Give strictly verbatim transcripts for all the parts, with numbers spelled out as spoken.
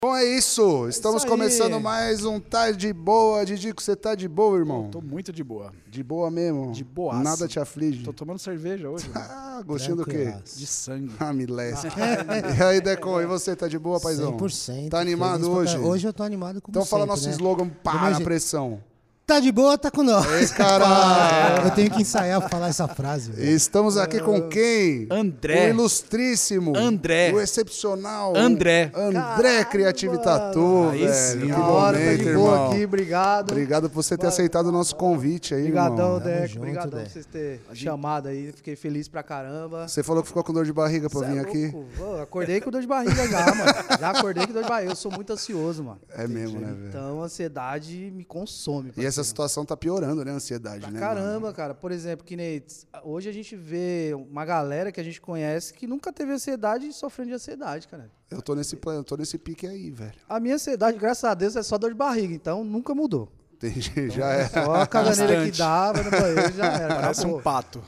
Bom, é isso. Estamos isso começando mais um Tá de Boa. Didico, você tá de boa, irmão? Tô muito de boa. De boa mesmo? De boaço. Nada te aflige? Tô tomando cerveja hoje. Né? Ah, gostinho do quê? De sangue. Ah, milésimo. E aí, Decon, e você, tá de boa, paizão? cem por cento. Tá animado Feliz hoje? pra- Hoje eu tô animado com Então você. fala nosso né? slogan, Do pá, meu na jeito. pressão. Tá de boa, tá com nós. Ei, caralho. Eu tenho que ensaiar pra falar essa frase. velho. Estamos aqui com quem? André. O ilustríssimo. André. O excepcional. André. André Creative Tattoo, Aí velho. sim. Que Da hora, tá momento, de boa irmão. aqui, obrigado. Obrigado por você ter Valeu. aceitado o nosso convite aí, Obrigadão, irmão. Deco. junto, Obrigadão por Deco. vocês terem chamado aí. Fiquei feliz pra caramba. Você falou que ficou com dor de barriga pra Cê vir é aqui. louco. Pô, acordei com dor de barriga já, mano. Já acordei com dor de barriga. Eu sou muito ansioso, mano. É mesmo, né, velho? Então a ansiedade me consome. E essa parceiro. situação tá piorando, né? A ansiedade, Pra né? caramba, mano? cara. Por exemplo, que nem hoje a gente vê uma galera que a gente conhece que nunca teve ansiedade e sofrendo de ansiedade, cara. Eu tô nesse plano, eu tô nesse pique aí, velho. A minha ansiedade, graças a Deus, é só dor de barriga, então nunca mudou. Entendi, já é. Só a caganeira que Bastante. dá, vai no banheiro já era. Parece acabou. um pato.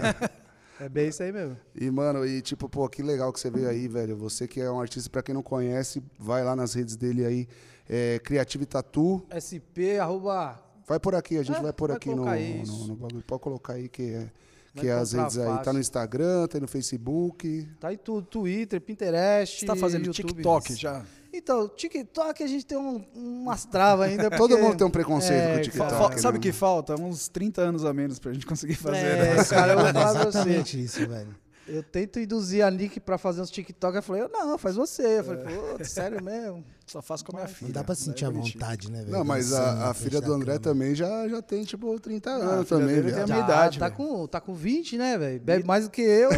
É bem isso aí mesmo. E, mano, e tipo, pô, que legal que você veio aí, velho. Você que é um artista, pra quem não conhece, vai lá nas redes dele aí. É, Creative Tattoo. S P, arroba... Vai por aqui, a gente É, vai por vai aqui no, colocar no, isso. no bagulho. Pode colocar aí que é, Vai que é as encontrar redes aí. Tá fácil. no Instagram, tá no Facebook. Tá aí tudo, Twitter, Pinterest, Você tá fazendo YouTube. TikTok já? Então, TikTok a gente tem um, umas travas ainda. Todo porque- mundo tem um preconceito É, com o TikTok. cara. Fa- Sabe o né? que falta? Uns trinta anos a menos pra gente conseguir fazer. É, né? cara, eu vou falar pra você. Exatamente isso, velho. Eu tento induzir a Nick pra fazer uns TikTok. Eu falei, eu, não, faz você. Eu falei, pô, sério mesmo? Só faço com a minha filha. Não dá pra Daí sentir é a bonitinho. vontade, né, velho? Não, mas Dançando a, na a frente filha da do André câmera. também já, já tem, tipo, trinta Ah, a anos filha também, dele viado. tem a minha Já, idade, tá velho. com, tá com vinte, né, velho? Bebe mais do que eu.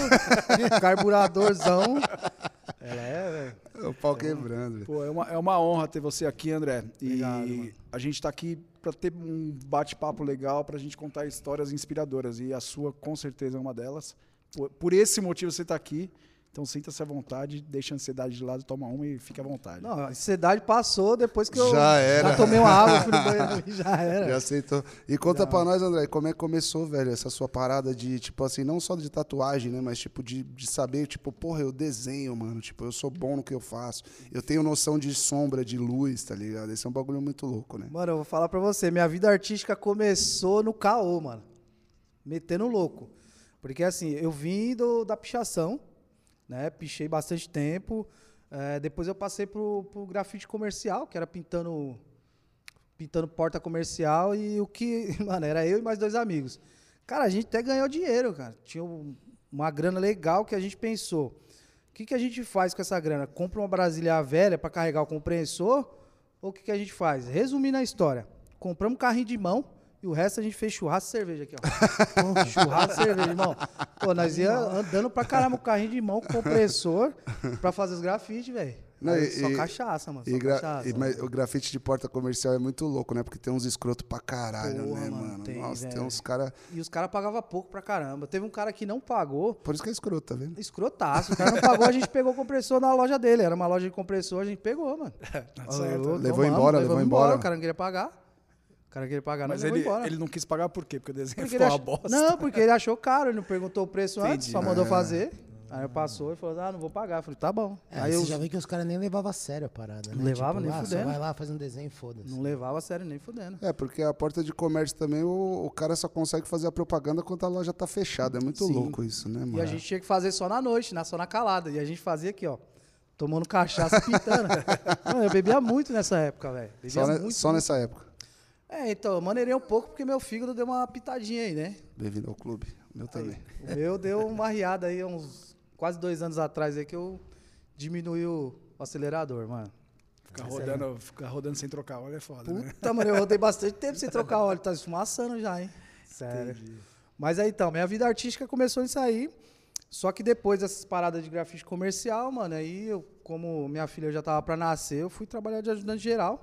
Carburadorzão. Ela é, velho. O pau quebrando, velho. Pô, é uma, é uma honra ter você aqui, André. E Obrigado, mano. a gente tá aqui pra ter um bate-papo legal, pra gente contar histórias inspiradoras. E a sua, com certeza, é uma delas. Por, por esse motivo você tá aqui. Então sinta-se à vontade, deixa a ansiedade de lado, toma uma e fique à vontade. Não, a ansiedade passou depois que eu Já era. já tomei uma água, fui no banheiro ali, já era. Já aceitou. E conta pra nós, André, como é que começou, velho, essa sua parada de, tipo assim, não só de tatuagem, né, mas, tipo, de, de saber, tipo, porra, eu desenho, mano, tipo, eu sou bom no que eu faço, eu tenho noção de sombra, de luz, tá ligado? Esse é um bagulho muito louco, né? Mano, eu vou falar pra você, minha vida artística começou no caô, mano. Metendo louco. Porque assim, eu vim do, da pichação, né? Pichei bastante tempo. É, depois eu passei pro, pro grafite comercial, que era pintando, pintando porta comercial. E o que, mano, era eu e mais dois amigos. Cara, a gente até ganhou dinheiro, cara. Tinha um- uma grana legal que a gente pensou. O que, que a gente faz com essa grana? Compra uma Brasília velha para carregar o compressor? Ou o que, que a gente faz? Resumindo a história. Compramos um carrinho de mão e o resto a gente fez churrasco e cerveja aqui, ó. Churrasco e cerveja, irmão. Pô, nós ia andando pra caramba o carrinho de mão com compressor pra fazer os grafites, velho. Não, Aí e- Só e- cachaça, mano. Só E, gra- cachaça. e- mas o grafite de porta comercial é muito louco, né? Porque tem uns escroto pra caralho, Porra, né, mano, mano? tem, Nossa, tem velho. uns caras... E os caras pagavam pouco pra caramba. Teve um cara que não pagou. Por isso que é escroto, tá vendo? Escrotaço. O cara não pagou, a gente pegou o compressor na loja dele. Era uma loja de compressor, a gente pegou, mano. Tá certo. Ô, Levou tomamos, embora, levou levamos embora. O cara não queria pagar. O cara não queria pagar, Mas nós levou ele, embora. ele não quis pagar por quê? Porque o desenho Porque ficou ele uma ach- bosta. Não, porque ele achou caro, ele não perguntou o preço antes, Entendi. só mandou É. fazer. Aí eu passou e falou, ah, não vou pagar. Eu falei, tá bom. É, aí você eu já vê que os caras nem levavam a sério a parada, né? Não levava nem ah, fudendo. Só vai lá, faz um desenho e foda-se. não levava a sério nem fudendo. É, porque a porta de comércio também, o, o cara só consegue fazer a propaganda quando a loja tá fechada. É muito Sim. louco isso, né, mano? E a gente tinha que fazer só na noite, na, só na calada. E a gente fazia aqui, ó, tomando cachaça, pintando. Mano, eu bebia muito nessa época, velho. Bebia Só, ne- muito. só nessa época. É, então, eu maneirei um pouco porque meu fígado deu uma pitadinha aí, né? Bem-vindo ao clube. O meu também. O meu deu uma riada aí, uns quase dois anos atrás aí, que eu diminui o acelerador, mano. Ficar rodando, ficar rodando sem trocar óleo é foda, né? Puta, mano, eu rodei bastante tempo sem trocar óleo, tá esfumaçando já, hein? Sério. Mas aí então, minha vida artística começou nisso aí. Só que depois dessas paradas de grafite comercial, mano, aí eu, como minha filha já tava pra nascer, eu fui trabalhar de ajudante geral.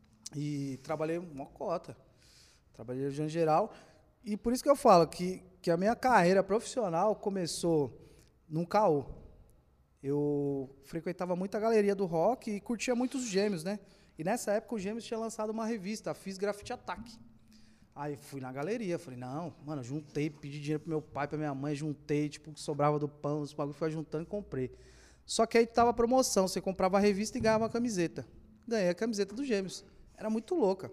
E trabalhei uma cota. Trabalhei de ajudante geral. E por isso que eu falo que, que a minha carreira profissional começou num caô. Eu frequentava muito a galeria do rock e curtia muito os Gêmeos, né? E nessa época o Gêmeos tinha lançado uma revista, Fiz Grafite Attack. Aí fui na galeria, falei, não, mano, juntei, pedi dinheiro pro meu pai, pra minha mãe, juntei, tipo, o que sobrava do pão, os bagulho, fui juntando e comprei. Só que aí tava promoção, você comprava a revista e ganhava uma camiseta. ganhei a camiseta dos Gêmeos. Era muito louca.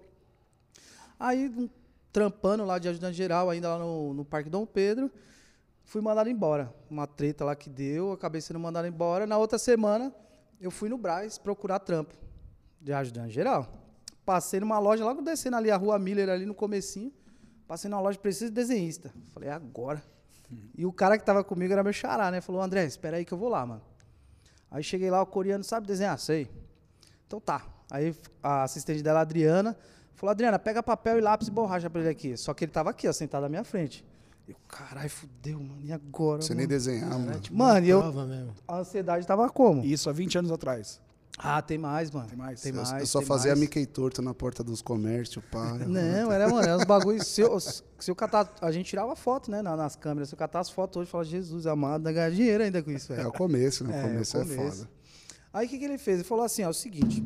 Aí, um, trampando lá de ajudante geral, ainda lá no, no Parque Dom Pedro, fui mandado embora. Uma treta lá que deu, acabei sendo mandado embora. Na outra semana, eu fui no Brás procurar trampo de ajudante geral. Passei numa loja, logo descendo ali a Rua Miller, ali no comecinho. Passei numa loja, preciso de desenhista. Falei, é agora. Uhum. E o cara que tava comigo era meu xará, né? Falou, André, espera aí que eu vou lá, mano. Aí cheguei lá, o coreano sabe desenhar? Sei. Então tá. Aí a assistente dela, a Adriana, falou, Adriana, pega papel e lápis e borracha pra ele aqui. Só que ele tava aqui, ó, sentado na minha frente. Eu, caralho, fudeu, mano. E agora? Você mano? nem desenhar, mano. É, tipo, Mano, e eu. mesmo. A ansiedade tava como? Isso há vinte anos atrás. Ah, tem mais, mano. Tem mais? Tem Eu, mais. eu só tem fazia mais. Mickey torto na porta dos comércios, pá. Não, era, mano, era uns bagulhos. Se eu, se eu catar. A gente tirava foto, né, na- nas câmeras. Se eu catar as fotos hoje, eu falava, Jesus amado, dá ganhar dinheiro ainda com isso, É velho. o começo, né? O É, começo o é começo. foda. Aí o que, que ele fez? Ele falou assim: ó, é o seguinte.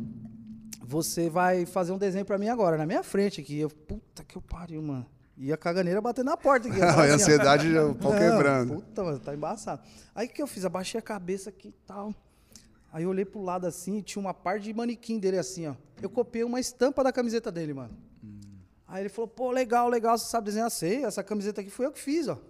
Você vai fazer um desenho pra mim agora, na minha frente aqui. Eu, puta que eu pariu, mano. E a caganeira batendo na porta aqui. Eu tava A assim, ó. ansiedade, já- o pau Não, quebrando. Puta, mano, tá embaçado. Aí o que, que eu fiz? Abaixei a cabeça aqui e tal. Aí eu olhei pro lado assim e tinha uma parte de manequim dele assim, ó. Eu copiei uma estampa da camiseta dele, mano. Hum. Aí ele falou, pô, legal, legal, você sabe desenhar? Sei, essa camiseta aqui foi eu que fiz, ó.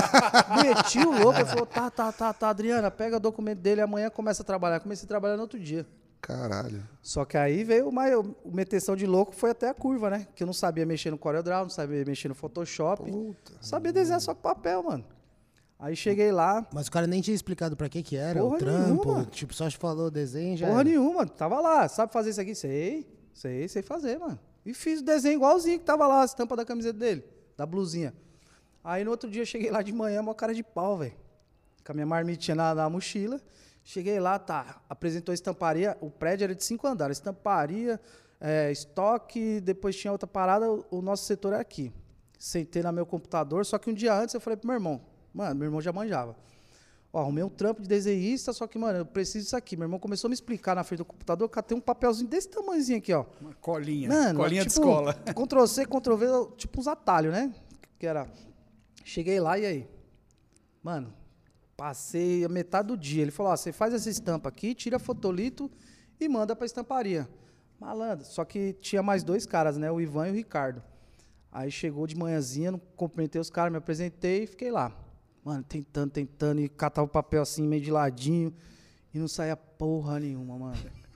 Meti o louco, ele falou, tá, tá, tá, tá, Adriana, pega o documento dele, amanhã começa a trabalhar. Comecei a trabalhar no outro dia. Caralho. Só que aí veio uma o meteção de louco, foi até a curva, né? Que eu não sabia mexer no CorelDRAW, não sabia mexer no Photoshop. Puta. Sabia desenhar só com papel, mano. Aí cheguei lá, Mas o cara nem tinha explicado pra que que era, Porra o trampo. nenhuma. Tipo, só te falou desenho já. porra era. nenhuma, tava lá. Sabe fazer isso aqui? Sei, sei, sei fazer, mano. E fiz o desenho igualzinho que tava lá, a estampa da camiseta dele, da blusinha. Aí no outro dia eu cheguei lá de manhã, uma cara de pau, velho. Com a minha marmitinha na, na mochila. Cheguei lá, tá, apresentou a estamparia, o prédio era de cinco andares, estamparia, é, estoque, depois tinha outra parada, o, o nosso setor é aqui. Sentei no meu computador, só que um dia antes eu falei pro meu irmão, mano, meu irmão já manjava. Ó, arrumei um trampo de desenhista, só que, mano, eu preciso disso aqui. Meu irmão começou a me explicar na frente do computador, catei um papelzinho desse tamanhozinho aqui, ó. Uma colinha. Mano, colinha tipo, de escola. Ctrl C, Ctrl V, tipo uns atalhos, né? Que era. Cheguei lá e aí? Mano, passei a metade do dia. Ele falou: ó, você faz essa estampa aqui, tira fotolito e manda pra estamparia. Malandro. Só que tinha mais dois caras, né? O Ivan e o Ricardo. Aí chegou de manhãzinha, não cumprimentei os caras, me apresentei e fiquei lá. Mano, tentando, tentando, e catava o papel assim, meio de ladinho, e não saía porra nenhuma, mano.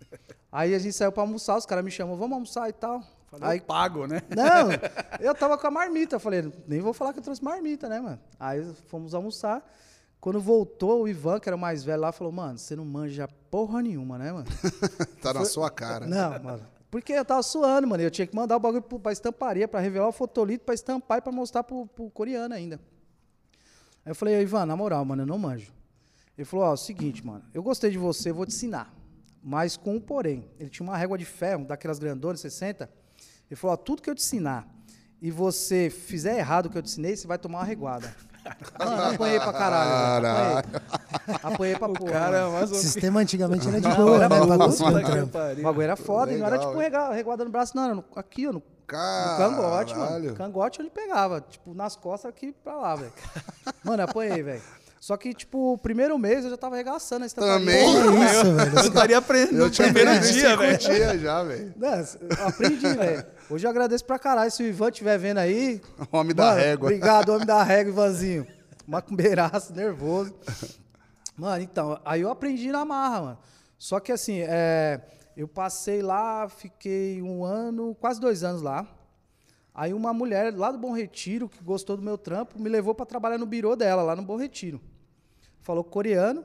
Aí a gente saiu pra almoçar, os caras me chamam, vamos almoçar e tal. Falei, Aí, eu pago, né? não, eu tava com a marmita, eu falei, nem vou falar que eu trouxe marmita, né, mano? Aí fomos almoçar, quando voltou, o Ivan, que era o mais velho lá, falou, mano, você não manja porra nenhuma, né, mano? Tá na sua cara. Não, mano. Porque eu tava suando, mano, eu tinha que mandar o bagulho pro- pra estamparia, pra revelar o fotolito, pra estampar e pra mostrar pro, pro coreano ainda. Aí eu falei, Ivan, na moral, mano, eu não manjo. Ele falou, ó, é o seguinte, mano, eu gostei de você, eu vou te ensinar. Mas com um porém. Ele tinha uma régua de ferro, daquelas grandonas, sessenta. Ele falou, ó, tudo que eu te ensinar e você fizer errado o que eu te ensinei, você vai tomar uma reguada. Mano, apanhei pra caralho. velho. Apanhei. Apanhei pra porra. Cara, mano. mais O ou sistema antigamente era de Não, boa, era né? Pra puta conseguir um que trampo. pariu. O bagulho era foda, e não era Legal, tipo rega- reguada no braço, não, era no- aqui, ó, no, no Caralho. cangote, mano. Cangote ele pegava, tipo, nas costas aqui pra lá, velho. Mano, eu apanhei, velho. Só que, tipo, o primeiro mês eu já tava arregaçando a estamparia. Também. Que isso, velho? Eu estaria aprendendo Eu no tinha primeiro aprendido dia, cinco velho. dias já, velho. Não, eu aprendi, velho. Hoje eu agradeço pra caralho. Se o Ivan estiver vendo aí. O homem da mano, régua. Obrigado, homem da régua, Ivanzinho. Macumbeiraço, nervoso. Mano, então, aí eu aprendi na marra, mano. Só que assim, é, eu passei lá, fiquei um ano, quase dois anos lá. Aí uma mulher lá do Bom Retiro, que gostou do meu trampo, me levou pra trabalhar no birô dela, lá no Bom Retiro. Falou coreano.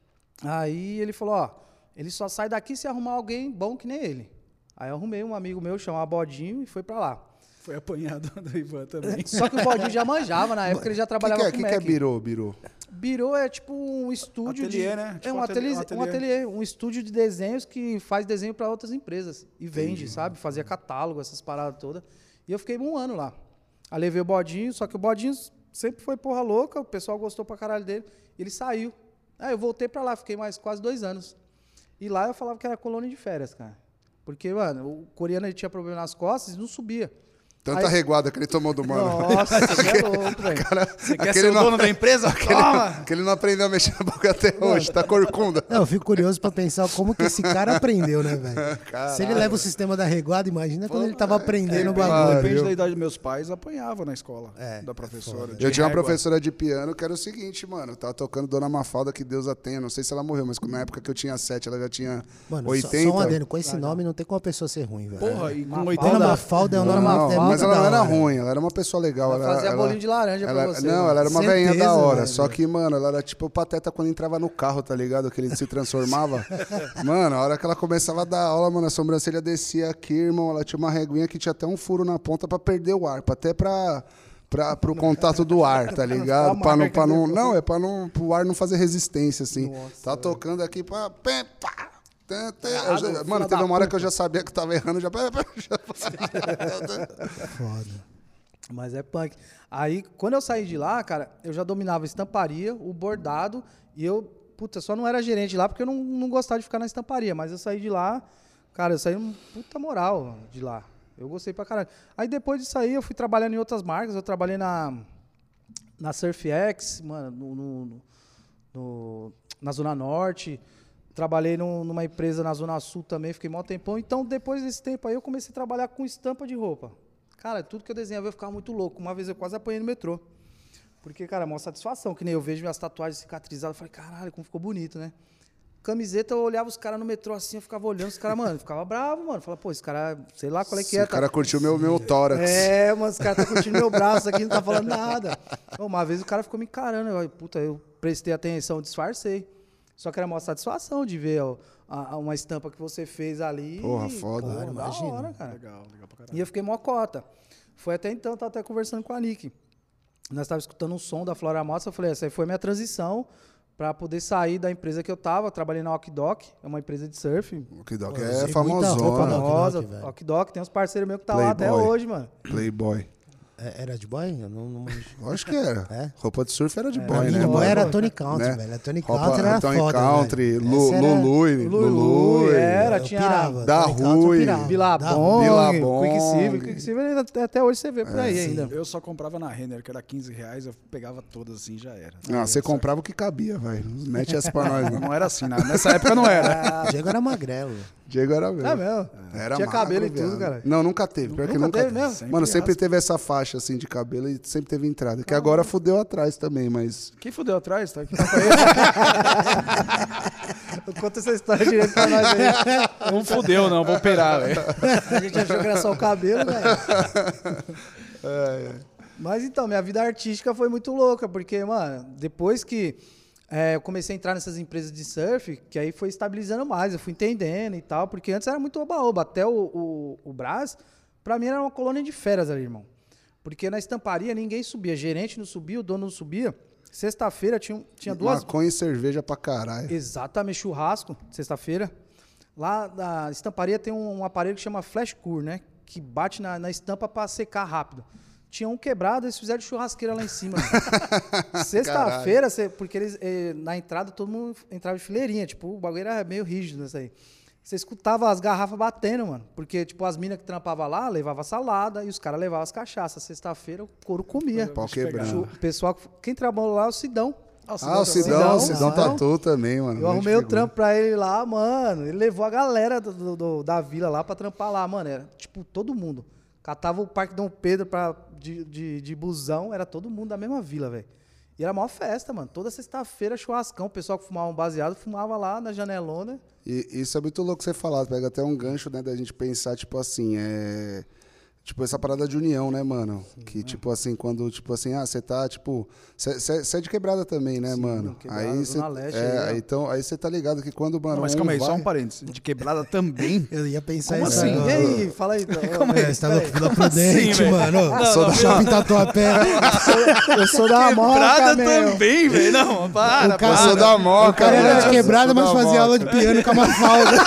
Aí ele falou, ó, ele só sai daqui se arrumar alguém bom que nem ele. Aí eu arrumei um amigo meu, chamado Bodinho, e foi pra lá. Foi apanhado do Ivan também. Só que o Bodinho já manjava, na época ele já O que, trabalhava que é, com que, Mac. que é birô, birô? Birô é tipo um estúdio Ateliê, de... né? É Tipo um um ateliê, ateliê- um ateliê, um estúdio de desenhos que faz desenho para outras empresas e vende, sabe? Fazia catálogo, essas paradas todas. E eu fiquei um ano lá. Aí levei o Bodinho, só que o Bodinho sempre foi porra louca, o pessoal gostou pra caralho dele, e ele saiu. Aí eu voltei pra lá, fiquei mais quase dois anos. E lá eu falava que era colônia de férias, cara. Porque, mano, o coreano ele tinha problema nas costas e não subia. Tanta Aí- reguada que ele tomou do mano. Nossa, você é louco, velho. Você quer Aquele ser o não- dono da empresa? Toma! Que ele não aprendeu a mexer na boca até hoje, tá corcunda. Não, eu fico curioso pra pensar como que esse cara aprendeu, né, velho? Se ele leva o sistema da reguada, imagina quando ele tava aprendendo o bagulho. Pariu. Depende da idade dos meus pais, apanhava na escola É, da professora. Eu de tinha uma régua. professora de piano que era o seguinte, mano. Tava tocando Dona Mafalda, que Deus a tenha. Não sei se ela morreu, mas na época que eu tinha sete, ela já tinha Mano, só, oitenta. só um adendo, com esse nome não tem como a pessoa ser ruim, velho. Porra, e com Mafalda. oitenta... Dona Mafalda é um nome Não, é mas muito ela da não era hora. ruim, ela era uma pessoa legal. Ela ela, fazia ela- bolinho de laranja pra ela- você, Não, mano. ela era uma Certeza, veinha da hora. velho. Só que, mano, ela era tipo o Pateta quando entrava no carro, tá ligado? Que ele se transformava. Mano, a hora que ela começava a dar aula, mano, a sobrancelha descia aqui, irmão. Ela tinha uma reguinha que tinha até um furo na ponta pra perder o ar, pra- até pra. Pra, pro contato do ar, tá ligado? Pra não, pra não, não, é pra não, pro ar não fazer resistência, assim. tá tocando aqui pra. pé, pá, tã, tã. Eu já- Errado, mano, filha teve da uma hora puta. que eu já sabia que tava errando, já. Foda. Mas é punk. Aí, quando eu saí de lá, cara, eu já dominava a estamparia, o bordado, e eu, puta, só não era gerente lá porque eu não, não gostava de ficar na estamparia, mas eu saí de lá, cara, eu saí um puta moral de lá. Eu gostei pra caralho. Aí depois de sair, eu fui trabalhando em outras marcas, eu trabalhei na, na SurfX, mano, no, no- no- na Zona Norte, trabalhei num- numa empresa na Zona Sul também, fiquei mó tempão. Então, depois desse tempo aí, eu comecei a trabalhar com estampa de roupa. Cara, tudo que eu desenhava eu ficava muito louco. Uma vez eu quase apanhei no metrô. Porque, cara, é uma satisfação, que nem eu vejo minhas tatuagens cicatrizadas, eu falei, caralho, como ficou bonito, né? Camiseta, eu olhava os caras no metrô assim, eu ficava olhando os caras, mano, eu ficava bravo, mano. Falava, pô, esse cara, sei lá qual é que é. O cara curtiu meu, meu tórax. É, mano, os caras tá curtindo meu braço aqui, não tá falando nada. Uma vez o cara ficou me encarando, eu, puta, eu prestei atenção, disfarcei. Só que era uma satisfação de ver ó, a- a- uma estampa que você fez ali. Porra, foda. Pô, Claro, da imagina. hora, cara. Legal, legal pra caralho. E eu fiquei mó cota. Foi até então, eu tava até conversando com a Nick. Nós estávamos escutando um som da Flora Motos, eu falei, essa aí foi a minha transição para poder sair da empresa que eu tava. Eu trabalhei na Okdok, é uma empresa de surf. O Kidok Pô, eu é sei muita roupa famosona. da- Famosa, Okdok, velho. Okdok, tem uns parceiros meus que tá lá até Playboy. hoje, mano. Playboy. É- Era de boy? Eu não, não... Lógico que era. É? Roupa de surf era de Pra boy, mim, né? de boy mano? era Tony Country, Né? velho. A Tony Roupa Country era Tony foda, Country, velho. Lu, Essa era- Lului, Lului, Lului. era, Eu tinha pirava. Da Tony Country eu Rui. pirava. Da Bilabong, Bilabong. Quicksilver. Quicksilver até- até hoje você vê por aí ainda. Eu só comprava na Renner, que era quinze reais, eu pegava todas assim já era. Ah, você comprava o que cabia, vai. Mete essa pra nós, não. Não era assim, né? Nessa época não era. O Diego era magrelo. Diego era mesmo. É mesmo? Era Tinha magro, cabelo e tudo, viado. cara. Não, nunca teve. Pior que Nunca nunca teve mesmo? Sempre Mano, sempre raspa. teve essa faixa assim de cabelo e sempre teve entrada. Que agora fudeu atrás também, mas. Quem fudeu atrás? Tá aqui. Conta essa história direito pra nós aí. Não fudeu, não. Vou operar, velho. A gente achou que era só o cabelo, velho. Mas então, minha vida artística foi muito louca, porque, mano, depois que é, eu comecei a entrar nessas empresas de surf, que aí foi estabilizando mais, eu fui entendendo e tal, porque antes era muito oba-oba. Até o, o, o Brás, pra mim era uma colônia de férias ali, irmão. Porque na estamparia ninguém subia, gerente não subia, o dono não subia. Sexta-feira tinha, tinha duas... Maconha e cerveja pra caralho. Exatamente, churrasco, sexta-feira. Lá na estamparia tem um, um aparelho que chama flash cure, né? Que bate na, na estampa pra secar rápido. Tinha um quebrado, eles fizeram churrasqueira lá em cima. Sexta-feira, cê- porque eles, eh, na entrada todo mundo entrava de fileirinha, tipo, o bagulho era meio rígido nessa aí. Você escutava as garrafas batendo, mano. Porque, tipo, as minas que trampavam lá levavam salada e os caras levavam as cachaças. Sexta-feira o couro comia. Pau Deixa eu pegar. quebrando. O pessoal, quem trabalhou lá é o Sidão. Ah, o Sidão, Sidão, o Sidão. Sidão Tatu também, mano. Eu arrumei o trampo pra ele lá, mano. Ele levou a galera do, do- do- da vila lá pra trampar lá, mano. Era tipo todo mundo. Catava o Parque Dom Pedro pra, de, de, de busão, era todo mundo da mesma vila, velho. E era a maior festa, mano. Toda sexta-feira, churrascão. O pessoal que fumava um baseado fumava lá na janelona. E isso é muito louco você falar. Pega até um gancho, né, da gente pensar, tipo assim, é. Tipo, essa parada de união, né, mano? Que, tipo assim, quando, tipo assim, ah, você tá, tipo. Você é de quebrada também, né, Sim, mano? quebrada, Aí Zona você. Leste É, aí, ó. aí, então, aí você tá ligado que quando, mano. Não, mas um calma aí, só vai- um parênteses. De quebrada também. Eu ia pensar Como isso assim? E agora. aí, fala aí. então. Calma aí. É, você tá no Peraí. Vila Prudente, velho? mano. Não, Sou não, do shopping Tatuapé. Eu sou da moca, Quebrada meu. também, velho. Não, para, O cara- Eu sou para. da moca, O cara era né? de quebrada, Eu sou mas da fazia aula de moca. piano com a Mafalda.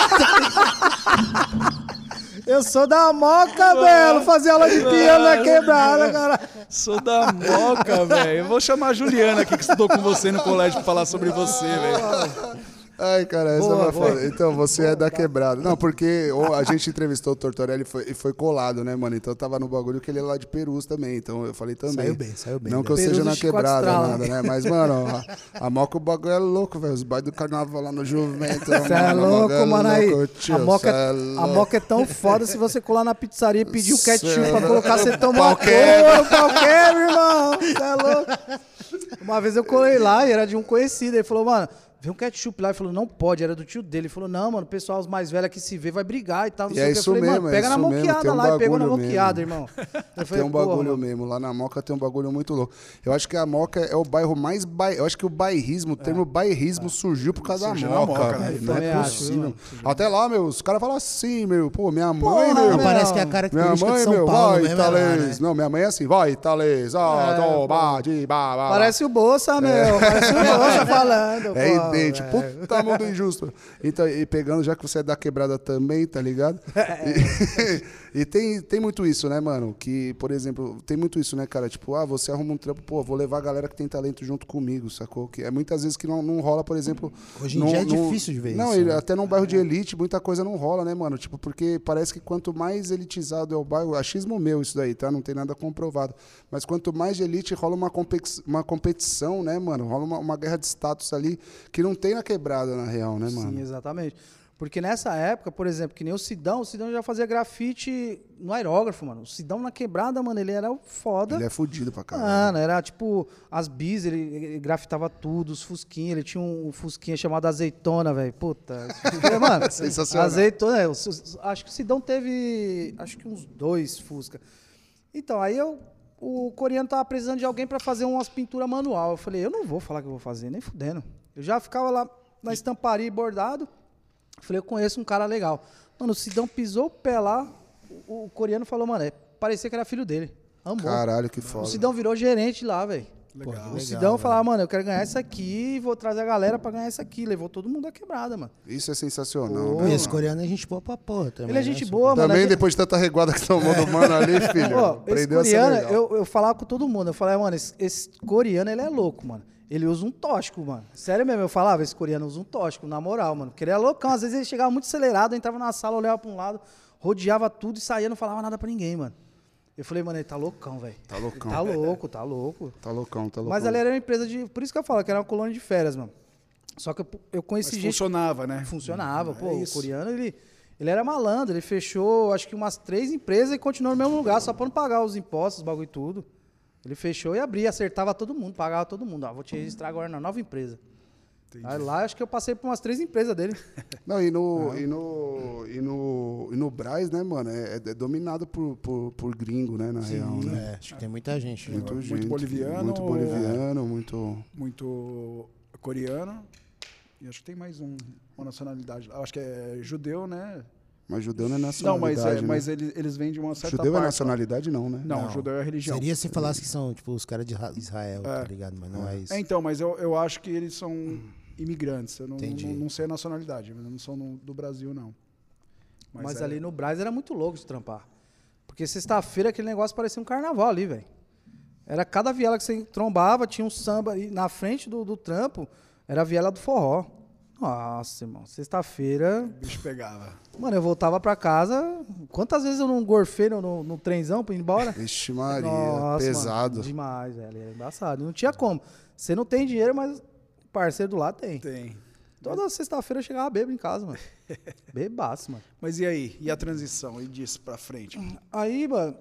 Eu sou da moca, Belo. Fazia aula de piano na quebrada, cara. Sou da moca, velho. Eu vou chamar a Juliana aqui, que estudou com você no colégio, pra falar sobre você, velho. Ai, cara, essa Boa, é uma boa. foda. Então, você é da quebrada. Não, porque o- a gente entrevistou o Tortorelli e foi, e foi colado, né, mano? Então tava no bagulho que ele é lá de Perus também. Então eu falei também. Saiu bem, saiu bem. Não que eu Perus seja e na Chicote quebrada, Estrala. nada, né? Mas, mano, a, a Moca, o bagulho é louco, velho. Os bailes do carnaval lá no Juventus. Você é mano, o louco, bagulho é mano. Aí, louco, tio, a, moca, cê é a louco. moca é tão foda, se você colar na pizzaria e pedir o Cê ketchup é pra colocar, você toma pau uma quebra. porra, o pau quebra, irmão. Você é louco. Uma vez eu colei lá e era de um conhecido. Ele falou, mano, vê um ketchup lá. Ele falou, não pode, era do tio dele. Ele falou, não, mano, o pessoal, os mais velhos aqui se vê, vai brigar e tal. Não E sei é o que. Eu isso falei, mesmo, mano, é pega na isso mesmo, moqueada tem um lá e pegou na bagulho moqueada, mesmo. irmão. Eu falei, Tem um porra, bagulho mano. mesmo. Lá na Moca tem um bagulho muito louco. Eu acho que a Moca é o bairro mais... Bai... Eu acho que o bairrismo, o termo bairrismo surgiu por causa Surgiu da na Moca, Moca, velho. eu Não também é acho, possível. mano. Até lá, meu, os caras falam assim, meu. Pô, minha mãe, Porra, meu... meu. Parece que é a Minha característica mãe, de São meu, Paulo vai, mesmo é lá, Italês. né? Não, minha mãe é assim, vai, Italês. Ah, É, tô, bah, de, bah, bah, bah. Parece o Bolsa, meu. Parece o Bolsa falando. É pô, idêntico. velho. Puta mundo injusto. Então, e pegando, já que você é da quebrada também, tá ligado? E, e tem, tem muito isso, né, mano? Que, por exemplo, tem muito isso, né, cara? Tipo, ah, você arruma um trampo, pô, vou levar a galera que tem talento junto comigo, sacou? Que é muitas vezes que não, não rola, por exemplo... Hoje em num- dia é num- difícil de ver não, isso, e né? até num bairro de elite, muita coisa não rola, né, mano? Tipo, porque parece que quanto mais elitizado é o bairro... Achismo meu isso daí, tá? Não tem nada comprovado. Mas quanto mais de elite, rola uma, compex- uma competição, né, mano? Rola uma, uma guerra de status ali que não tem na quebrada, na real, né, mano? Sim, exatamente. Porque nessa época, por exemplo, que nem o Sidão, o Sidão já fazia grafite no aerógrafo, mano. O Sidão na quebrada, mano, ele era o foda. Ele é fudido pra caralho. Mano, era tipo as bis, ele, ele grafitava tudo, os fusquinhas, ele tinha um fusquinha chamado Azeitona, velho. Puta. Mano, Sensacional. Azeitona, é, o- o- acho que o Sidão teve, acho que uns dois Fusca. Então, aí eu, o coreano tava precisando de alguém pra fazer umas pinturas manual. Eu falei, eu não vou falar que eu vou fazer, nem fudendo. Eu já ficava lá na estamparia e bordado. Eu falei, eu conheço um cara legal. Mano, o Sidão pisou o pé lá, o, o coreano falou, mano, é, parecia que era filho dele. Amor. Caralho, que O foda. Sidão virou gerente lá, velho. Legal. O Legal, Sidão velho. falava, mano, eu quero ganhar isso aqui e vou trazer a galera pra ganhar isso aqui. Levou todo mundo à quebrada, mano. Isso é sensacional. Pô, né, Pô, esse mano? coreano é gente boa pra porra também. Ele é né? gente Só- boa, mano. a Também gente- depois de tanta reguada que tomou do mano ali, filho. Pô, esse aprendeu a ser coreano, legal. eu, eu falava com todo mundo. Eu falava, mano, esse, esse coreano, ele é louco, mano. Ele usa um tóxico, mano. Sério mesmo, eu falava, esse coreano usa um tóxico, na moral, mano. Porque ele é loucão. Às vezes ele chegava muito acelerado, eu entrava na sala, olhava pra um lado, rodeava tudo e saía, não falava nada pra ninguém, mano. Eu falei, mano, ele tá loucão, velho. Tá loucão. Tá louco, tá louco. Tá loucão, tá loucão. Mas ali era uma empresa de... Por isso que eu falo, que era uma colônia de férias, mano. Só que eu, eu conheci Mas gente... funcionava, né? Funcionava, É pô. O isso. coreano, ele, ele era malandro. Ele fechou, acho que umas três empresas e continuou no mesmo lugar, só pra não pagar os impostos, os bagulho e tudo. Ele fechou e abria, acertava todo mundo, pagava todo mundo. Ah, vou te registrar agora na nova empresa. Aí lá, acho que eu passei por umas três empresas dele. Não, e no, e no, e no, e no Brás, né, mano, é, é dominado por, por, por gringo, né, na real, né? É, acho que tem muita gente. né? Muito, Muito gente, boliviano Muito ou- boliviano, muito... Muito coreano. E acho que tem mais um, uma nacionalidade. Acho que é judeu, né? Mas judeu não é Não, nacionalidade, mas, é, né? mas eles, eles vêm de uma certa Judeu parte. é nacionalidade, não, né? Não, judeu é religião. Seria se falasse que são, tipo, os caras de Ra- Israel, É. tá ligado? Mas não é isso. É, então, mas eu, eu acho que eles são imigrantes. Eu não, Entendi. não, não sei a nacionalidade, mas eu não sou no- do Brasil, não. Mas, é- ali no Brás era muito louco de trampar. Porque sexta-feira aquele negócio parecia um carnaval ali, velho. Era cada viela que você trombava, tinha um samba e na frente do, do trampo, era a viela do forró. Nossa, irmão, sexta-feira... O bicho pegava. Mano, eu voltava pra casa. Quantas vezes eu não gorfei no, no, no trenzão pra ir embora? Vixe Maria, Nossa, pesado. mano, demais, velho. É embaçado. Não tinha como. Você não tem dinheiro, mas o parceiro do lado tem. Tem. Toda sexta-feira eu chegava bêbado em casa, mano. Bebaço, mano. Mas e aí? E a transição? E disso pra frente? Aí, mano,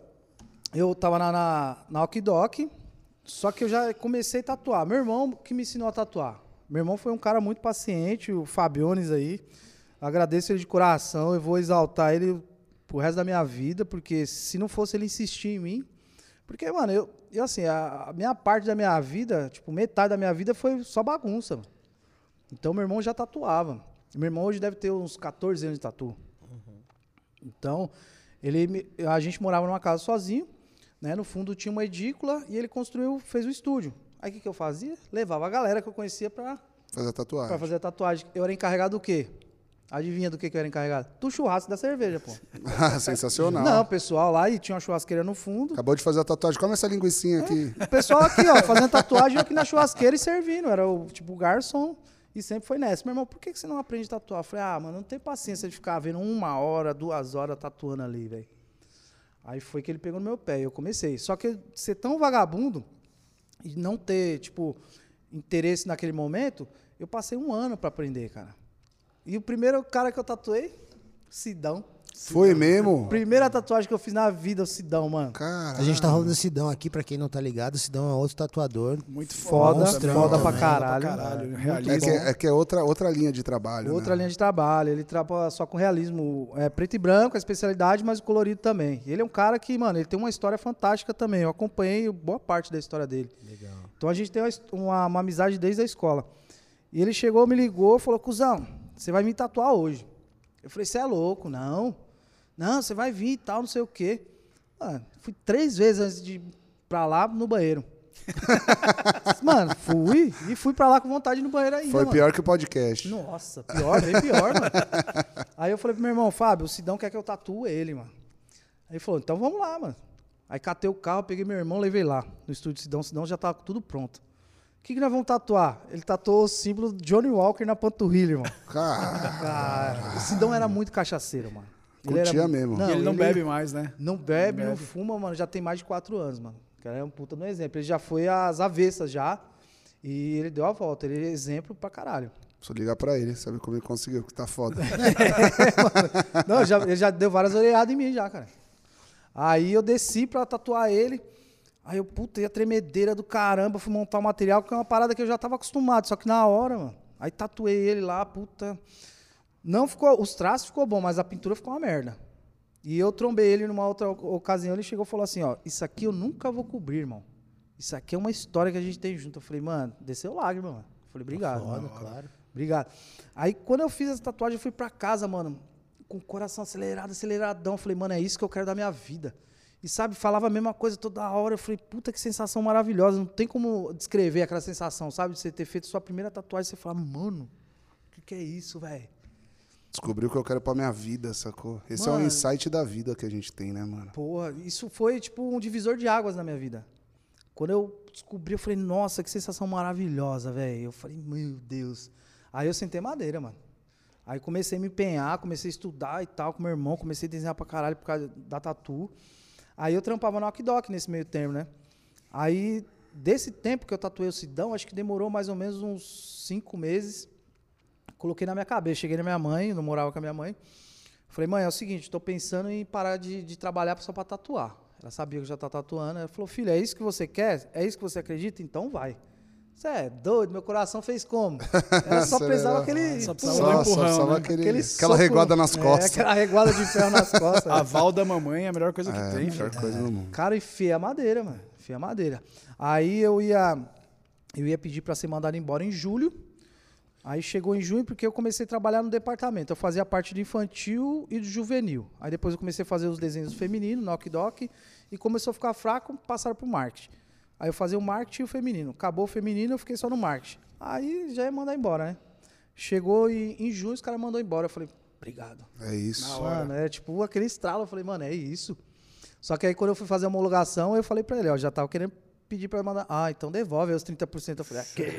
eu tava na, na, na Okidok, só que eu já comecei a tatuar. Meu irmão que me ensinou a tatuar. Meu irmão foi um cara muito paciente, o Fabiones aí. Agradeço ele de coração, eu vou exaltar ele pro resto da minha vida, porque se não fosse ele insistir em mim... Porque, mano, eu, eu assim, a, a minha parte da minha vida, tipo, metade da minha vida foi só bagunça, mano. Então, meu irmão já tatuava. Meu irmão hoje deve ter uns catorze anos de tatu. Então, ele, me- a gente morava numa casa sozinho, né? No fundo tinha uma edícula e ele construiu, fez o estúdio. Aí o que, que eu fazia? Levava a galera que eu conhecia pra, Fazer a tatuagem. pra fazer a tatuagem. Eu era encarregado do quê? Adivinha do que, que eu era encarregado? Do churrasco da cerveja, pô. Sensacional. Não, o pessoal lá e tinha uma churrasqueira no fundo. Acabou de fazer a tatuagem. Come essa linguicinha aqui. O pessoal aqui, ó, fazendo tatuagem aqui na churrasqueira e servindo. Era o tipo o garçom. E sempre foi nessa. Meu irmão, por que que você não aprende a tatuar? Eu falei, ah, mano, não tem paciência de ficar vendo uma hora, duas horas tatuando ali, velho. Aí foi que ele pegou no meu pé e eu comecei. Só que ser tão vagabundo e não ter, tipo, interesse naquele momento, eu passei um ano pra aprender, cara. E o primeiro cara que eu tatuei, Sidão. Foi mesmo? Primeira tatuagem que eu fiz na vida, o Sidão, mano. Caralho. A gente tá rolando o Sidão aqui, pra quem não tá ligado. O Sidão é outro tatuador. Muito Foda, foda, foda pra também. caralho. Pra caralho. É Realismo. que é, que é outra, outra linha de trabalho. Outra né? linha de trabalho. Ele trabalha só com realismo. É preto e branco, a especialidade, mas o colorido também. Ele é um cara que, mano, ele tem uma história fantástica também. Eu acompanhei boa parte da história dele. Legal. Então a gente tem uma, uma, uma amizade desde a escola. E ele chegou, me ligou, falou, cuzão, você vai me tatuar hoje. Eu falei, você é louco? Não. Não, você vai vir e tal, não sei o quê. Mano, fui três vezes antes de ir pra lá no banheiro. Mano, fui e fui pra lá com vontade de ir no banheiro ainda. Foi mano. pior que o podcast. Nossa, pior, bem pior, mano. Aí eu falei pro meu irmão, Fábio, o Sidão quer que eu tatue ele, mano. Aí ele falou, então vamos lá, mano. Aí catei o carro, peguei meu irmão, levei lá no estúdio do Sidão. O Sidão já tava tudo pronto. O que, que nós vamos tatuar? Ele tatuou o símbolo Johnny Walker na panturrilha, irmão. Cara, Cara, o Sidão era muito cachaceiro, mano. Curtia era- mesmo. E ele não bebe mais, né? Não bebe, Não não bebe. fuma, mano. Já tem mais de quatro anos, mano. O cara é um puta no exemplo. Ele já foi às avessas já. E ele deu a volta. Ele é exemplo pra caralho. Só ligar pra ele, sabe como ele conseguiu, que tá foda. Não, já, ele já deu várias orelhadas em mim já, cara. Aí eu desci pra tatuar ele. Aí eu, puta, e a tremedeira do caramba, fui montar o material, que é uma parada que eu já tava acostumado, só que na hora, mano. Aí tatuei ele lá, puta. Não ficou, os traços ficou bom, mas a pintura ficou uma merda. E eu trombei ele numa outra oc- ocasião, ele chegou e falou assim, ó, isso aqui eu nunca vou cobrir, irmão. Isso aqui é uma história que a gente tem junto. Eu falei, mano, desceu lágrima, mano. Eu falei, obrigado. Foda, mano. claro. Obrigado. Aí, quando eu fiz essa tatuagem, eu fui pra casa, mano, com o coração acelerado, aceleradão. Eu falei, mano, é isso que eu quero da minha vida. E, sabe, falava a mesma coisa toda hora. Eu falei, puta, que sensação maravilhosa. Não tem como descrever aquela sensação, sabe? De você ter feito sua primeira tatuagem e você falar, mano, o que, que é isso, velho? Descobri o que eu quero pra minha vida, sacou? Esse é Mano. um insight da vida que a gente tem, né, mano? Porra, isso foi, tipo, um divisor de águas na minha vida. Quando eu descobri, eu falei, nossa, que sensação maravilhosa, velho. Eu falei, meu Deus. Aí eu sentei madeira, mano. Aí comecei a me empenhar, comecei a estudar e tal com meu irmão, comecei a desenhar pra caralho por causa da tatu. Aí eu trampava no Okidok nesse meio termo, né? Aí, desse tempo que eu tatuei o Sidão, acho que demorou mais ou menos uns cinco meses. Coloquei na minha cabeça, cheguei na minha mãe, não morava com a minha mãe. Falei, mãe, é o seguinte, tô pensando em parar de, de trabalhar só pra tatuar. Ela sabia que eu já tava tatuando. Ela falou, filho, é isso que você quer? É isso que você acredita? Então vai. Você é doido? Meu coração fez como? Ela só precisava aquele... Só pô, precisava Só, um só, empurrão, só né? aquele, aquele aquela soco- reguada nas É, costas. aquela reguada de ferro nas costas. A aval da mamãe é a melhor coisa que É, tem. a melhor filho. coisa do mundo. Cara, enfiei a madeira, mano. Enfiei a madeira. Aí eu ia, eu ia pedir pra ser mandado embora em julho. Aí chegou em junho porque eu comecei a trabalhar no departamento. Eu fazia a parte do infantil e do juvenil. Aí depois eu comecei a fazer os desenhos femininos, no Okidok, e começou a ficar fraco, passaram pro marketing. Aí eu fazia o marketing e o feminino. Acabou o feminino, eu fiquei só no marketing. Aí já ia mandar embora, né? Chegou e, em junho, os caras mandou embora. Eu falei, obrigado. É isso. Mano, é tipo aquele estralo. Eu falei, mano, é isso. Só que aí quando eu fui fazer a homologação, eu falei pra ele, ó, já tava querendo pedir pra mandar. Ah, então devolve aí os trinta por cento. Eu falei, ah, que...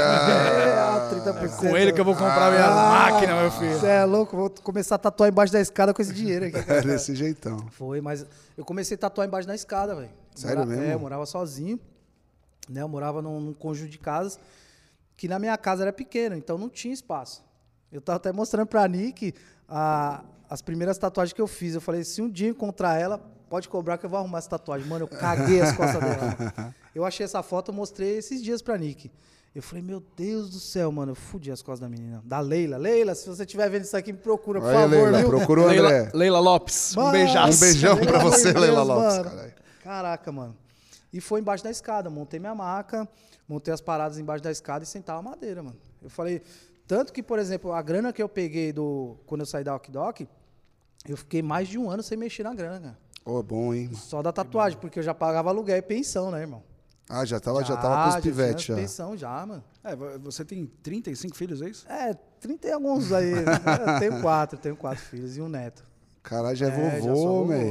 é, trinta por cento. Com ele que eu vou comprar minha máquina, meu filho. Você é louco, vou começar a tatuar embaixo da escada com esse dinheiro aqui. É desse jeitão. Foi, mas eu comecei a tatuar embaixo da escada, velho. Sério Mora- mesmo? É, eu morava sozinho, né? Eu morava num, num conjunto de casas que na minha casa era pequeno, então não tinha espaço. Eu tava até mostrando pra Nick a- as primeiras tatuagens que eu fiz. Eu falei, se um dia eu encontrar ela, pode cobrar que eu vou arrumar essa tatuagem. Mano, eu caguei as costas dela. Mano. Eu achei essa foto, eu mostrei esses dias pra Nick. Eu falei, meu Deus do céu, mano, eu fudi as costas da menina. Da Leila. Leila, se você estiver vendo isso aqui, me procura, por Aí, favor, Leila, viu? procura o Leila, André. Leila Lopes, um Mano, beijaço. Um beijão Pelo pra amor você, de Leila Deus, Lopes, mano. caralho. Caraca, mano. E foi embaixo da escada, montei minha maca, montei as paradas embaixo da escada e sentava a madeira, mano. Eu falei, tanto que, por exemplo, a grana que eu peguei do quando eu saí da Okidok, eu fiquei mais de um ano sem mexer na grana, cara. Ô, bom, hein? Só da tatuagem, porque eu já pagava aluguel e pensão, né, irmão? Ah, já tava, já tava com os já pivetes tinha já. pensão já, mano. É, você tem trinta e cinco filhos, é isso? É, trinta e alguns aí. Eu tenho quatro, tenho quatro filhos e um neto. Caralho, já é É, já vovô, sou vovô, velho. mano.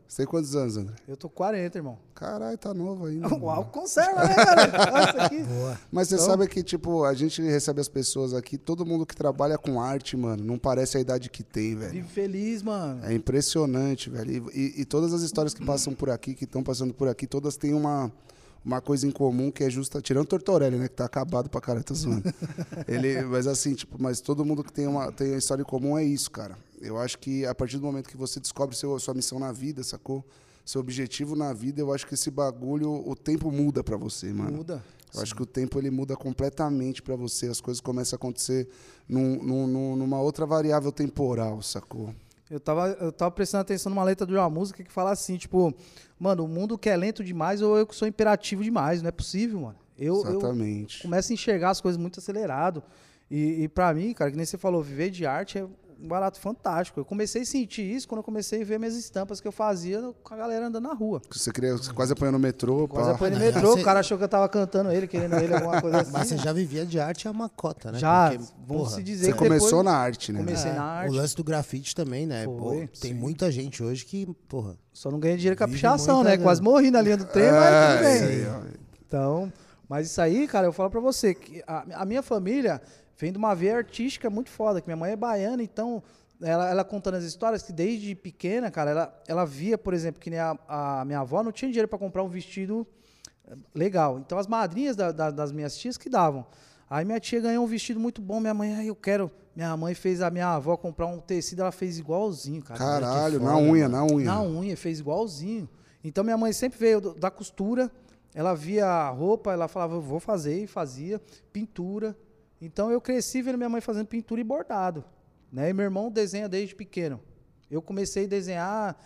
Você tem quantos anos, André? Eu tô com quarenta, irmão. Caralho, tá novo ainda. O álcool conserva, né, cara? Olha isso aqui. Boa. Mas você Então- sabe que, tipo, a gente recebe as pessoas aqui, todo mundo que trabalha com arte, mano, não parece a idade que tem, velho. Vive feliz, mano. É impressionante, velho. E, e- e todas as histórias que passam por aqui, que estão passando por aqui, todas têm uma, uma coisa em comum que é justa. Tirando o Tortorelli, né? Que tá acabado pra caralho, tá zoando. Ele, mas assim, tipo, mas todo mundo que tem uma, tem uma história em comum é isso, cara. Eu acho que a partir do momento que você descobre seu, sua missão na vida, sacou? Seu objetivo na vida, eu acho que esse bagulho, o tempo muda pra você, mano. Muda. Eu acho que o tempo ele muda completamente pra você. As coisas começam a acontecer num, num- num- numa outra variável temporal, sacou? Eu tava, eu tava prestando atenção numa letra de uma música que fala assim, tipo, mano, o mundo que é lento demais ou eu que sou imperativo demais, não é possível, mano. Eu, eu Exatamente. começo a enxergar as coisas muito acelerado. E, e pra mim, cara, que nem você falou, viver de arte é um barato fantástico. Eu comecei a sentir isso quando eu comecei a ver minhas estampas que eu fazia com a galera andando na rua. Você, queria, você quase apanhou no metrô, Quase pá. apanhei no Não, metrô, você- o cara achou que eu tava cantando ele, querendo ele, alguma coisa assim. Mas você já vivia de arte, é uma cota, né? Já, Porque, vamos porra, se dizer Você que começou depois- na arte, né? Comecei é, na arte. O lance do grafite também, né? Pô, Foi, tem muita gente hoje que, porra, Só não ganhei dinheiro com a Vive pichação, muita né? grana. Quase morri na linha do trem, mas É, tudo bem. isso aí, ó. Então, mas isso aí, cara, eu falo pra você, que a, a minha família vem de uma veia artística muito foda, que minha mãe é baiana, então, ela, ela contando as histórias, que desde pequena, cara, ela, ela via, por exemplo, que nem a, a minha avó não tinha dinheiro pra comprar um vestido eh, legal. Então, as madrinhas da- da- das minhas tias que davam. Aí minha tia ganhou um vestido muito bom, minha mãe, aí eu quero... Minha mãe fez a minha avó comprar um tecido, ela fez igualzinho, cara. Caralho, que na foda, unha, na unha. Na unha, fez igualzinho. Então minha mãe sempre veio do- da costura, ela via a roupa, ela falava, eu vou fazer, e fazia. Pintura. Então eu cresci vendo minha mãe fazendo pintura e bordado. Né? E meu irmão desenha desde pequeno. Eu comecei a desenhar,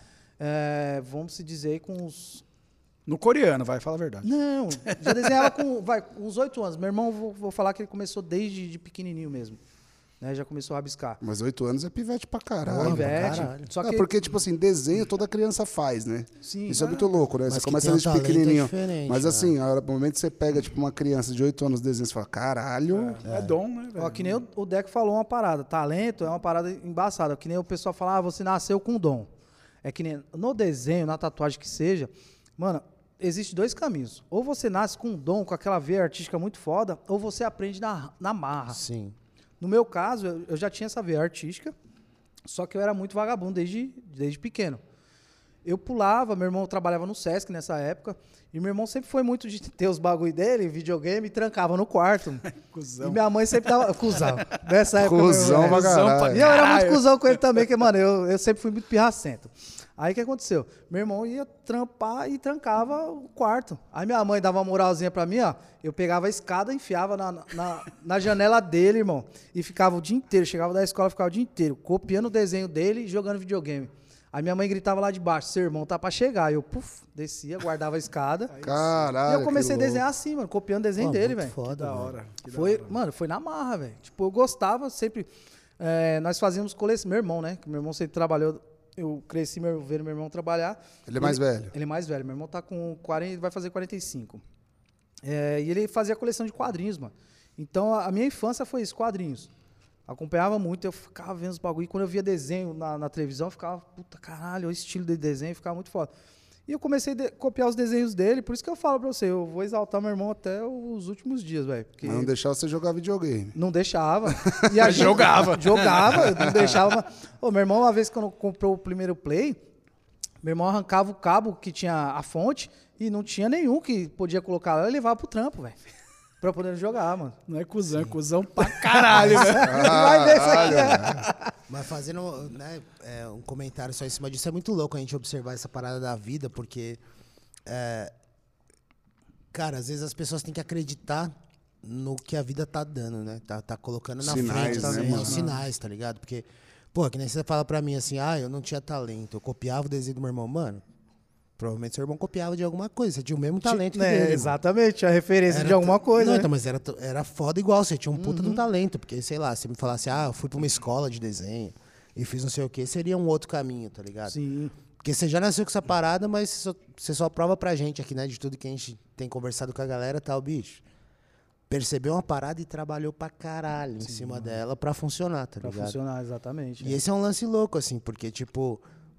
eh, vamos se dizer, com uns... No coreano, vai, fala a verdade. Não, já desenhava com vai, com uns oito anos. Meu irmão, vou, vou falar que ele começou desde de pequenininho mesmo. Né? Já começou a rabiscar. Mas oito anos é pivete pra caralho. Porra, Pivete. caralho. Só É, que, porque, tipo assim, desenho toda criança faz, né? sim, Isso é muito louco, né? Mas Você que começa tem um desde talento é pequenininho. diferente, Mas né? assim, a hora- no momento que você pega, tipo, uma criança de oito anos desenhando, você fala, caralho. É, dom, né, velho? Ó, que nem o, o Deco falou uma parada. Talento é uma parada embaçada. Que nem o pessoal fala, ah, você nasceu com dom. É que nem no desenho, na tatuagem que seja, mano, existe dois caminhos. Ou você nasce com um dom, com aquela veia artística muito foda, ou você aprende na, na marra. sim. No meu caso, eu, eu já tinha essa veia artística, só que eu era muito vagabundo desde, desde pequeno. Eu pulava, meu irmão trabalhava no Sesc nessa época, e meu irmão sempre foi muito de ter os bagulho dele, videogame, e trancava no quarto. Cusão. E minha mãe sempre dava. Cusão. Nessa época. Cusão meu pra irmão- caralho. E eu era muito cuzão com ele também, que, mano, eu, eu sempre fui muito pirracento. Aí o que aconteceu? Meu irmão ia trampar e trancava o quarto. Aí minha mãe dava uma moralzinha pra mim, ó. Eu pegava a escada, enfiava na, na, na janela dele, irmão. E ficava o dia inteiro. Chegava da escola, ficava o dia inteiro, copiando o desenho dele e jogando videogame. Aí minha mãe gritava lá de baixo, seu irmão tá pra chegar. Aí eu, puf, descia, guardava a escada. Caralho. e eu comecei a que desenhar assim, mano, copiando o desenho Pô, dele, muito velho. foda, Da velho. hora. que da Foi, hora. mano, foi na marra, velho. Tipo, eu gostava sempre. é, nós fazíamos coleção. Meu irmão, né? Que meu irmão sempre trabalhou. Eu cresci meu, vendo meu irmão trabalhar. louco. Ele é mais velho. Ele é mais velho. Meu irmão tá com quarenta, vai fazer quarenta e cinco. É, e ele fazia coleção de quadrinhos, mano. Então a, a minha infância foi isso, quadrinhos. Acompanhava muito, eu ficava vendo os bagulho. E quando eu via desenho na, na televisão, eu ficava, puta caralho, o estilo de desenho ficava muito foda. E eu comecei a de- copiar os desenhos dele, por isso que eu falo pra você, eu vou exaltar meu irmão até os últimos dias, velho. porque- Mas não deixar você jogar videogame. não deixava. E a gente Jogava. Jogava, eu não deixava. Ô, meu irmão, uma vez quando comprou o primeiro Play, meu irmão arrancava o cabo que tinha a fonte e não tinha nenhum que podia colocar lá e levava pro trampo, velho. Pra poder jogar, mano. Não é cuzão, é cuzão pra caralho, velho. Vai ver isso aqui. Caralho. Mas fazendo né, é, um comentário só em cima disso, é muito louco a gente observar essa parada da vida, porque, é, cara, às vezes as pessoas têm que acreditar no que a vida tá dando, né? Tá, tá colocando na Sinais, frente, né, assim, mano? os sinais, tá ligado? Porque, pô, que nem você fala pra mim assim, ah, eu não tinha talento, eu copiava o desenho do meu irmão, mano, provavelmente seu irmão copiava de alguma coisa, você tinha o mesmo talento que Né, dele. irmão. exatamente, a referência Era de alguma t- coisa. Não, né? então, mas era, t- era foda igual, você tinha um puta de um talento, porque, sei lá, se me falasse, ah, eu fui pra uma escola de desenho e fiz não sei o quê, seria um outro caminho, tá ligado? Sim. Porque você já nasceu com essa parada, mas você só, você só prova pra gente aqui, né, de tudo que a gente tem conversado com a galera, tal, bicho. Percebeu uma parada e trabalhou pra caralho em cima dela pra funcionar, tá Pra ligado? funcionar, exatamente. E esse é um lance louco, assim, porque, tipo,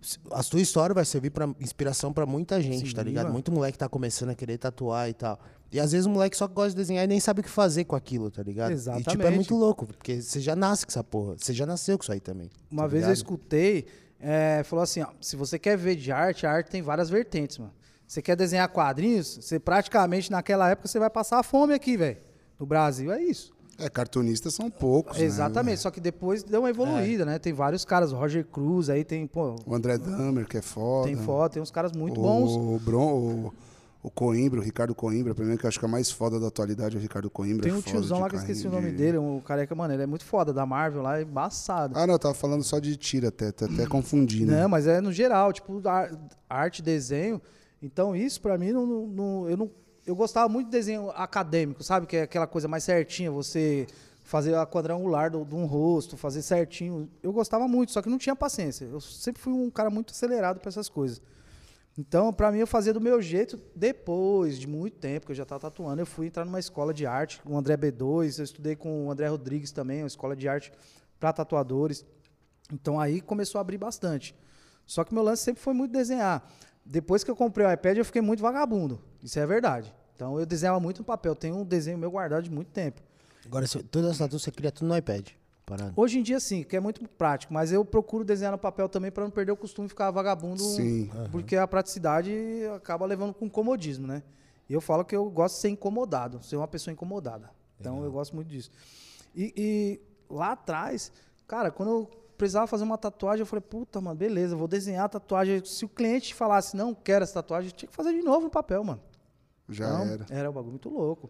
A tua história vai servir pra inspiração pra muita gente, Sim, tá ligado? mano. Muito moleque tá começando a querer tatuar e tal. E às vezes o moleque só gosta de desenhar e nem sabe o que fazer com aquilo, tá ligado? E tipo, é Exatamente. muito louco, porque você já nasce com essa porra. Você já nasceu com isso aí também. Uma tá vez eu ligado? escutei, é, falou assim, ó, se você quer ver de arte, a arte tem várias vertentes, mano. Você quer desenhar quadrinhos, você praticamente, naquela época, você vai passar fome aqui, velho. No Brasil, é isso. É, cartunistas são poucos, né, Exatamente, velho? só que depois deu uma evoluída, né? Tem vários caras, o Roger Cruz, aí tem, pô, O André Dahmer, que é foda. tem foto, tem uns caras muito o, bons. O, Bron, o, o Coimbra, o Ricardo Coimbra, pra mim, que eu acho que é mais foda da atualidade, é o Ricardo Coimbra. Tem é um foda tiozão de lá que eu esqueci o carrinho nome de- dele, o careca, mano, ele é muito foda, da Marvel lá, é embaçado. Ah, não, eu tava falando só de tira até, até até confundi, né? Não, mas é no geral, tipo, ar- arte, desenho. Então, isso pra mim, não, não- não- eu não. Eu gostava muito de desenho acadêmico, sabe? Que é aquela coisa mais certinha, você fazer a quadrangular do- de um rosto, fazer certinho. Eu gostava muito, só que não tinha paciência. Eu sempre fui um cara muito acelerado pra essas coisas. Então, pra mim, eu fazia do meu jeito. Depois de muito tempo que eu já estava tatuando, eu fui entrar numa escola de arte com o André B dois. Eu estudei com o André Rodrigues também, uma escola de arte para tatuadores. Então, aí começou a abrir bastante. Só que meu lance sempre foi muito desenhar. Depois que eu comprei o iPad, eu fiquei muito vagabundo. Isso é verdade. Então, eu desenhava muito no papel. Tenho um desenho meu guardado de muito tempo. Agora, você- todas as tatuas você cria tudo no iPad. Parado. Hoje em dia, sim, que é muito prático. Mas eu procuro desenhar no papel também para não perder o costume de ficar vagabundo. Sim. Porque a praticidade acaba levando com comodismo, né? E eu falo que eu gosto de ser incomodado, ser uma pessoa incomodada. Então, eu gosto muito disso. E, e lá atrás, cara, quando eu precisava fazer uma tatuagem, eu falei, puta, mano, beleza, eu vou desenhar a tatuagem. Se o cliente falasse, não quero essa tatuagem, eu tinha que fazer de novo no papel, mano. Já Então, era. Era um bagulho muito louco.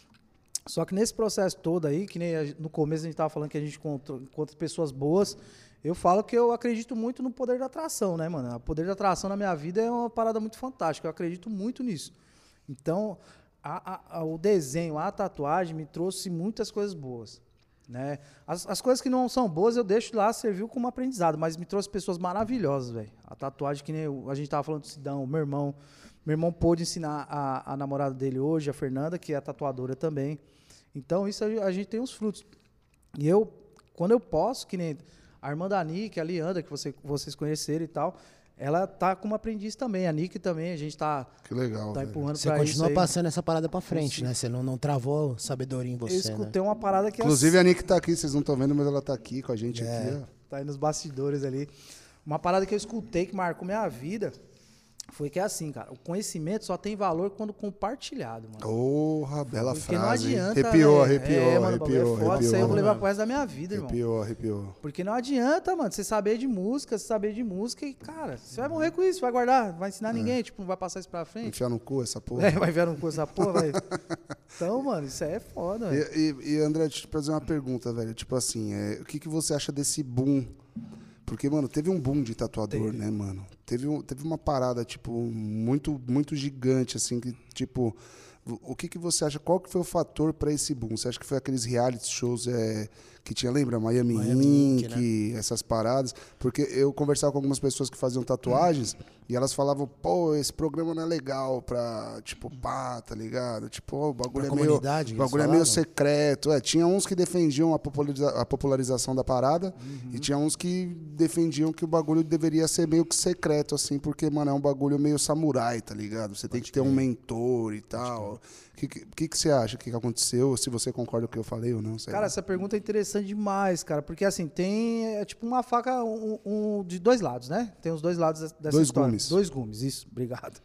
Só que nesse processo todo aí, que nem a- no começo a gente tava falando que a gente encontra, encontra pessoas boas, eu falo que eu acredito muito no poder da atração, né, mano? O poder da atração na minha vida é uma parada muito fantástica, eu acredito muito nisso. Então, a- a- a- o desenho, a tatuagem me trouxe muitas coisas boas, né? As, as coisas que não são boas eu deixo lá, serviu como aprendizado, mas me trouxe pessoas maravilhosas, velho. A tatuagem que nem eu- a gente tava falando do Sidão, o meu irmão, meu irmão pôde ensinar a, a namorada dele hoje, a Fernanda, que é tatuadora também. Então, isso a, a gente tem uns frutos. E eu, quando eu posso, que nem a irmã da Nick, a Leandra, que você, vocês conheceram e tal, ela tá como aprendiz também. A Nick também, a gente tá, Que legal, tá velho. empurrando Você pra isso continua aí. passando essa parada pra frente, né? Você não, não travou sabedoria em Eu você, né? escutei uma parada que é Inclusive a Nick tá aqui, vocês não estão vendo, mas ela tá aqui com a gente É. aqui, ó. tá aí nos bastidores ali. Uma parada que eu escutei que marcou minha vida foi que é assim, cara, o conhecimento só tem valor quando compartilhado, mano. Porra, bela Porque frase. não hein? adianta, Arrepiou, velho. arrepiou, é, mano, o bagulho arrepiou, é foda, arrepiou. isso aí eu vou levar mano. pro resto da minha vida, irmão. Arrepiou, arrepiou. Porque não adianta, mano, você saber de música, você saber de música e, cara, você vai morrer com isso, vai guardar, vai ensinar ninguém, tipo, não vai passar isso pra frente. Enfiar no cu essa porra. É, vai ver uma coisa, porra, vai. Então, mano, isso aí é foda, velho. E, e, e, André, deixa eu te fazer uma pergunta, velho. Tipo assim, é, o que, que você acha desse boom? Porque, mano, teve um boom de tatuador, Teve. né, mano? Teve, um- teve uma parada, tipo, muito, muito gigante, assim, que, tipo... O que, que você acha? Qual que foi o fator pra esse boom? Você acha que foi aqueles reality shows é, que tinha, lembra? Miami, Miami Ink, Ink, essas paradas? Porque eu conversava com algumas pessoas que faziam tatuagens e elas falavam, pô, esse programa não é legal pra, tipo, pá, tá ligado? Tipo, ó, o bagulho Pra é meio, comunidade, o que eles bagulho é meio falavam? secreto. É, tinha uns que defendiam a, populariza- a popularização da parada e tinha uns que defendiam que o bagulho deveria ser meio que secreto, assim, porque, mano, é um bagulho meio samurai, tá ligado? Você tem que ter um mentor e tal. O que, que, que você acha? O que, que aconteceu? Se você concorda com o que eu falei ou não? sei Cara, lá. essa pergunta é interessante demais, cara, porque assim, tem é tipo uma faca um, um- de dois lados, né? Tem os dois lados dessa Dois história. gumes. Dois gumes, isso, obrigado.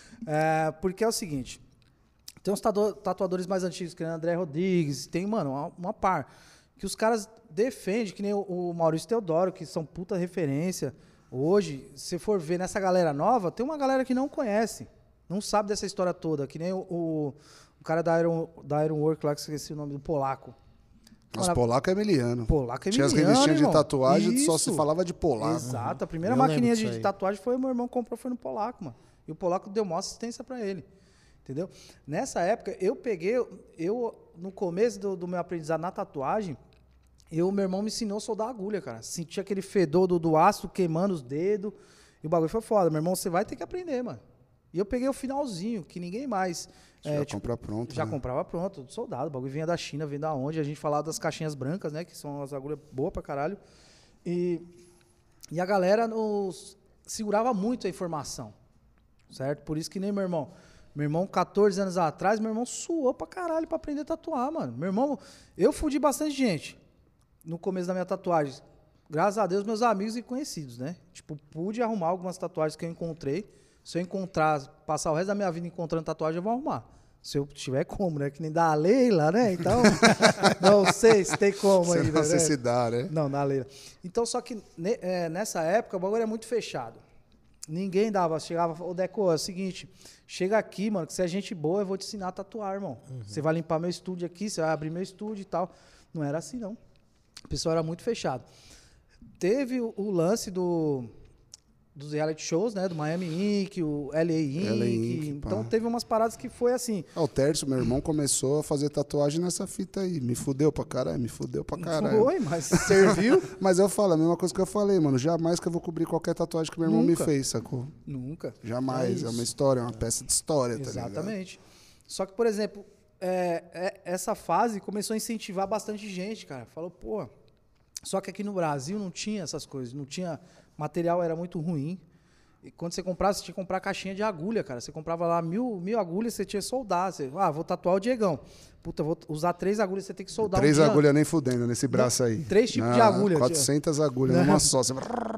É, porque é o seguinte, tem uns tatu- tatuadores mais antigos, que nem o André Rodrigues, tem, mano, uma, uma par, que os caras defendem, que nem o, o Maurício Teodoro, que são puta referência. Hoje, se for ver nessa galera nova, tem uma galera que não conhece, não sabe dessa história toda, que nem o, o, o cara da Iron, da Ironwork lá, que eu esqueci o nome, do polaco. Mas Mano, polaco é emiliano. Polaco é Tinha as miliano, revistinhas irmão. de tatuagem, só se Isso. falava de polaco. Exato. A primeira Eu lembro maquininha disso de aí. tatuagem foi o meu irmão comprou, foi no Polaco, mano. E o Polaco deu maior assistência pra ele. Entendeu? Nessa época, eu peguei, eu, no começo do, do meu aprendizado na tatuagem, eu, meu irmão me ensinou a soldar agulha, cara. Sentia aquele fedor do, do aço queimando os dedos. E o bagulho foi foda. Meu irmão, você vai ter que aprender, mano. E eu peguei o finalzinho, que ninguém mais. Já é, tipo, compra pronto, já né? comprava pronto, tudo soldado. O bagulho vinha da China, vinha da onde. A gente falava das caixinhas brancas, né? Que são as agulhas boas pra caralho. E, e a galera nos. segurava muito a informação, certo? Por isso que nem meu irmão. Meu irmão, catorze anos atrás, meu irmão suou pra caralho pra aprender a tatuar, mano. Meu irmão, eu fudi bastante gente no começo da minha tatuagem. Graças a Deus, meus amigos e conhecidos, né? Tipo, pude arrumar algumas tatuagens que eu encontrei. Se eu encontrar, passar o resto da minha vida encontrando tatuagem, eu vou arrumar. Se eu tiver como, né? Que nem da Leila, né? Então, não sei se tem como Você ainda, não né? sei se dá, né? Não, da Leila. Então, só que ne- é, nessa época, o bagulho é muito fechado. Ninguém dava, chegava, ô Deco, é o seguinte, chega aqui, mano, que se é gente boa, eu vou te ensinar a tatuar, irmão. Uhum. Você vai limpar meu estúdio aqui, você vai abrir meu estúdio e tal. Não era assim, não. O pessoal era muito fechado. Teve o, o lance do, dos reality shows, né? Do Miami Ink, o L A Ink. L A Ink, então pá. teve umas paradas que foi assim. Ah, o Tércio, meu irmão, começou a fazer tatuagem nessa fita aí. Me fudeu pra caralho, me fudeu pra caralho. Foi, mas serviu? Mas eu falo, a mesma coisa que eu falei, mano. Jamais que eu vou cobrir qualquer tatuagem que meu irmão Nunca. me fez, sacou? Nunca. Jamais. É, uma história, é uma peça de história, tá ligado? Exatamente. Só que, por exemplo, é, é, essa fase começou a incentivar bastante gente, cara. Falou, pô. Só que aqui no Brasil não tinha essas coisas. Não tinha. Material era muito ruim. E quando você comprava, você tinha que comprar caixinha de agulha, cara. Você comprava lá mil, mil agulhas, você tinha que soldar. Você, ah, vou tatuar o Diegão. Puta, vou usar três agulhas, você tem que soldar Três um dia. agulhas nem fudendo nesse braço aí. Três tipos Não, de agulha. quatrocentas agulhas Não. numa só. Você...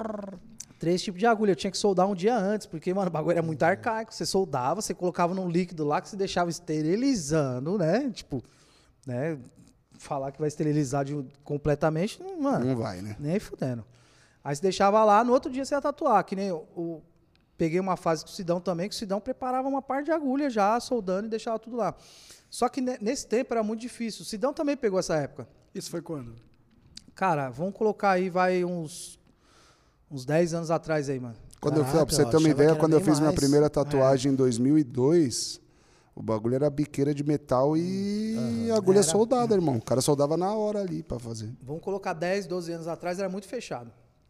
Três tipos de agulha. Eu tinha que soldar um dia antes, porque, mano, o bagulho era muito arcaico. Você soldava, você colocava num líquido lá que você deixava esterilizando, né? Tipo, né? Falar que vai esterilizar de, completamente, não, mano. Não vai, né? Nem fudendo. Aí você deixava lá, no outro dia você ia tatuar. Que nem o, o- peguei uma fase com o Sidão também, que o Sidão preparava uma parte de agulha já, soldando e deixava tudo lá. Só que ne- nesse tempo era muito difícil. O Sidão também pegou essa época. Isso foi quando? Cara, vamos colocar aí, vai uns, uns dez anos atrás aí, mano. Quando eu fui, ó, Caraca, pra você eu ter uma achava ideia, que era quando eu bem fiz minha mais. primeira tatuagem em dois mil e dois, o bagulho era biqueira de metal e agulha Era. soldada, irmão. O cara soldava na hora ali pra fazer. Vamos colocar dez, doze anos atrás, era muito fechado.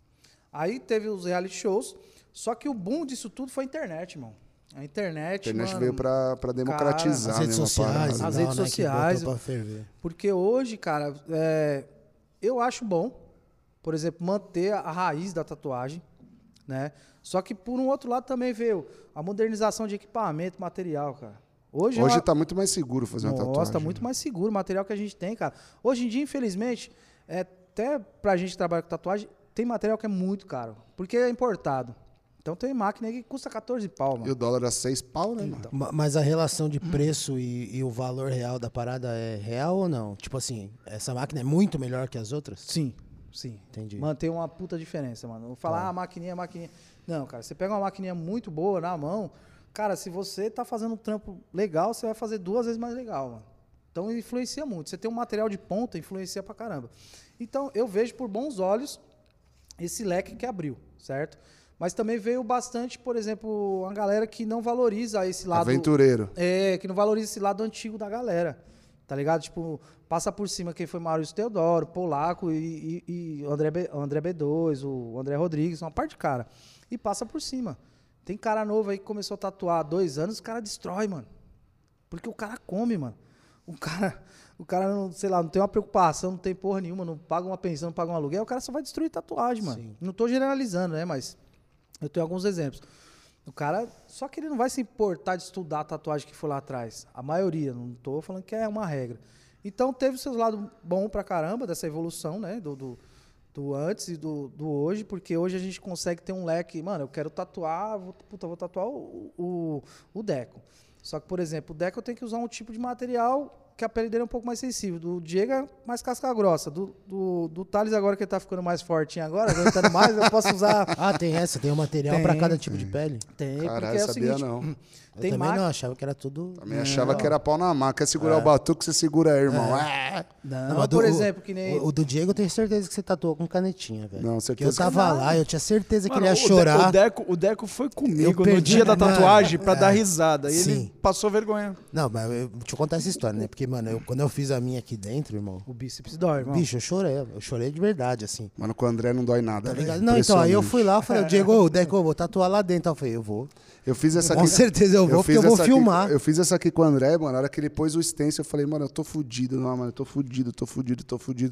Aí teve os reality shows, só que o boom disso tudo foi a internet, irmão. A internet, A internet mano, veio pra, pra democratizar As redes mesmo a sociais. parada. As e tal, redes né, que sociais. botou pra ferver. Porque hoje, cara, é, eu acho bom, por exemplo, manter a raiz da tatuagem, né? Só que por um outro lado também veio a modernização de equipamento, material, cara. Hoje, Hoje é uma- tá muito mais seguro fazer uma Nossa, tatuagem. tá muito mais seguro o material que a gente tem, cara. Hoje em dia, infelizmente, é, até pra gente que trabalha com tatuagem, tem material que é muito caro, porque é importado. Então tem máquina aí que custa quatorze pau, E mano. o dólar a seis pau, né, mano? Ma- Mas a relação de preço e, e o valor real da parada é real ou não? Tipo assim, essa máquina é muito melhor que as outras? Sim, sim. Entendi. Mantém uma puta diferença, mano. Vou falar, ah, maquininha, maquininha. Não, cara, você pega uma maquininha muito boa na mão, cara, se você tá fazendo um trampo legal, você vai fazer duas vezes mais legal, mano. Então influencia muito. Você tem um material de ponta, influencia pra caramba. Então eu vejo por bons olhos esse leque que abriu, certo? Mas também veio bastante, por exemplo, uma galera que não valoriza esse lado. Aventureiro. É, que não valoriza esse lado antigo da galera. Tá ligado? Tipo, passa por cima quem foi Maurício Teodoro, Polaco e, e, e o André, B, o André B dois, o André Rodrigues, uma parte de cara. E passa por cima. Tem cara novo aí que começou a tatuar há dois anos, o cara destrói, mano. Porque o cara come, mano. O cara, o cara não, sei lá, não tem uma preocupação, não tem porra nenhuma, não paga uma pensão, não paga um aluguel, o cara só vai destruir tatuagem, mano. Sim. Não tô generalizando, né? Mas eu tenho alguns exemplos. O cara, só que ele não vai se importar de estudar a tatuagem que foi lá atrás. A maioria, não tô falando que é uma regra. Então teve seus lados bons pra caramba dessa evolução, né? Do, do, do antes e do, do hoje, porque hoje a gente consegue ter um leque. Mano, eu quero tatuar, vou, puta, vou tatuar o, o, o Deco. Só que, por exemplo, o Deco eu tenho que usar um tipo de material que a pele dele é um pouco mais sensível. Do Diego é mais casca grossa. Do, do, do Thales, agora que ele tá ficando mais fortinho agora, aguentando mais, eu posso usar. Ah, tem essa, tem um material Tem. pra cada tipo de pele. Tem, Caralho, porque é o sabia seguinte. não. Eu Tem também ma- não, achava que era tudo... Também achava que era pau na mão. Quer segurar o batuque, você segura aí, irmão. É. Não, Não, mas, do- por exemplo, que nem. O, o do Diego eu tenho certeza que você tatuou com canetinha, velho. Não, Porque certeza eu que tava não. lá, eu tinha certeza que Mano, ele ia o De- chorar. O Deco, o Deco foi comigo no perdi, dia da mano, tatuagem pra é. dar risada. E Sim. ele passou vergonha. Não, mas eu, deixa eu contar essa história, né? Porque, mano, eu- quando eu fiz a minha aqui dentro, irmão, O bíceps dói, irmão. bicho, eu chorei. Eu chorei de verdade, assim. Mano, com o André não dói nada. Tá velho. ligado? Não, então, aí eu Impressionante. fui lá, eu falei, Diego, ô, Deco, eu vou tatuar lá dentro. Eu falei, eu vou. Eu fiz essa Com aqui. certeza eu vou, porque fiz eu vou essa aqui- filmar. eu fiz essa aqui com o André, mano. Na hora que ele pôs o stencil, eu falei, mano, eu tô fudido, não, mano, eu tô fudido, tô fudido, tô fudido.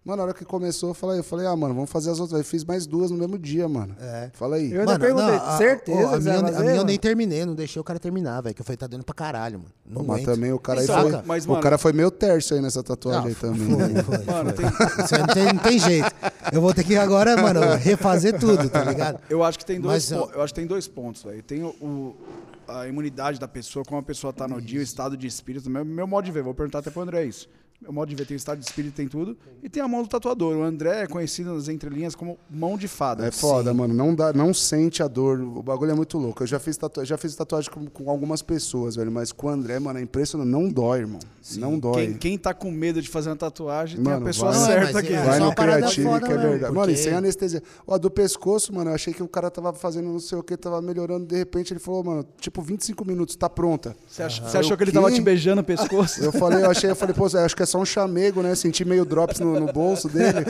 Mano, na hora que começou, eu falei, eu falei, ah, mano, vamos fazer as outras. Eu fiz mais duas no mesmo dia, mano. É. Fala aí. Eu ainda Mano, perguntei, não, a- certeza ó, a, que você minha, vai a fazer, minha eu mano? nem terminei, não deixei o cara terminar, velho, que eu falei, tá dando pra caralho, mano. Não Mas aguento. também o cara aí Saca? foi. Mas, o mano- cara foi meio terço aí nessa tatuagem Não, aí também. foi, né? foi, Mano, foi. tem- Isso aí não tem, não tem jeito. Eu vou ter que agora, mano, refazer tudo, tá ligado? Eu acho que tem dois, Mas, po- ó, eu acho que tem dois pontos, velho. Tem o, o- a imunidade da pessoa, como a pessoa tá no dia, o estado de espírito. Meu, meu modo de ver, vou perguntar até pro André isso. Meu modo de ver tem o estado de espírito, tem tudo. E tem a mão do tatuador. O André é conhecido nas entrelinhas como mão de fada. É foda, mano. Não, dá, não sente a dor. O bagulho é muito louco. Eu já fiz, tatu... já fiz tatuagem com, com algumas pessoas, velho. Mas com o André, mano, é impressionante. Não dói, irmão. Não dói. Quem, quem tá com medo de fazer uma tatuagem tem Mano, a pessoa vai- Não, é, certa mas aqui. é- velho. Vai só no uma parada criativo foda que é mesmo, verdade. Mano, e porque- sem anestesia. Ó, do pescoço, mano, eu achei que o cara tava fazendo não sei o que, tava melhorando. De repente ele falou, mano, tipo, vinte e cinco minutos, tá pronta. Você, ach- Ah, você achou o que ele quê? tava te beijando o pescoço? Eu falei, eu achei, eu falei, pô, Zé, acho que é só um chamego, né? Senti meio drops no, no bolso dele.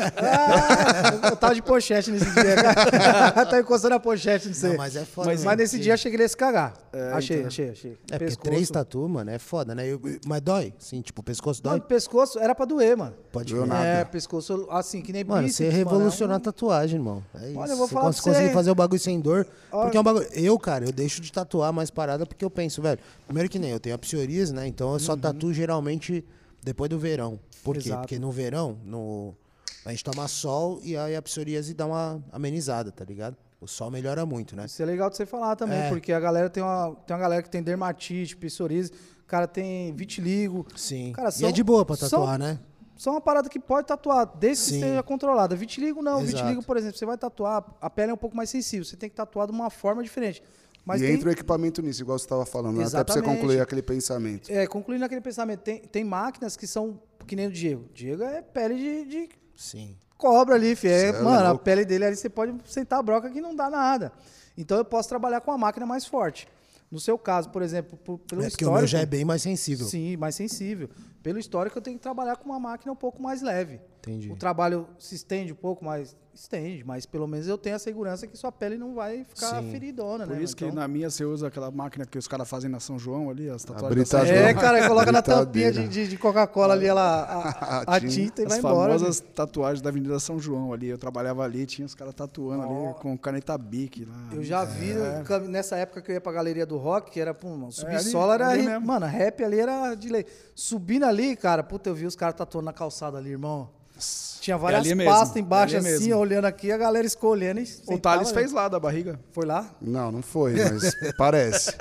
Ah, eu tava de pochete nesse dia, cara. Tá encostando a pochete, não sei. Não, mas, mas é foda. mas, mesmo, nesse porque- dia achei que ele ia se cagar. achei, então. achei, achei. É, porque três tatu, mano, é foda, né? Eu- mas dói? Sim, tipo, o pescoço Não, dói? e pescoço era pra doer, mano. Pode Doeu ver. nada. É, pescoço, assim, que nem Mano, bíceps, você mano, revolucionou é a tatuagem, irmão. É isso. Olha, eu vou você falar cons- pra você. conseguir fazer o bagulho sem dor. Olha. Porque é um bagulho. Eu, cara, eu deixo de tatuar mais parada porque eu penso, velho. Primeiro que nem eu tenho a psoríase, né? Então eu só tatuo geralmente depois do verão. Por quê? Exato. Porque no verão, no... a gente toma sol e aí a psoríase dá uma amenizada, tá ligado? O sol melhora muito, né? Isso é legal de você falar também, É. porque a galera tem uma, tem uma galera que tem dermatite, psoríase, o cara tem vitiligo. Sim. Cara, e são- é de boa pra são- tatuar, né? Só uma parada que pode tatuar, desde que Sim. esteja controlada. Vitiligo não. Exato. Vitiligo, por exemplo, você vai tatuar, a pele é um pouco mais sensível. Você tem que tatuar de uma forma diferente. Mas e tem, entra o equipamento nisso, igual você tava falando, né? Até pra você Exatamente. concluir aquele pensamento. é, concluindo aquele pensamento, tem, tem máquinas que são que nem o Diego. Diego é pele de, de Sim. cobra ali, fi. É, Cê é mano, a louco. pele dele ali você pode sentar a broca que não dá nada. Então eu posso trabalhar com uma máquina mais forte. No seu caso, por exemplo, por- pelo É porque o histórico... meu já é bem mais sensível. Sim, mais sensível. Pelo histórico, eu tenho que trabalhar com uma máquina um pouco mais leve. Entendi. O trabalho se estende um pouco mais, estende, mas pelo menos eu tenho a segurança que sua pele não vai ficar Sim. feridona, Por né? isso que Então- na minha você usa aquela máquina que os caras fazem na São João ali, as tatuagens. brita- da São É, João. cara, coloca na tampinha Britadeira. de, de, de Coca-Cola ali ela, a, a, a tinta e vai As embora. famosas tatuagens da Avenida São João ali. Eu trabalhava ali, tinha os caras tatuando ali com caneta Bic lá. Eu já vi cam- nessa época que eu ia pra galeria do rock, que era, pum, subir É, ali- solo era. ali ri- mesmo. Mano, rap ali era de lei. Subindo ali, cara, puta, eu vi os caras tatuando na calçada ali, irmão. Tinha várias ali mesmo, pastas embaixo é ali assim, mesmo. olhando aqui, a galera escolhendo e O sentava, Thales né? fez lá da barriga. Foi lá? Não, não foi, mas parece.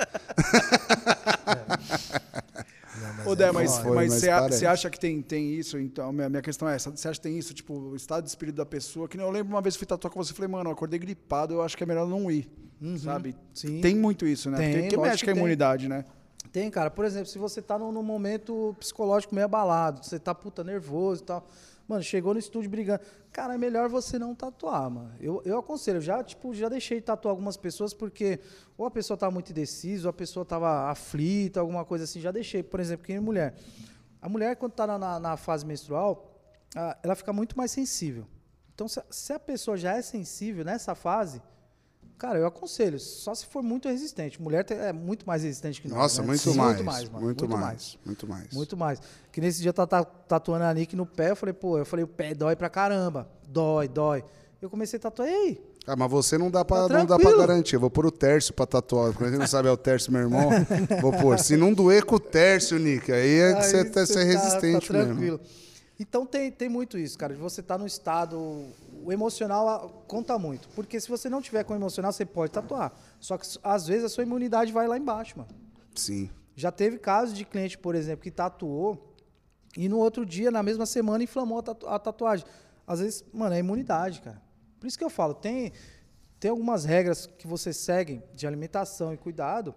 Ô, Dé, mas, Foi, mas mas você a- parece. você acha que tem, tem isso? Então, minha, minha questão é essa. Você acha que tem isso, tipo, o estado de espírito da pessoa? Que nem eu lembro uma vez que fui tatuar com você e falei, mano, eu acordei gripado, eu acho que é melhor não ir. Sabe? sim. Tem muito isso, né? Tem, Porque que lógico mexe que com a tem. imunidade, né? Tem, cara. Por exemplo, se você tá num, num momento psicológico meio abalado, você tá puta nervoso e tal. Mano, chegou no estúdio brigando. Cara, é melhor você não tatuar, mano. Eu, eu aconselho, eu já, tipo, já deixei de tatuar algumas pessoas porque ou a pessoa tava muito indecisa, ou a pessoa tava aflita, alguma coisa assim. Já deixei. Por exemplo, quem é mulher. A mulher, quando tá na, na, na fase menstrual, ah, ela fica muito mais sensível. Então, se, a- se a pessoa já é sensível nessa fase, cara, eu aconselho. Só se for muito resistente. Mulher te- é muito mais resistente que nós. Nossa, né? muito, Sim, mais, Muito mais, mano. muito mais. Muito mais. Muito mais. Que nesse dia eu tava tatuando a Nick no pé, eu falei, pô, eu falei, o pé dói pra caramba. Dói, dói. Eu comecei a tatuar, e aí? Ah, mas você não dá pra, Tá não dá pra tranquilo. garantir. Eu vou pôr o Tércio pra tatuar. Quando a gente não sabe é o Tércio, meu irmão. Vou pôr. Se não doer com o Tércio, Nick, aí é que Aí você, tá, você é resistente tá mesmo. tranquilo. Então tem, tem muito isso, cara. De você estar no estado. O emocional ah, conta muito. Porque se você não tiver com o emocional, você pode tatuar. Só que às vezes a sua imunidade vai lá embaixo, mano. Sim. Já teve casos de cliente, por exemplo, que tatuou e no outro dia, na mesma semana, inflamou a, tatu- a tatuagem. Às vezes, mano, é imunidade, cara. Por isso que eu falo, tem, tem algumas regras que você segue de alimentação e cuidado.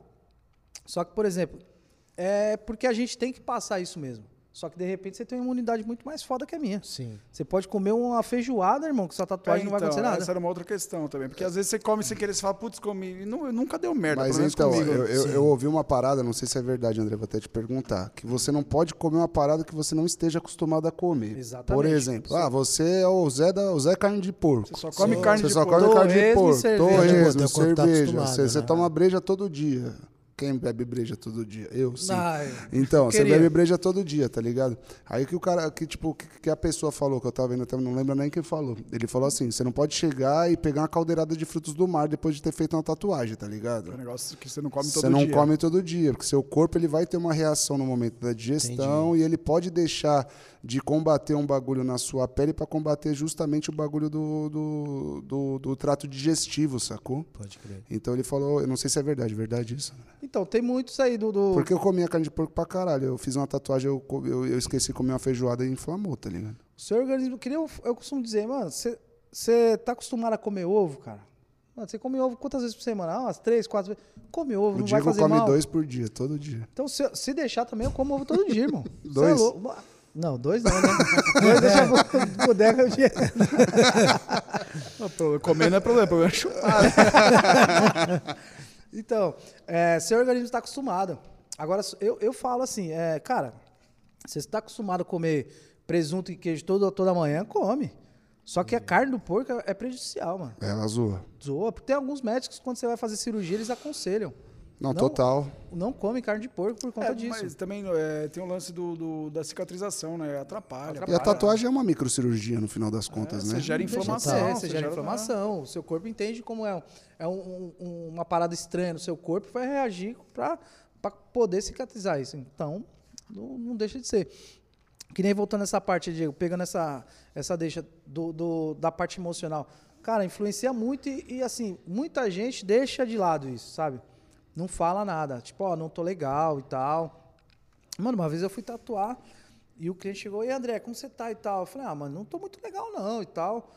Só que, por exemplo, é porque a gente tem que passar isso mesmo. Só que, de repente, você tem uma imunidade muito mais foda que a minha. Sim. Você pode comer uma feijoada, irmão, que sua tatuagem É, não vai então, acontecer nada. essa era uma outra questão também. Porque às vezes você come sem querer, você fala, putz, comi. E não, nunca deu merda, Mas pelo menos então, comigo. eu, eu, eu ouvi uma parada, não sei se é verdade, André, vou até te perguntar, que você não pode comer uma parada que você não esteja acostumado a comer. Exatamente. Por exemplo, ah, você é o Zé, da, o Zé carne de porco. Você só come Sim. carne Você de só porco. come carne de Torresmo e porco, cerveja. torresmo, Pô, teu corpo tá cerveja. acostumado, Você, você né? toma breja todo dia. Quem bebe breja todo dia? Eu, sim. Ai, Então, você queria. bebe breja todo dia, tá ligado? Aí que o cara, que tipo, que, que a pessoa falou, que eu tava vendo até, não lembro nem quem falou. Ele falou assim, você não pode chegar e pegar uma caldeirada de frutos do mar depois de ter feito uma tatuagem, tá ligado? É um negócio que você não come todo Você não dia. come todo dia, porque seu corpo ele vai ter uma reação no momento da digestão e ele pode deixar de combater um bagulho na sua pele para combater justamente o bagulho do, do, do, do trato digestivo, sacou? Pode crer. Então ele falou, eu não sei se é verdade, verdade isso? André? Então, tem muito isso aí do... do... Porque eu comia carne de porco pra caralho. Eu fiz uma tatuagem, eu, co- eu, eu esqueci de comer uma feijoada e inflamou, tá ligado? O seu organismo, que nem eu, eu costumo dizer, mano, você tá acostumado a comer ovo, cara? Mano, você come ovo quantas vezes por semana? Ah, umas três, quatro vezes. Come ovo, O não vai Diego fazer come mal. dois por dia, todo dia. Então, se, se deixar também, eu como ovo todo dia, irmão. Cê Dois? É louco. Não, dois não, né? Dois deixa pro bodega o dia. Não, pro- comer não é problema, o problema é chupar. Então, é, seu organismo está acostumado. Agora, eu, eu falo assim, é, cara, você está acostumado a comer presunto e queijo toda, toda manhã, come. Só que a carne do porco é, é prejudicial, mano. Ela zoa. Zoa, porque tem alguns médicos, quando você vai fazer cirurgia, eles aconselham. Não, Não, total. Não come carne de porco por conta É, disso. mas também é, tem o lance do, do- da cicatrização, né? Atrapalha. E a tatuagem é uma microcirurgia no final das contas, É, né? você gera Não deixa de inflamação, ser, você Você gera gera- inflamação. O seu corpo entende como é, um- é um- um- uma parada estranha no seu corpo e vai reagir para poder cicatrizar isso. Então, não, não deixa de ser. Que nem voltando nessa parte, Diego, pegando essa, essa deixa do, do- da parte emocional. Cara, influencia muito e, e, assim, muita gente deixa de lado isso, sabe? Não fala nada. Tipo, ó, não tô legal e tal. Mano, uma vez eu fui tatuar e o cliente chegou, e André, como você tá e tal? Eu falei, ah, mano, não tô muito legal não e tal.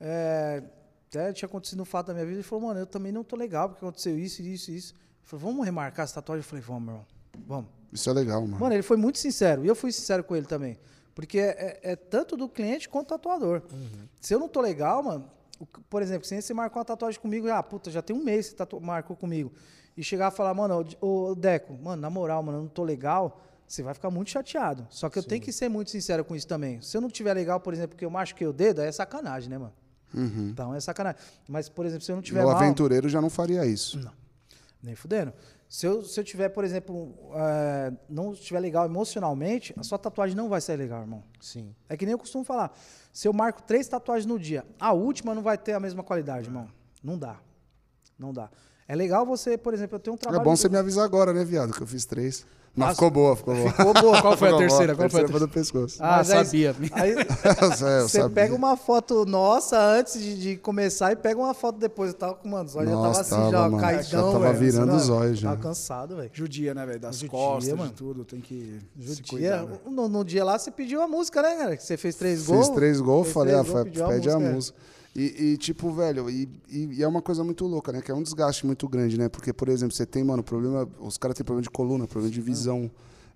É, até tinha acontecido um fato da minha vida. Ele falou, mano, eu também não tô legal porque aconteceu isso, isso, isso. Ele falou, vamos remarcar essa tatuagem? Eu falei, vamos, meu irmão, vamos. Isso é legal, mano. Mano, ele foi muito sincero. E eu fui sincero com ele também. Porque é, é- é tanto do cliente quanto do tatuador. Se eu não tô legal, mano, o- por exemplo, se você marcou uma tatuagem comigo, ah, puta, já tem um mês que você tatu- marcou comigo. E chegar a falar, mano, ô, ô, Deco, mano, na moral, mano, eu não tô legal, você vai ficar muito chateado. Só que eu tenho que ser muito sincero com isso também. Se eu não tiver legal, por exemplo, porque eu machuquei o dedo, aí é sacanagem, né, mano? Uhum. Então é sacanagem. Mas, por exemplo, se eu não tiver O mal... aventureiro já não faria isso. Não, nem fudendo. Se eu, se eu tiver, por exemplo, eh, não estiver legal emocionalmente, a sua tatuagem não vai ser legal, irmão. Sim. É que nem eu costumo falar. Se eu marco três tatuagens no dia, a última não vai ter a mesma qualidade, irmão. Não dá. Não dá. É legal você, por exemplo, eu tenho um trabalho... É bom você me avisar agora, né, viado? Que eu fiz três. Mas Nossa, ficou boa, ficou boa. Ficou boa. Qual foi a Ficou boa. terceira? Qual foi a terceira foi terceira? do pescoço. Ah, Mas aí- sabia. Aí, É, eu você sabia. pega uma foto nossa antes de, de começar e pega uma foto depois. Eu tava com, mano, os olhos já tava Nossa, assim, tava, já mano. caidão, Já tava velho. virando Mano, os olhos já. Tava cansado, velho. Judia, né, velho? Das Judia, costas, mano. de tudo. Tem que se Judia, cuidar, velho. no, no dia lá você pediu a música, né, cara? Que você fez três gols. Fiz três gols, fez falei, três ah, gols, fa- pediu pede a é. música. E, e, tipo, velho, e, e- e é uma coisa muito louca, né? Que é um desgaste muito grande, né? Porque, por exemplo, você tem, mano, problema. Os caras têm problema de coluna, problema de visão,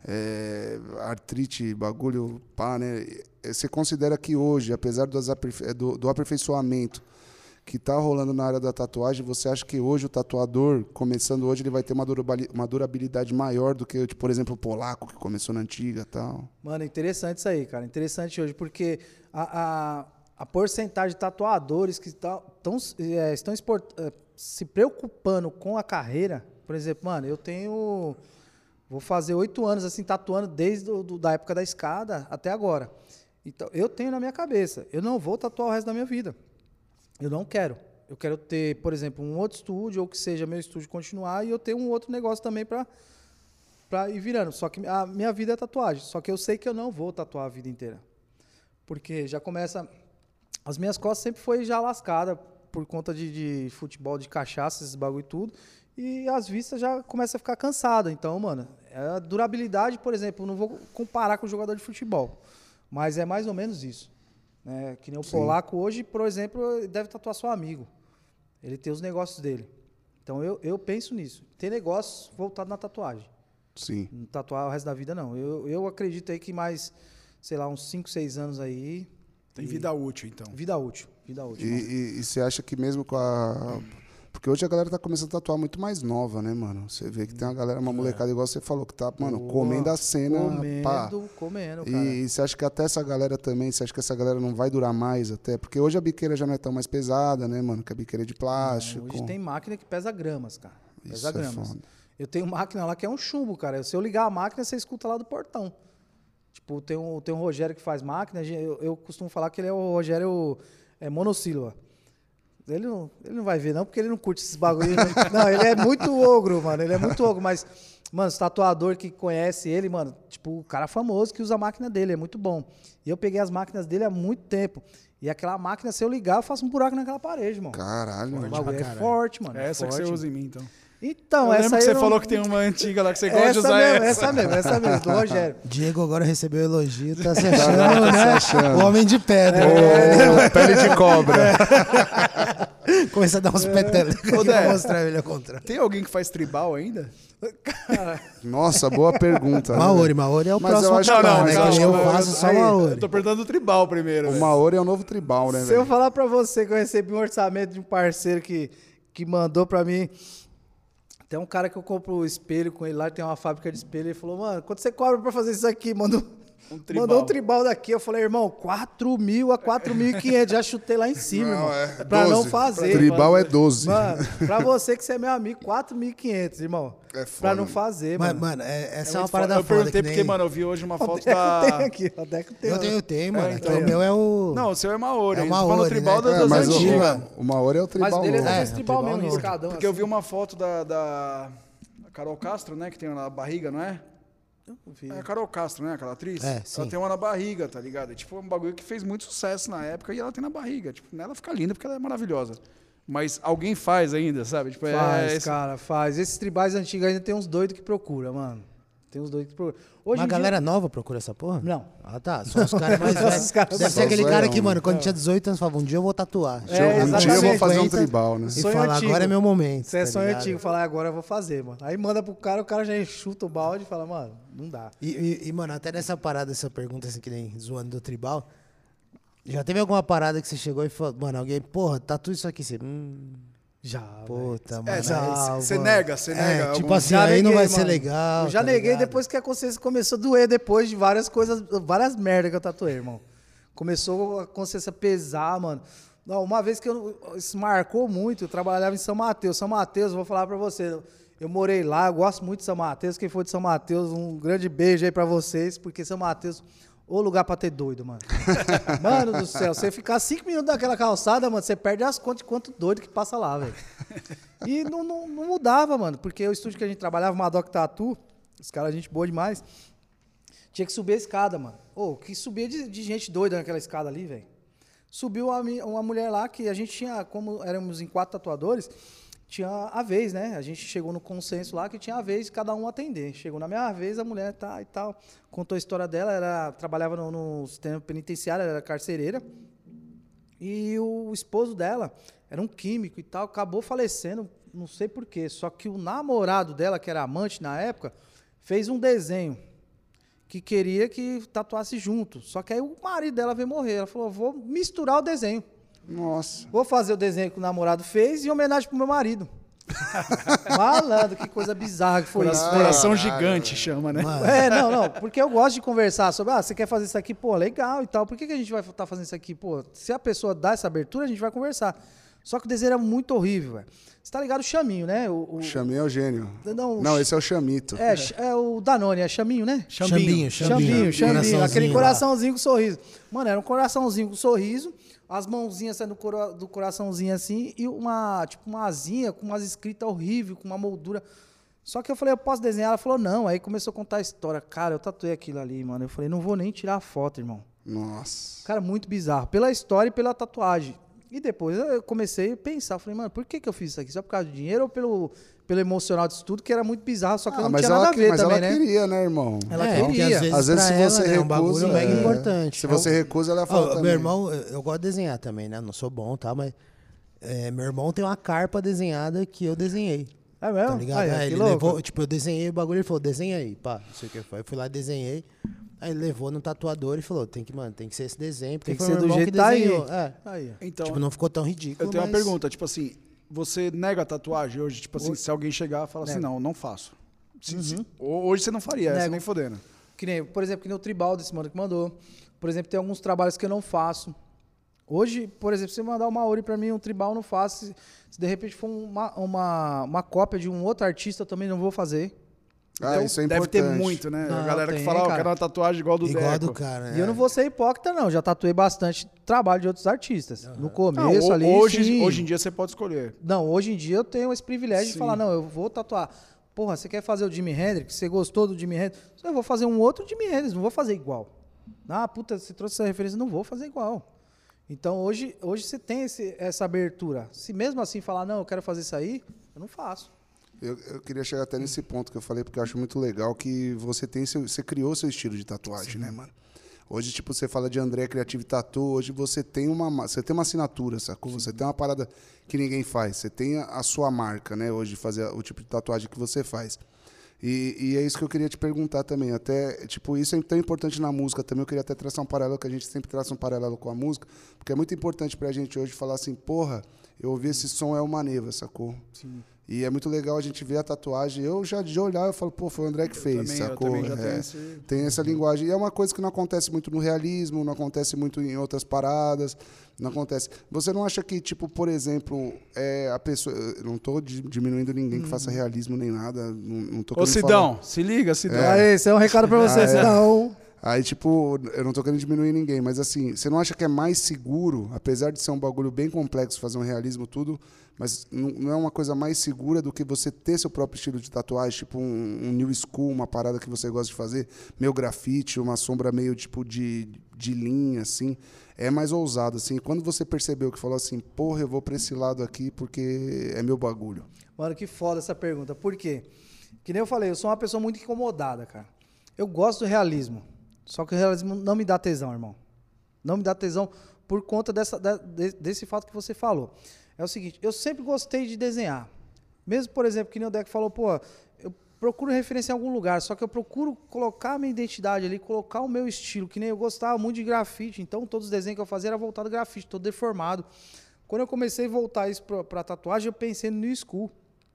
é, artrite, bagulho, pá, né? E você considera que hoje, apesar dos aperfei- do, do aperfeiçoamento que tá rolando na área da tatuagem, você acha que hoje o tatuador, começando hoje, ele vai ter uma durabili- uma durabilidade maior do que, tipo, por exemplo, o polaco, que começou na antiga e tal? Mano, interessante isso aí, cara. Interessante hoje, porque a, a, a porcentagem de tatuadores que tá, tão, é, estão export- é, se preocupando com a carreira, por exemplo, mano, eu tenho. Vou fazer oito anos assim, tatuando desde a da época da escada até agora. Então, eu tenho na minha cabeça, eu não vou tatuar o resto da minha vida. Eu não quero. Eu quero ter, por exemplo, um outro estúdio, ou que seja meu estúdio continuar, e eu ter um outro negócio também para para ir virando. Só que a minha vida é tatuagem. Só que eu sei que eu não vou tatuar a vida inteira. Porque já começa... As minhas costas sempre foi já lascada por conta de, de futebol, de cachaça, esses bagulho e tudo. E as vistas já começam a ficar cansadas. Então, mano, a durabilidade, por exemplo, não vou comparar com o jogador de futebol. Mas é mais ou menos isso. Né? Que nem o Sim. polaco hoje, por exemplo, ele deve tatuar só amigo. Ele tem os negócios dele. Então, eu, eu penso nisso. Ter negócios voltado na tatuagem. Sim. Não tatuar o resto da vida, não. Eu, eu acredito aí que mais, sei lá, uns cinco, seis anos aí... Tem e- vida útil, então. Vida útil. Vida útil. E, e- e você acha que mesmo com a. Porque hoje a galera tá começando a tatuar muito mais nova, né, mano? Você vê que tem uma galera, uma molecada igual você falou, que tá, mano, Boa. comendo a cena. Pá. Comendo, comendo, E, cara. e você acha que até essa galera também, você acha que essa galera não vai durar mais até? Porque hoje a biqueira já não é tão mais pesada, né, mano? Que a biqueira é de plástico. Hoje tem máquina que pesa gramas, cara. Isso Pesa é gramas. foda. Eu tenho máquina lá que é um chumbo, cara. Se eu ligar a máquina, você escuta lá do portão. Tipo, tem um, tem um Rogério que faz máquina. Eu, eu costumo falar que ele é o Rogério é, monossílaba. Ele não, ele não vai ver, não, porque ele não curte esses bagulhos. Não, ele é muito ogro, mano. Ele é muito ogro, mas, mano, os tatuador que conhece ele, mano, tipo, o cara famoso que usa a máquina dele, é muito bom. E eu peguei as máquinas dele há muito tempo. E aquela máquina, se eu ligar, eu faço um buraco naquela parede, mano. Caralho, O mano. bagulho é forte, mano. É essa forte. que você usa em mim, então. Então, eu essa lembro aí que você eu falou não- que tem uma antiga lá que você gosta essa de usar mesmo, essa. essa mesmo, essa mesmo, do Rogério. Diego agora recebeu elogio, tá se Tá achando, se né? achando. O homem de pedra. Ô, pele de cobra. Começa a dar uns petelecos Ô, aqui pra Dé. mostrar ele ao contrário. Tem alguém que faz tribal ainda? Nossa, boa pergunta. né, Maori, velho? Maori é o Mas eu próximo acho a que- tocar, não, né? não, Que não, eu não, faço eu- só aí- Maori. Eu tô perguntando do tribal primeiro. O velho. Maori é o novo tribal, né, Se eu velho? falar pra você que eu recebi um orçamento de um parceiro que, que mandou pra mim. Tem um cara que eu compro o espelho com ele lá, tem uma fábrica de espelho. Ele falou, mano, quanto você cobra pra fazer isso aqui? Mandou Um tribal. mandou um tribal daqui. Eu falei, irmão, quatro mil a quatro mil e quinhentos. Já chutei lá em cima, Não, irmão. é pra não doze. fazer. Tribal é doze. Mano, pra você que você é meu amigo, quatro mil e quinhentos, irmão. É foda, pra não mano. fazer, Mas, mano. mano, é- essa é, É uma muito parada foda. Eu foda. perguntei que porque, nem- mano, eu vi hoje uma O foto Deco da... tem aqui, o Deco tem. Eu tenho, eu tenho, mano. É, então, então. o meu é o... Não, o seu é Maori. É o ainda. Tô falando Maori, tribal né? das, É, das mas antigas. o, o Maori é o tribal Mas beleza, novo. é, É, esse tribal tribal mesmo, novo. escadão. Porque eu assim. vi uma foto da, da Carol Castro, né? Que tem na barriga, não é? Eu vi. É a Carol Castro, né? Aquela atriz. É, sim. Ela tem uma na barriga, tá ligado? É tipo um bagulho que fez muito sucesso na época e ela tem na barriga. Tipo, ela fica linda porque ela é maravilhosa. Mas alguém faz ainda, sabe? Tipo, Faz, é esse- cara, faz. Esses tribais antigos ainda tem uns doidos que procura, mano. Tem uns doidos que procura. Hoje Uma em dia- galera nova procura essa porra? Não. Ah, tá. Só os caras mais Só velhos. os caras Deve mais ser aquele velhos. cara que, Não. mano, quando tinha dezoito anos, falava, um dia eu vou tatuar. É, Chegou Um com dia eu vou exatamente. fazer um cinquenta tribal, né? E Sonho falar, antigo. agora é meu momento. Isso é tá sonho ligado? antigo, falar, agora eu vou fazer, mano. Aí manda pro cara, o cara já chuta o balde e fala, mano, não dá. E, e- e, mano, até nessa parada, essa pergunta assim, que nem zoando do tribal, já teve alguma parada que você chegou e falou, mano, alguém, porra, tatua isso aqui, você, hum, Já, velho. puta, mano. É, já, você mano. nega, você É, nega. tipo algum- assim, Já aí não neguei, vai ser mano. legal. Eu já tá neguei ligado? depois que a consciência começou a doer, depois de várias coisas, várias merdas que eu tatuei, irmão. Começou a consciência pesar, mano. Não, uma vez que eu, isso marcou muito, eu trabalhava em São Mateus. São Mateus, vou falar pra você, eu morei lá, eu gosto muito de São Mateus. Quem for de São Mateus, um grande beijo aí pra vocês, porque São Mateus, ô lugar pra ter doido, mano. Mano do céu, você ficar cinco minutos naquela calçada, mano, você perde as contas de quanto doido que passa lá, velho. E não, não, não mudava, mano, porque o estúdio que a gente trabalhava, Madoc Tatu, os caras, gente boa demais, tinha que subir a escada, mano. Ô, que subia de, de gente doida naquela escada ali, velho. Subiu uma, mi- uma mulher lá que a gente tinha, como éramos em quatro tatuadores, tinha a vez, né? A gente chegou no consenso lá que tinha a vez de cada um atender. Chegou na minha vez, a mulher tá e tal, contou a história dela, era, trabalhava no, no sistema penitenciário, era carcereira. E o esposo dela era um químico e tal, acabou falecendo, não sei porquê. Só que o namorado dela, que era amante na época, fez um desenho que queria que tatuasse junto. Só que aí o marido dela veio morrer. Ela falou, vou misturar o desenho. Nossa. Vou fazer o desenho que o namorado fez em homenagem pro meu marido. Malandro, que coisa bizarra que foi Coração, isso. coração velho. gigante chama, né? Mano, É, não, não, porque eu gosto de conversar sobre, ah, você quer fazer isso aqui, pô, legal e tal, por que, que a gente vai estar fazendo isso aqui? Pô, se a pessoa dá essa abertura, a gente vai conversar. Só que o desenho era muito horrível, velho. Você tá ligado o Chaminho, né? O, o- Chaminho é o gênio. Não, o Não, Ch- esse é o Chamito. é, é o Danone, é Chaminho, né? Chambinho, Chambinho, Chambinho, Coraçãozinho aquele lá. coraçãozinho com sorriso. Mano, era um coraçãozinho com sorriso, as mãozinhas saindo do, cora- do coraçãozinho assim, e uma, tipo, uma asinha com umas escritas horríveis, com uma moldura. Só que eu falei, eu posso desenhar? Ela falou, não. Aí começou a contar a história. Cara, eu tatuei aquilo ali, mano. Eu falei, não vou nem tirar a foto, irmão. Nossa. Cara, muito bizarro. Pela história e pela tatuagem. E depois eu comecei a pensar, eu falei, mano, por que, que eu fiz isso aqui? Só por causa do dinheiro ou pelo, pelo emocional disso tudo, que era muito bizarro, só que eu Ah, não mas tinha ela, nada a ver mas também, ela né? queria, né, irmão? Ela É, porque queria. às vezes, Às vezes pra se ela, você né, é um bagulho recusa, mega é. importante. Se você recusa, ela Ó, fala meu também. irmão, eu, eu gosto de desenhar também, né? Não sou bom, tá? Mas é, meu irmão tem uma carpa desenhada que eu desenhei. É mesmo? Tá ligado? Aí, É, que ele louco. levou, tipo, eu desenhei o bagulho, ele falou, desenha aí, pá, não sei o que foi. Eu fui lá e desenhei. Aí ele levou no tatuador e falou, tem que, mano, tem que ser esse desenho, porque Tem que foi ser meu do irmão jeito que que tá aí. desenhou. É. Aí. Então, Tipo, não ficou tão ridículo, eu tenho uma mas- pergunta, tipo assim, você nega a tatuagem hoje? Tipo assim, se alguém chegar e falar assim, Nego. não, não faço. Se- se- ho- hoje você não faria essa, Nego. nem fodendo. Que nem, por exemplo, que nem o tribal desse mano que mandou. Por exemplo, tem alguns trabalhos que eu não faço. Hoje, por exemplo, se você mandar uma Maori pra mim, um tribal, eu não faço. Se, se de repente for uma, uma, uma cópia de um outro artista, eu também não vou fazer. Ah, Então, isso é deve importante. ter muito, né? Não, a galera tem, que fala, ó, eu cara. quero uma tatuagem igual do Igual Deco. do cara, E eu é. não vou ser hipócrita, não. Já tatuei bastante trabalho de outros artistas. No Não, começo ho- ali, hoje, sim. hoje em dia você pode escolher. Não, hoje em dia eu tenho esse privilégio Sim. de falar, não, eu vou tatuar. Porra, você quer fazer o Jimi Hendrix? Você gostou do Jimi Hendrix? Eu vou fazer um outro Jimi Hendrix, não vou fazer igual. Ah, puta, você trouxe essa referência, não vou fazer igual. Então hoje, hoje você tem esse, essa abertura. Se mesmo assim falar, não, eu quero fazer isso aí, eu não faço. Eu, eu queria chegar até nesse ponto que eu falei, porque eu acho muito legal que você tem seu, você criou seu estilo de tatuagem, Sim. né, mano? Hoje, tipo, você fala de André Creative Tattoo, hoje você tem uma, você tem uma assinatura, sacou? Sim. Você tem uma parada que ninguém faz. Você tem a, a sua marca, né, hoje, fazer o tipo de tatuagem que você faz. E, e é isso que eu queria te perguntar também. Até, tipo, isso é tão importante na música também. Eu queria até traçar um paralelo, que a gente sempre traça um paralelo com a música, porque é muito importante pra gente hoje falar assim, porra, eu ouvi esse som, é uma Neva, sacou? Sim. E é muito legal a gente ver a tatuagem. Eu já de olhar, eu falo, pô, foi o André que fez, também, sacou? eu também já é, tenho esse... tem essa linguagem. E é uma coisa que não acontece muito no realismo, não acontece muito em outras paradas, não acontece. Você não acha que, tipo, por exemplo, é, a pessoa... Eu não estou diminuindo ninguém que Hum. faça realismo nem nada, não, não tô Ô, querendo Sidão, falar. se liga, Sidão. É. Aí, esse é um recado pra você, Ah, é. Sidão. Aí, tipo, eu não tô querendo diminuir ninguém, mas assim, você não acha que é mais seguro, apesar de ser um bagulho bem complexo, fazer um realismo tudo, mas não, não é uma coisa mais segura do que você ter seu próprio estilo de tatuagem, tipo um, um new school, uma parada que você gosta de fazer, meio grafite, uma sombra meio tipo de, de linha, assim, é mais ousado, assim. Quando você percebeu que falou assim, porra, eu vou pra esse lado aqui porque é meu bagulho? Mano, que foda essa pergunta. Por quê? Que nem eu falei, eu sou uma pessoa muito incomodada, cara. Eu gosto do realismo. Só que o realismo não me dá tesão, irmão. Não me dá tesão por conta dessa, da, de, desse fato que você falou. É o seguinte, eu sempre gostei de desenhar. Mesmo, por exemplo, que nem o Deco falou, pô, eu procuro referência em algum lugar, só que eu procuro colocar a minha identidade ali, colocar o meu estilo, que nem eu gostava muito de grafite, então todos os desenhos que eu fazia eram voltados ao grafite, todo deformado. Quando eu comecei a voltar isso pra, pra tatuagem, eu pensei no New School.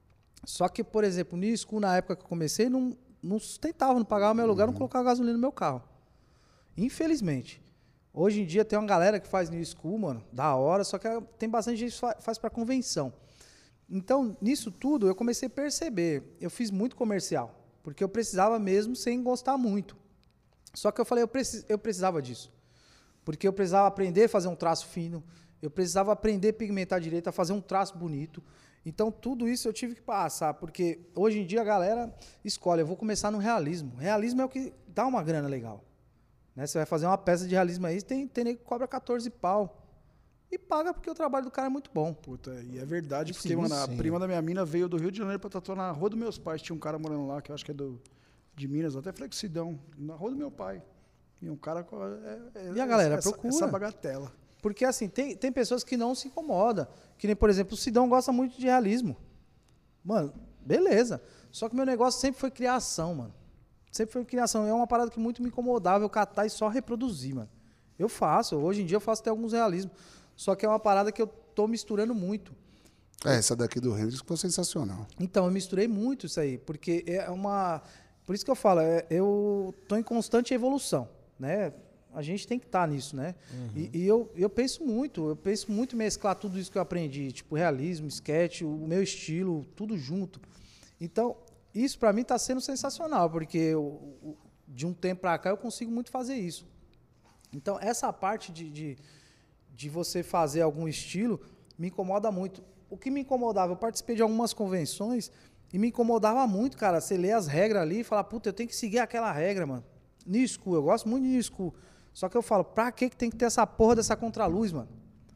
Só que, por exemplo, o New School, na época que eu comecei, não, não sustentava, não pagava meu lugar, não colocava gasolina no meu carro. Infelizmente. Hoje em dia tem uma galera que faz New School, mano, da hora, só que tem bastante gente que faz para convenção. Então, nisso tudo, eu comecei a perceber. Eu fiz muito comercial, porque eu precisava mesmo sem gostar muito. Só que eu falei, eu, precis, eu precisava disso. Porque eu precisava aprender a fazer um traço fino, eu precisava aprender a pigmentar direito, a fazer um traço bonito. Então, tudo isso eu tive que passar, porque hoje em dia a galera escolhe, eu vou começar no realismo. Realismo é o que dá uma grana legal. Né? Você vai fazer uma peça de realismo aí, tem, tem nego que cobra quatorze pau. E paga porque o trabalho do cara é muito bom. Puta, e é verdade, porque, Sim, mano, a sim. prima da minha mina veio do Rio de Janeiro pra tatuar na rua dos meus pais. Tinha um cara morando lá, que eu acho que é do, de Minas, eu até falei com o Sidão, na rua do meu pai. E um cara com. É, é, E a galera essa, procura. Essa bagatela. Porque, assim, tem, tem pessoas que não se incomodam. Que nem, por exemplo, o Sidão gosta muito de realismo. Mano, beleza. Só que meu negócio sempre foi criação, mano. Sempre foi criação. É uma parada que muito me incomodava eu catar e só reproduzir, mano. Eu faço. Hoje em dia eu faço até alguns realismos. Só que é uma parada que eu tô misturando muito. É, essa daqui do Hendrix ficou sensacional. Então, eu misturei muito isso aí. Porque é uma... Por isso que eu falo, é, eu tô em constante evolução, né? A gente tem que estar nisso, né? Uhum. E, e eu, eu penso muito, eu penso muito em mesclar tudo isso que eu aprendi, tipo realismo, sketch, o meu estilo, tudo junto. Então, isso para mim está sendo sensacional, porque eu, de um tempo para cá eu consigo muito fazer isso. Então, essa parte de, de, de você fazer algum estilo me incomoda muito. O que me incomodava, eu participei de algumas convenções e me incomodava muito, cara, você ler as regras ali e falar, puta, eu tenho que seguir aquela regra, mano. New School, eu gosto muito de New School. Só que eu falo, pra que que tem que ter essa porra dessa contraluz, mano?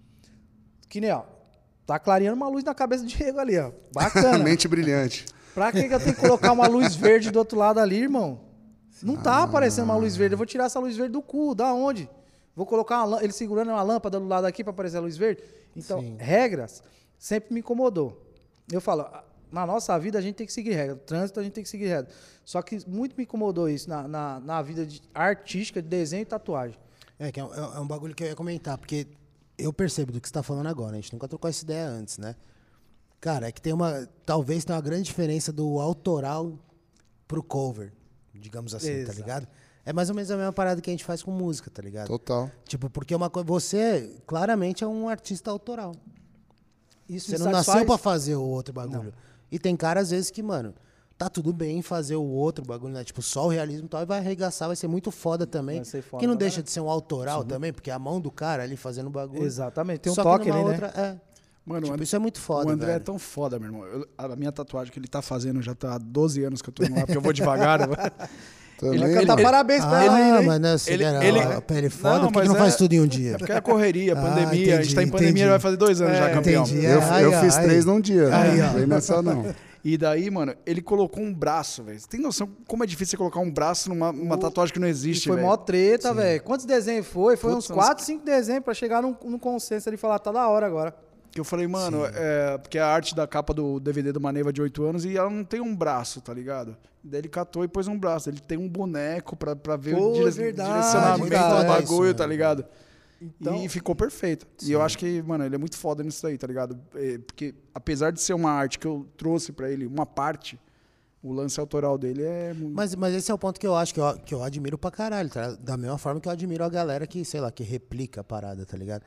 Que nem, ó, tá clareando uma luz na cabeça do Diego ali, ó. Bacana. Mente brilhante. Pra que que eu tenho que colocar uma luz verde do outro lado ali, irmão? Não tá aparecendo uma luz verde. Eu vou tirar essa luz verde do cu, da onde? Vou colocar uma, ele segurando uma lâmpada do lado aqui pra aparecer a luz verde? Então, Sim. regras sempre me incomodou. Eu falo, na nossa vida a gente tem que seguir regra. No trânsito a gente tem que seguir regra. Só que muito me incomodou isso na, na, na vida de artística, de desenho e tatuagem. É, que é, é um bagulho que eu ia comentar, porque eu percebo do que você tá falando agora, a gente nunca trocou essa ideia antes, né? Cara, é que tem uma, talvez tenha uma grande diferença do autoral pro cover, digamos assim, Exato. tá ligado? É mais ou menos a mesma parada que a gente faz com música, tá ligado? Total. Tipo, porque uma coisa. Você, claramente, é um artista autoral. Isso Você me não satisfaz. nasceu pra fazer o outro bagulho. E tem cara, às vezes, que, mano, tá tudo bem fazer o outro bagulho, né? Tipo, só o realismo e tal, e vai arregaçar, vai ser muito foda também. Vai ser foda, que não né? deixa de ser um autoral também, porque é a mão do cara ali fazendo o bagulho. Exatamente, tem um Só toque que numa ali, outra, né? É. Mano, Tipo, o And- isso é muito foda, o André é velho. tão foda, meu irmão. Eu- a minha tatuagem que ele tá fazendo já tá há doze anos que eu tô indo lá, porque eu vou devagar. Também, Vai cantar mano. parabéns pra Ah, ele ainda, hein? mas não, você Ele- quer ele- a pele foda, Não, por que, que mas não faz é- tudo em um dia? É porque é a correria, a Ah, pandemia. a gente tá em entendi, pandemia, entendi. vai fazer dois anos É, já, campeão. entendi. Eu, Aí, eu ó, fiz aí. três num dia. Aí, Não ó. vem nessa, não. E daí, mano, ele colocou um braço, velho. Você tem noção como é difícil você colocar um braço numa uma O- tatuagem que não E existe, foi velho? mó treta, velho. Quantos desenhos foi? Foi Putz, uns uns- quatro, cinco desenhos pra chegar num, num consenso ali e falar, tá da hora agora. Que eu falei, mano, é, porque é a arte da capa do D V D do Maneva de oito anos e ela não tem um braço, tá ligado? Daí ele catou e pôs um braço. Ele tem um boneco pra, pra ver Pô, o dire- é verdade, direcionamento cara. do bagulho, Isso, tá né? ligado? Então- E ficou perfeito. E eu acho que, mano, ele é muito foda nisso aí, tá ligado? É, porque apesar de ser uma arte que eu trouxe pra ele, uma parte, o lance autoral dele é... mu- Mas, mas esse é o ponto que eu acho que eu, que eu admiro pra caralho, tá? Da mesma forma que eu admiro a galera que, sei lá, que replica a parada, tá ligado?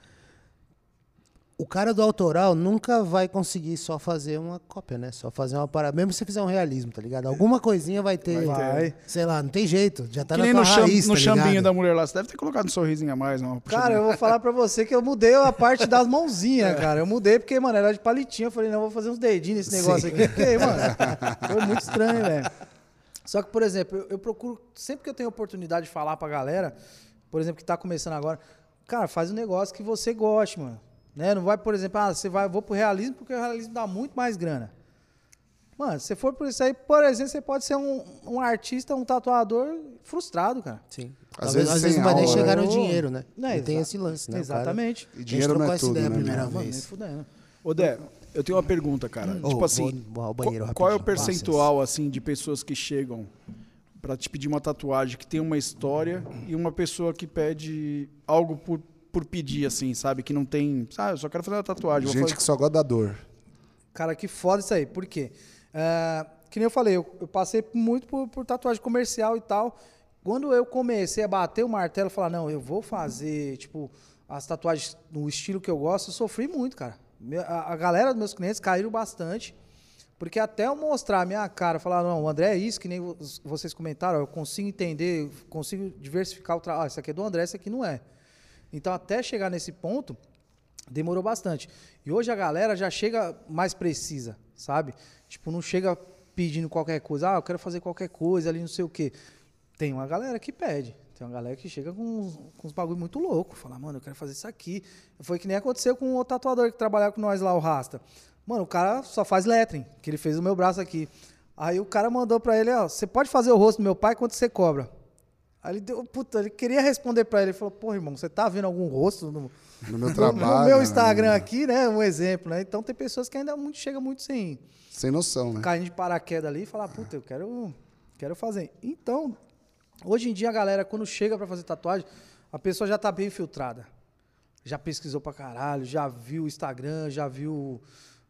O cara do autoral nunca vai conseguir só fazer uma cópia, né? Só fazer uma parada. Mesmo se você fizer um realismo, tá ligado? Alguma coisinha vai ter. Vai. Sei lá, não tem jeito. Já tá que na nem tua no, cham- raiz, no tá chambinho ligado? da mulher lá. Você deve ter colocado um sorrisinho a mais, não? Cara, eu vou falar pra você que eu mudei a parte das mãozinhas, cara. Eu mudei porque, mano, era de palitinho. Eu falei, não, eu vou fazer uns dedinhos nesse negócio aqui. Porque, mano, foi muito estranho, velho. Só que, por exemplo, eu, eu procuro, sempre que eu tenho oportunidade de falar pra galera, por exemplo, que tá começando agora, cara, faz um negócio que você goste, mano. Né? Não vai, por exemplo, ah, você vai, vou pro realismo porque o realismo dá muito mais grana. Mano, se você for por isso aí, por exemplo, você pode ser um, um artista, um tatuador frustrado, cara. Sim. Às Às vezes vezes, às vezes sem não vai nem aula, chegar né? no dinheiro, né? Não, E tem exa- esse lance, né? O Exatamente. E Cara, a gente dinheiro não trocou é essa tudo, ideia a né, primeira mano? Mano, nem vez. fudendo. Ô, Dé, eu tenho uma pergunta, cara. Ô, tipo assim, vou- vou ao banheiro qual, qual é o rapidinho. percentual, assim, de pessoas que chegam pra te pedir uma tatuagem que tem uma história e uma pessoa que pede algo por, por pedir, assim, sabe? Que não tem... Ah, eu só quero fazer uma tatuagem. vou Gente fazer- que só gosta da dor. Cara, que foda isso aí. Por quê? É, que nem eu falei, eu, eu passei muito por, por tatuagem comercial e tal. Quando eu comecei a bater o martelo e falar, não, eu vou fazer, tipo, as tatuagens no estilo que eu gosto, eu sofri muito, cara. Meu- A, a galera dos meus clientes caíram bastante. Porque até eu mostrar a minha cara, falar, não, o André é isso, que nem vo- vocês comentaram, eu consigo entender, eu consigo diversificar o trabalho. Ah, isso aqui é do André, isso aqui não é. Então, até chegar nesse ponto, demorou bastante. E hoje a galera já chega mais precisa, sabe? Tipo, não chega pedindo qualquer coisa. Ah, eu quero fazer qualquer coisa ali, não sei o quê. Tem uma galera que pede. Tem uma galera que chega com uns, com uns bagulho muito louco. Fala, mano, eu quero fazer isso aqui. Foi que nem aconteceu com o tatuador que trabalhava com nós lá, o Rasta. Mano, o cara só faz lettering, que ele fez o meu braço aqui. Aí o cara mandou pra ele, ó, você pode fazer o rosto do meu pai, quanto você cobra? Aí ele deu, puta, ele queria responder pra ele. Ele falou, pô, irmão, você tá vendo algum rosto no, No meu no- trabalho. no meu né? Instagram aqui, né? Um exemplo, né? Então tem pessoas que ainda muito, chega muito sem Sem noção, né? caindo de paraquedas ali e falar, puta, eu quero, quero fazer. Então, hoje em dia a galera, quando chega pra fazer tatuagem, a pessoa já tá bem filtrada. Já pesquisou pra caralho, já viu o Instagram, já viu,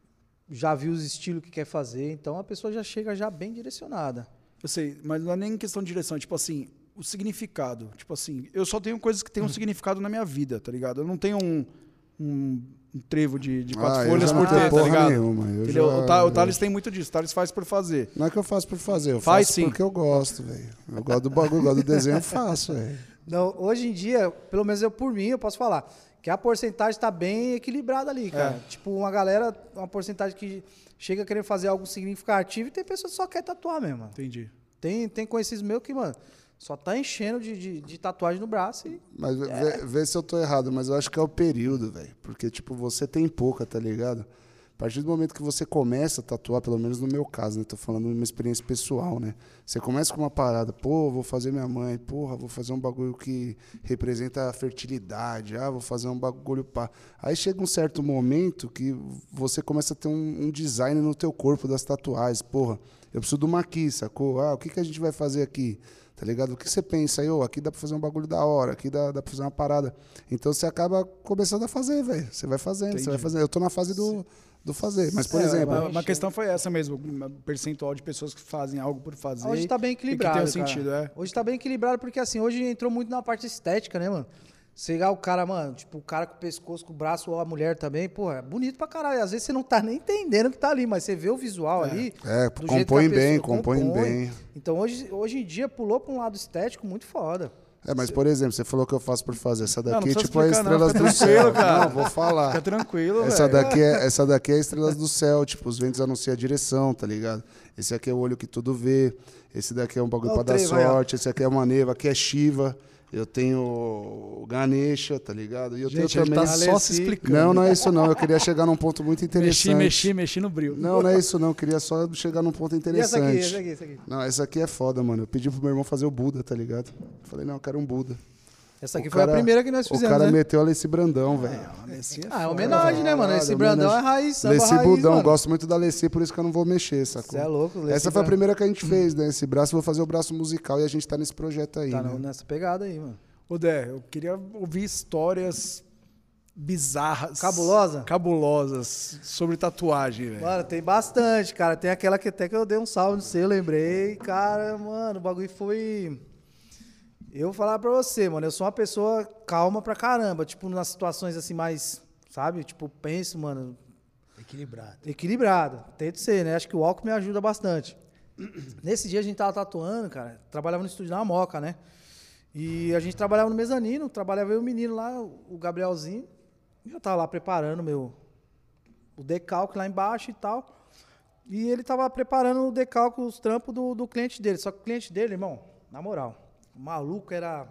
já viu os estilos que quer fazer. Então a pessoa já chega já bem direcionada. Eu sei, mas não é nem questão de direção. Tipo assim, o significado. Tipo assim, eu só tenho coisas que têm um significado na minha vida, tá ligado? Eu não tenho um, um, um trevo de, de quatro Ah, eu folhas já não por tenho ter, tá porra ligado? nenhuma, eu Entendeu? já- o, Ta- o Thales tem muito disso. O Thales faz por fazer. Não é que eu faço por fazer, eu Faz faço sim. porque eu gosto, velho. Eu gosto do bagulho, eu gosto do desenho, eu faço, velho. Não, hoje em dia, pelo menos eu por mim, eu posso falar que a porcentagem está bem equilibrada ali, cara. É. Tipo, uma galera, uma porcentagem que chega querendo fazer algo significativo e tem pessoas que só quer tatuar mesmo. Mano. Entendi. Tem, tem conhecidos meus que, mano, só tá enchendo de, de, de tatuagem no braço e Mas vê, vê- vê se eu tô errado, mas eu acho que é o período, velho. Porque, tipo, você tem pouca, tá ligado? A partir do momento que você começa a tatuar, pelo menos no meu caso, né? Tô falando de uma experiência pessoal, né? Você começa com uma parada, pô, vou fazer minha mãe, porra, vou fazer um bagulho que representa a fertilidade, ah, vou fazer um bagulho pá. Aí chega um certo momento que você começa a ter um, um design no teu corpo das tatuagens, porra. Eu preciso de uma aqui, sacou? Ah, o que, que a gente vai fazer aqui? Tá ligado? O que você pensa aí? Ô, aqui dá pra fazer um bagulho da hora, aqui dá, dá pra fazer uma parada. Então você acaba começando a fazer, velho. Você vai fazendo, você vai fazendo. Eu tô na fase do, do fazer. Mas, por É, exemplo... Uma, uma questão foi essa mesmo, um percentual de pessoas que fazem algo por fazer. Hoje tá bem e que equilibrado, tem um cara. sentido, é. Hoje tá bem equilibrado porque, assim, hoje entrou muito na parte estética, né, mano? Chegar o cara, mano, tipo, o cara com o pescoço, com o braço, ou a mulher também, porra, é bonito pra caralho. Às vezes você não tá nem entendendo o que tá ali, mas você vê o visual É. ali. É, do compõe jeito que a bem, pessoa compõe bem. Então hoje, hoje em dia pulou pra um lado estético muito foda. É, mas, por exemplo, você falou que eu faço por fazer. Essa Não, daqui não é precisa tipo a explicar, não, Estrelas fica do tranquilo, Céu. cara. Não, vou falar. Fica tranquilo, Essa velho. daqui, é, essa daqui é Estrelas do Céu, tipo, os ventos anunciam a direção, tá ligado? Esse aqui é o olho que tudo vê. Esse daqui é um bagulho Ó, pra o dar trevo aí, ó. sorte. Esse aqui é uma neva, aqui é Shiva. Eu tenho o Ganesha, tá ligado? E eu Gente, tenho ele também... tá só se explicando. Não, não é isso não. Eu queria chegar num ponto muito interessante. Mexi, mexi, mexi no brilho. Não, não é isso não. Eu queria só chegar num ponto E essa interessante. aqui, essa aqui, essa aqui. Não, essa aqui é foda, mano. Eu pedi pro meu irmão fazer o Buda, tá ligado? Eu falei, não, eu quero um Buda. Essa aqui O foi cara- a primeira que nós O fizemos, cara né? meteu a Leci Brandão, velho. Ah, é homenagem, né, mano? Esse Caralho, Brandão é homenagem. raiz, samba Leci raiz, Budão, mano. gosto muito da Leci, por isso que eu não vou mexer, sacou? Você é louco, Leci Essa foi a Brandão. primeira que a gente fez, né? Esse braço, eu vou fazer o braço musical e a gente tá nesse projeto aí, Tá né? no- nessa pegada aí, mano. Ô, Dé, eu queria ouvir histórias bizarras. Cabulosa? Cabulosas sobre tatuagem, velho. Mano, tem bastante, cara. Tem aquela que até que eu dei um salve no seu, eu lembrei. Cara, mano, o bagulho foi... Eu vou falar pra você, mano, eu sou uma pessoa calma pra caramba. Tipo, nas situações assim mais, sabe? Tipo, penso, mano, Equilibrado. equilibrado. Tento ser, né? Acho que o álcool me ajuda bastante. Nesse dia a gente tava tatuando, cara. Trabalhava no estúdio da Moca, né? E a gente trabalhava no mezanino. Trabalhava eu e o menino lá, o Gabrielzinho. E eu tava lá preparando meu, o decalque lá embaixo e tal. E ele tava preparando o decalque, os trampos do, do cliente dele. Só que o cliente dele, irmão, na moral, o maluco era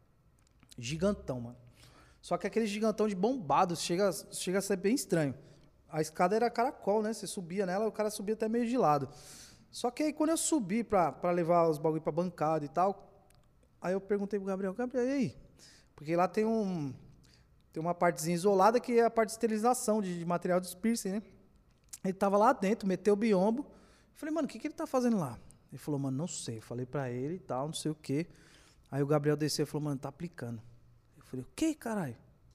gigantão, mano. Só que aquele gigantão de bombado chega, chega a ser bem estranho. A escada era caracol, né? Você subia nela, o cara subia até meio de lado. Só que aí quando eu subi pra, pra levar os bagulho pra bancada e tal, aí eu perguntei pro Gabriel, Gabriel, e aí? Porque lá tem um... Tem uma partezinha isolada que é a parte de esterilização de, de material dos piercing, né? Ele tava lá dentro, meteu o biombo. Eu falei, mano, o que, que ele tá fazendo lá? Ele falou, mano, não sei. Eu falei pra ele e tal, não sei o quê. Aí o Gabriel desceu e falou, mano, tá aplicando. Eu falei, o quê, caralho?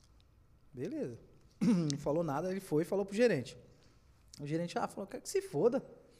Beleza. Não falou nada, ele foi e falou pro gerente. O gerente, ah, falou, quer que se foda.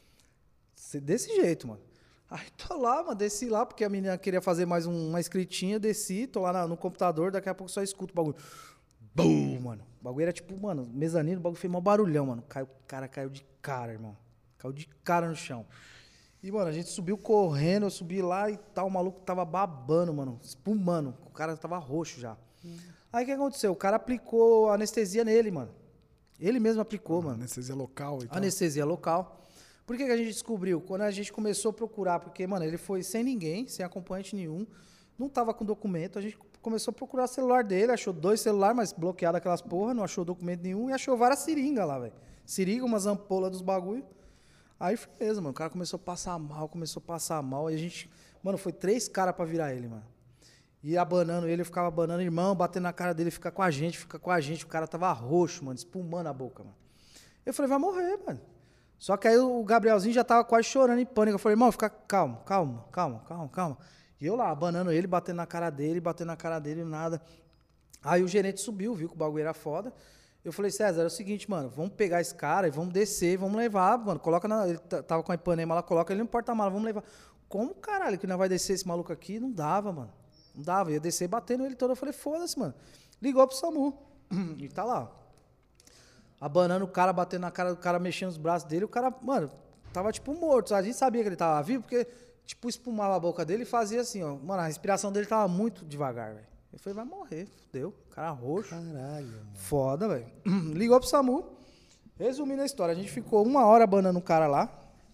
Desse jeito, mano. Aí tô lá, mano, desci lá, porque a menina queria fazer mais um, uma escritinha, desci, tô lá na- no computador, daqui a pouco só escuto o bagulho. Bum, mano. O bagulho era tipo, mano, mezanino, o bagulho fez mó barulhão, mano. Caiu, o cara caiu de cara, irmão. Caiu de cara no chão. E, mano, a gente subiu correndo, eu subi lá e tal, o maluco tava babando, mano, espumando. O cara tava roxo já. Hum. Aí o que aconteceu? O cara aplicou anestesia nele, mano. Ele mesmo aplicou, mano. Anestesia local e tal. Anestesia local. Por que, que a gente descobriu? Quando a gente começou a procurar, porque, mano, ele foi sem ninguém, sem acompanhante nenhum, não tava com documento, a gente começou a procurar o celular dele, achou dois celulares, mas bloqueado aquelas porra, não achou documento nenhum, e achou várias seringas lá, velho. Seringa, umas ampolas dos bagulho. Aí, beleza, mano, o cara começou a passar mal, começou a passar mal, e a gente, mano, foi três caras pra virar ele, mano. E abanando ele, eu ficava abanando, irmão, batendo na cara dele, fica com a gente, fica com a gente, o cara tava roxo, mano, espumando a boca, mano. Eu falei, vai morrer, mano. Só que aí o Gabrielzinho já tava quase chorando em pânico. Eu falei, irmão, fica calmo, calma, calma, calma, calma. E eu lá, abanando ele, batendo na cara dele, batendo na cara dele, nada. Aí o gerente subiu, viu que o bagulho era foda. Eu falei, César, é o seguinte, mano, vamos pegar esse cara e vamos descer, vamos levar, mano, coloca na... Ele tava com a Ipanema lá, coloca ele no porta-mala, vamos levar. Como, caralho, que não vai descer esse maluco aqui? Não dava, mano. Não dava, ia descer batendo ele todo. Eu falei, foda-se, mano. Ligou pro SAMU. E tá lá. Abanando o cara, batendo na cara do cara, mexendo os braços dele. O cara, mano, tava tipo morto. A gente sabia que ele tava vivo, porque, tipo, espumava a boca dele e fazia assim, ó. Mano, a respiração dele tava muito devagar, velho. Eu falei, vai morrer, fudeu. Cara roxo. Caralho, mano. Foda, velho. Ligou pro SAMU. Resumindo a história, a gente ficou uma hora abanando o cara lá.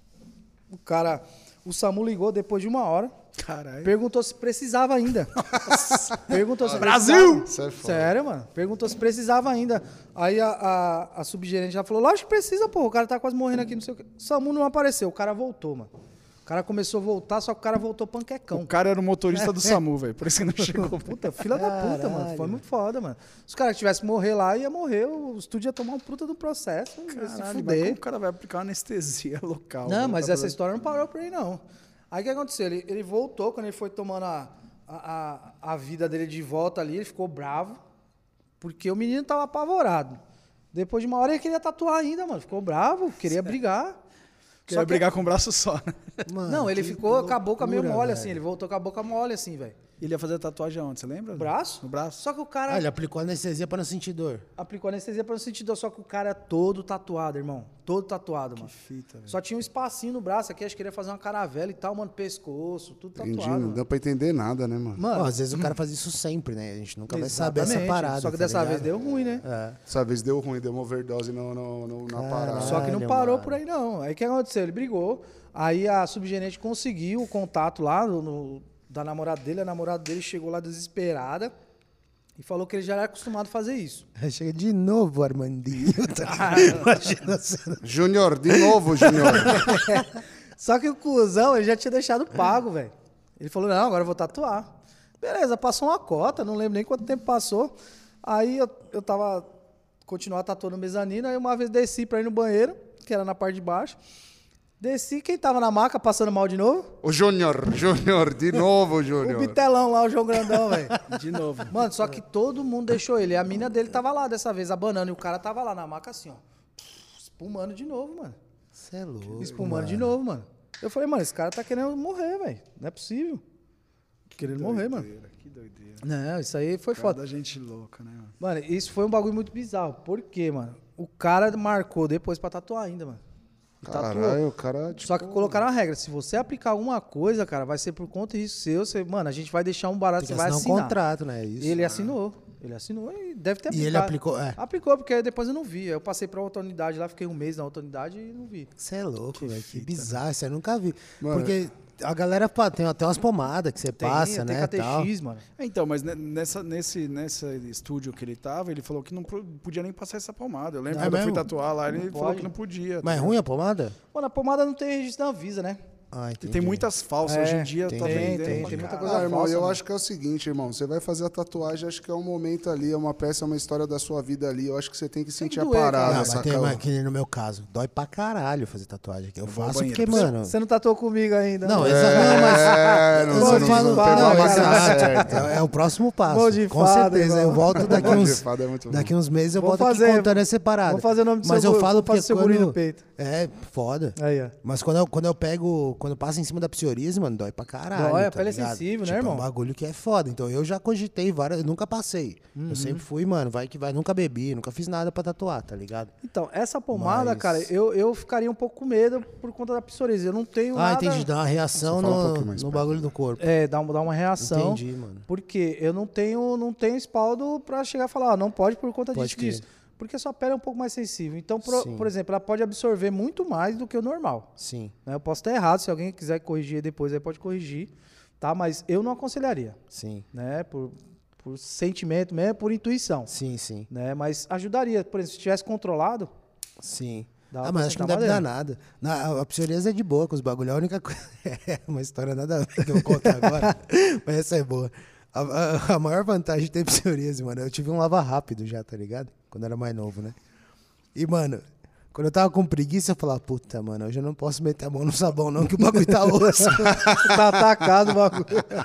O cara, o SAMU ligou depois de uma hora. Caralho. Perguntou se precisava ainda. Perguntou se Brasil! precisava. Isso é foda. Sério, mano. Perguntou se precisava ainda. Aí a, a, a subgerente já falou, lógico que precisa, pô. O cara tá quase morrendo aqui, não sei o quê. O SAMU não apareceu, o cara voltou, mano. O cara começou a voltar, só que o cara voltou panquecão. O cara era o motorista do SAMU, velho. Por isso que não chegou. Puta, fila da puta, mano. Foi Caralho. muito foda, mano. Se os caras tivessem morrer lá, ia morrer, o estúdio ia tomar um puta do processo, ia se Caralho, mas fuder. como o cara vai aplicar anestesia local? Não, velho? mas Tá essa fazendo- história não parou por aí, não. Aí o que aconteceu? Ele, ele voltou, quando ele foi tomando a, a, a, a vida dele de volta ali, ele ficou bravo, porque o menino tava apavorado. Depois de uma hora ele queria tatuar ainda, mano. Ficou bravo, queria brigar. Queria Só que- brigar com o braço só, né? Mano, Não, ele que ficou com a boca meio loucura, mole, velho. assim. Ele voltou com a boca mole, assim, velho. Ele ia fazer tatuagem aonde, você lembra? No braço? No braço. Só que o cara Ah, ele aplicou anestesia pra não sentir dor. aplicou anestesia pra não sentir dor. Só que o cara é todo tatuado, irmão. Todo tatuado, mano. Fita, velho. Só tinha um espacinho no braço aqui, acho que ele ia fazer uma caravela e tal, mano. Pescoço, tudo Entendi, tatuado. não mano. deu pra entender nada, né, mano? Mano, Pô, às vezes o cara faz isso sempre, né? A gente nunca vai saber essa exatamente. parada. Só que tá dessa vez ligado? deu ruim, né? É. Dessa vez deu ruim, deu uma overdose no, no, no- na parada. Só que não Caralho, parou mano. por aí, não. Aí o que aconteceu? Ele brigou. Aí a subgerente conseguiu o contato lá no, no- da namorada dele. A namorada dele chegou lá desesperada e falou que ele já era acostumado a fazer isso. Aí chega de novo, Armandinho. Imagina você. Júnior, de novo, Júnior. Só que o cuzão, ele já tinha deixado pago, velho. Ele falou, não, agora eu vou tatuar. Beleza, passou uma cota, não lembro nem quanto tempo passou. Aí eu, eu tava, continuar tatuando o mezanino, aí uma vez desci pra ir no banheiro, que era na parte de baixo. Desci, quem tava na maca passando mal de novo? O Júnior, Júnior, de novo, O Júnior. bitelão lá, o João Grandão, velho. De novo. Mano, só que todo mundo deixou ele. E a mina dele tava lá dessa vez, abanando. E o cara tava lá na maca assim, ó. Espumando de novo, mano. Você é louco. Espumando mano. de novo, mano. Eu falei, mano, esse cara tá querendo morrer, velho. Não é possível. Querendo morrer, mano. Que doideira. Não, isso aí foi Cara foda. da gente louca, né, mano? Mano, isso foi um bagulho muito bizarro. Por quê, mano? O cara marcou depois pra tatuar ainda, mano. E tatuou. Caralho, o cara, tipo... Só que colocaram a regra. Se você aplicar alguma coisa, cara, vai ser por conta disso seu. Você, mano, a gente vai deixar um barato, Tem você que vai assinar um assinar. contrato, né? Isso. E ele assinou. Ele assinou e deve ter E aplicado. ele aplicou, é. Aplicou, porque depois eu não vi. Eu passei pra outra unidade lá, fiquei um mês na outra unidade e não vi. Você é louco, velho. Que bizarro. Isso eu nunca vi. Mano, Porque a galera pá, tem até umas pomadas que você Tem, passa, tem né? K T X, Tal. mano. É, Então, mas ne- nessa, nesse, nesse estúdio que ele tava, ele falou que não pro- podia nem passar essa pomada. Eu lembro É quando eu fui mesmo? tatuar lá, ele Não falou pode. que não podia. Mas é tá ruim a pomada? Mano, a pomada não tem registro da Anvisa, né? Ah, E entendi. tem muitas falsas. É, Hoje em dia tem, tá tem, vendendo. tem, pra tem muita caralho. coisa Ah, irmão, falsa, eu mano. acho que é o seguinte, irmão. Você vai fazer a tatuagem, acho que é um momento ali, é uma peça, é uma história da sua vida ali. Eu acho que você tem que sentir que a doer, cara. parada, Não, mas saca? tem, mas que nem no meu caso, dói pra caralho fazer tatuagem. Que eu vou ao faço banheiro. porque, Você- mano. Você não tatuou comigo ainda. Não, né? exato, não, mas. É, não, eu você não- falo- não pegou não, a máquina exato. certa. É, é o próximo passo. Mão de Com fada, certeza. irmão. Eu volto daqui Mão de uns. fada é muito bom. Daqui uns meses eu Vou volto fazer, aqui contando essa parada. Vou fazer o nome do Mas seu eu gu- falo vou porque fazer seu guri quando... no peito. É, foda. Aí, ó. Mas quando eu, quando eu pego, quando eu passo em cima da psoríase, mano, dói pra caralho. Dói, a tá pele é ligado? sensível, né, Tipo, irmão? É um bagulho que é foda. Então eu já cogitei várias, eu nunca passei. Uhum. Eu sempre fui, mano, vai que vai. Nunca bebi, nunca fiz nada pra tatuar, tá ligado? Então, essa pomada, Mas- cara, eu, eu ficaria um pouco com medo por conta da psoríase. Eu não tenho Ah, nada... entendi. Dá uma reação Você fala um no, pouquinho mais no perto. bagulho do corpo. É, dá uma, dá uma reação. Entendi, mano. Porque eu não tenho, não tenho espaldo pra chegar e falar, ah, não pode por conta Pode disso, crer. disso. Porque a sua pele é um pouco mais sensível. Então, por, Sim. por exemplo, ela pode absorver muito mais do que o normal. Sim, Né? Eu posso estar errado, se alguém quiser corrigir depois, aí pode corrigir. Tá? Mas eu não aconselharia. sim, Né? Por, por sentimento mesmo, por intuição. sim, sim, Né? Mas ajudaria. Por exemplo, se tivesse controlado, sim. dava Ah, pra mas acho que não sentar deve dar madeira. nada. Na, a psoríase é de boa com os bagulhos. A única coisa. É uma história nada a ver que eu vou contar agora. Mas essa é boa. A, a- a maior vantagem de ter psoríase, mano, eu tive um lava rápido já, tá ligado? Quando eu era mais novo, né? E, mano, quando eu tava com preguiça, eu falava, puta, mano, hoje eu não posso meter a mão no sabão, não, que o bagulho tá osso. Tá atacado o bagulho.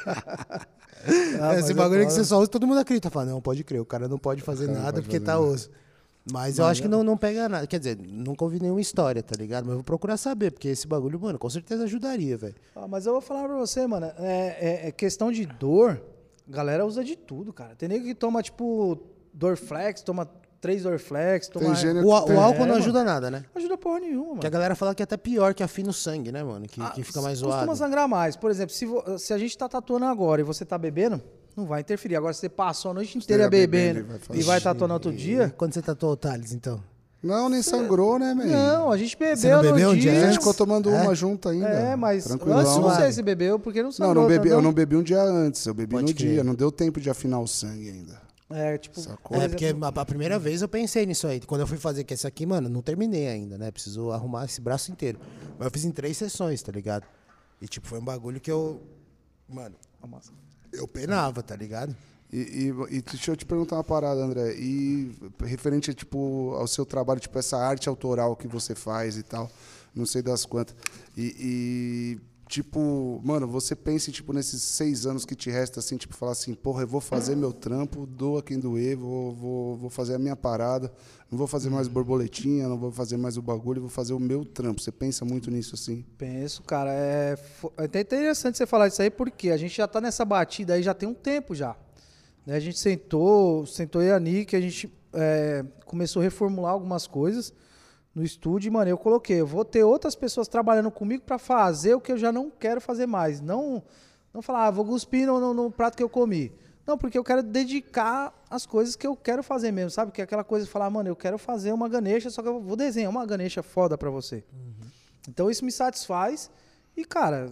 Ah, mas Esse é bagulho que foda. você só usa, todo mundo acredita. Fala, não, pode crer, o cara não pode fazer cara não nada pode porque fazer tá nada. osso. Mas eu acho que não, não pega nada. Quer dizer, nunca ouvi nenhuma história, tá ligado? Mas eu vou procurar saber, porque esse bagulho, mano, com certeza ajudaria, velho. Ah, mas eu vou falar pra você, mano, é, é- é questão de dor, a galera usa de tudo, cara. Tem nego que toma, tipo, Dorflex, toma três Dorflex, toma... Tem gênero O, que o tem. álcool não mano. ajuda nada, né? Não ajuda porra nenhuma, mano. Que a galera fala que é até pior, que afina o sangue, né, mano? Que, que fica mais Costuma zoado. sangrar mais. Por exemplo, se, vo- se a gente tá tatuando agora e você tá bebendo, não vai interferir. Agora, se você passou a noite inteira Esteja bebendo, bebendo e vai fazer. e vai tatuando outro E dia... quando você tatuou o Thales, então? Não, nem sangrou, né, man? Não, a gente bebeu Você não bebeu no um dia dia. A gente antes? ficou tomando É? uma junto ainda. É, mas Tranquilão. antes não sei Suave. se bebeu, porque não Não, sangrou. não bebi, tá, eu não bebi um dia antes, eu bebi Pode no crer. dia, não deu tempo de afinar o sangue ainda. É, tipo... Sacou? por É, exemplo, porque a, a primeira vez eu pensei nisso aí. Quando eu fui fazer, que esse aqui, mano, não terminei ainda, né? Preciso arrumar esse braço inteiro. Mas eu fiz em três sessões, tá ligado? E, tipo, foi um bagulho que eu... Mano, eu penava, tá ligado? E, e, e deixa eu te perguntar uma parada, André. E referente, tipo, ao seu trabalho, tipo, essa arte autoral que você faz e tal, não sei das quantas. E, e, tipo, mano, você pensa, tipo, nesses seis anos que te resta, assim, tipo, falar assim, porra, eu vou fazer meu trampo, doa quem doer, vou, vou, vou fazer a minha parada, não vou fazer mais borboletinha, não vou fazer mais o bagulho, vou fazer o meu trampo. Você pensa muito nisso, assim? Penso, cara. É, é até interessante você falar isso aí, porque a gente já tá nessa batida aí já tem um tempo já. A gente sentou, sentou eu e a Nick, a gente é, começou a reformular algumas coisas no estúdio, e, mano, eu coloquei, eu vou ter outras pessoas trabalhando comigo para fazer o que eu já não quero fazer mais. Não, não falar, ah, vou cuspir no, no, no prato que eu comi. Não, porque eu quero dedicar as coisas que eu quero fazer mesmo, sabe? Que é aquela coisa de falar, mano, eu quero fazer uma Ganesha, só que eu vou desenhar uma Ganesha foda para você. Uhum. Então isso me satisfaz e, cara,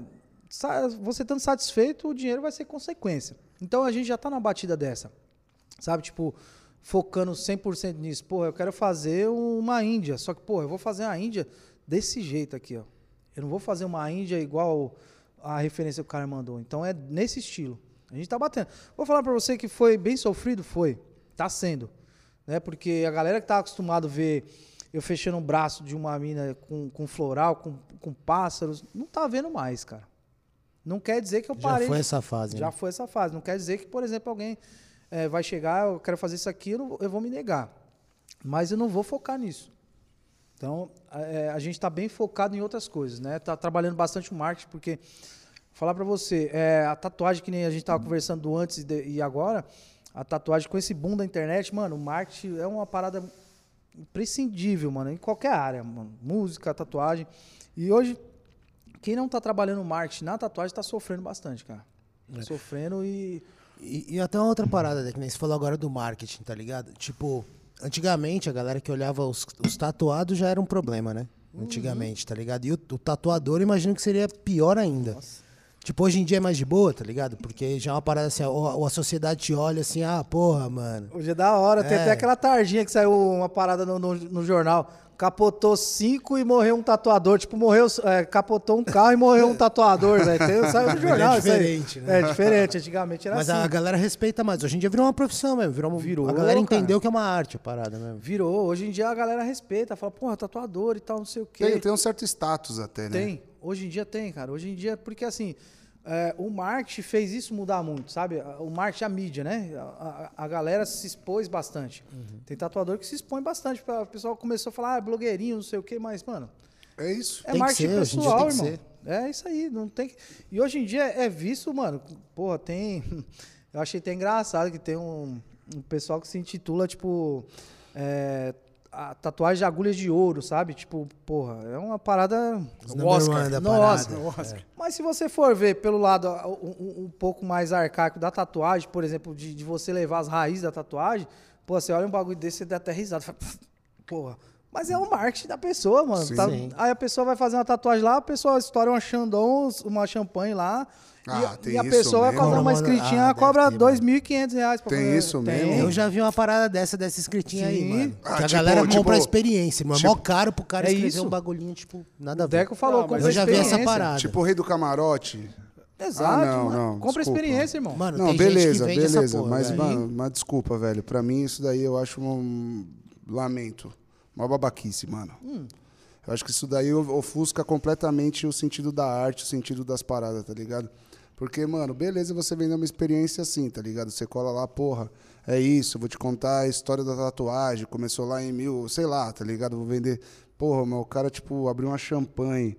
você estando satisfeito, o dinheiro vai ser consequência. Então a gente já tá na batida dessa, sabe? Tipo, focando cem por cento nisso. Pô, eu quero fazer uma Índia, só que, pô, eu vou fazer uma Índia desse jeito aqui, ó. Eu não vou fazer uma Índia igual a referência que o cara mandou. Então é nesse estilo. A gente tá batendo. Vou falar pra você que foi bem sofrido, foi. Tá sendo. Né? Porque a galera que tá acostumado a ver eu fechando um braço de uma mina com, com floral, com, com pássaros, não tá vendo mais, cara. Não quer dizer que eu parei. Já foi essa fase, Já né? foi essa fase. Não quer dizer que, por exemplo, alguém é, vai chegar, eu quero fazer isso aqui, eu, não, eu vou me negar. Mas eu não vou focar nisso. Então, é, a gente está bem focado em outras coisas, né? Tá trabalhando bastante o marketing, porque, vou falar para você, é, a tatuagem que nem a gente estava conversando antes de, e agora, a tatuagem com esse boom da internet, mano, o marketing é uma parada imprescindível, mano, em qualquer área, mano. Música, tatuagem. E hoje, quem não está trabalhando marketing na tatuagem está sofrendo bastante, cara. É. Sofrendo e... e... E até uma outra parada, né, que nem você falou agora do marketing, tá ligado? Tipo, antigamente a galera que olhava os, os tatuados já era um problema, né? Antigamente, uhum. Tá ligado? E o, o tatuador, imagino que seria pior ainda. Nossa. Tipo, hoje em dia é mais de boa, tá ligado? Porque já é uma parada assim, ou a sociedade te olha assim, ah, porra, mano. Hoje é da hora, é. Tem até aquela tarjinha que saiu uma parada no, no, no jornal. Capotou cinco e morreu um tatuador. Tipo, morreu, é, capotou um carro e morreu um tatuador, velho. Saiu no jornal. É diferente, isso né? É diferente, antigamente era Mas assim. Mas a galera respeita mais. Hoje em dia virou uma profissão mesmo. Virou, virou a galera cara. Entendeu que é uma arte a parada mesmo. Virou. Hoje em dia a galera respeita. Fala, porra, tatuador e tal, não sei o quê. Tem, tem um certo status até, né? Tem. Hoje em dia tem, cara. Hoje em dia, porque assim... É, o marketing fez isso mudar muito, sabe? O marketing, a mídia, né? A, a, a galera se expôs bastante. Uhum. Tem tatuador que se expõe bastante. O pessoal começou a falar, ah, blogueirinho, não sei o quê, mas, mano... É isso. É marketing ser, pessoal, irmão. Ser. É isso aí, não tem que... E hoje em dia é visto, mano, porra, tem... Eu achei até engraçado que tem um, um pessoal que se intitula, tipo... É, a tatuagem de agulhas de ouro, sabe? Tipo, porra, é uma parada... O Oscar. Nossa, Oscar. É. Mas se você for ver pelo lado um, um pouco mais arcaico da tatuagem, por exemplo, de, de você levar as raízes da tatuagem, pô, você olha um bagulho desse, você dá até risada. Porra. Mas é o marketing da pessoa, mano. Sim, tá, sim. Aí a pessoa vai fazer uma tatuagem lá, a pessoa estoura uma Chandon, uma champanhe lá... Ah, e, e a pessoa mesmo? Vai fazer uma escritinha, ah, cobra dois mil e quinhentos reais. Pra tem fazer. isso tem. mesmo? Eu já vi uma parada dessa, dessa escritinha Sim. aí, mano. Ah, que a tipo, galera compra tipo, a experiência, mano. Tipo, mó caro pro cara é escrever isso. um bagulhinho, tipo, nada a ver. O Deco falou, não, eu já vi essa parada. Tipo o Rei do Camarote. Exato, ah, não, mano. não, Compra desculpa. experiência, irmão. Mano, não, tem beleza, gente que vende beleza. Essa porra, mas, velho. mano, mas desculpa, velho. Pra mim, isso daí eu acho um lamento. Uma babaquice, mano. Hum. Eu acho que isso daí ofusca completamente o sentido da arte, o sentido das paradas, tá ligado? Porque, mano, beleza você vender uma experiência assim, tá ligado? Você cola lá, porra, é isso, eu vou te contar a história da tatuagem, começou lá em mil, sei lá, tá ligado? Vou vender, porra, meu, o cara, tipo, abriu uma champanhe.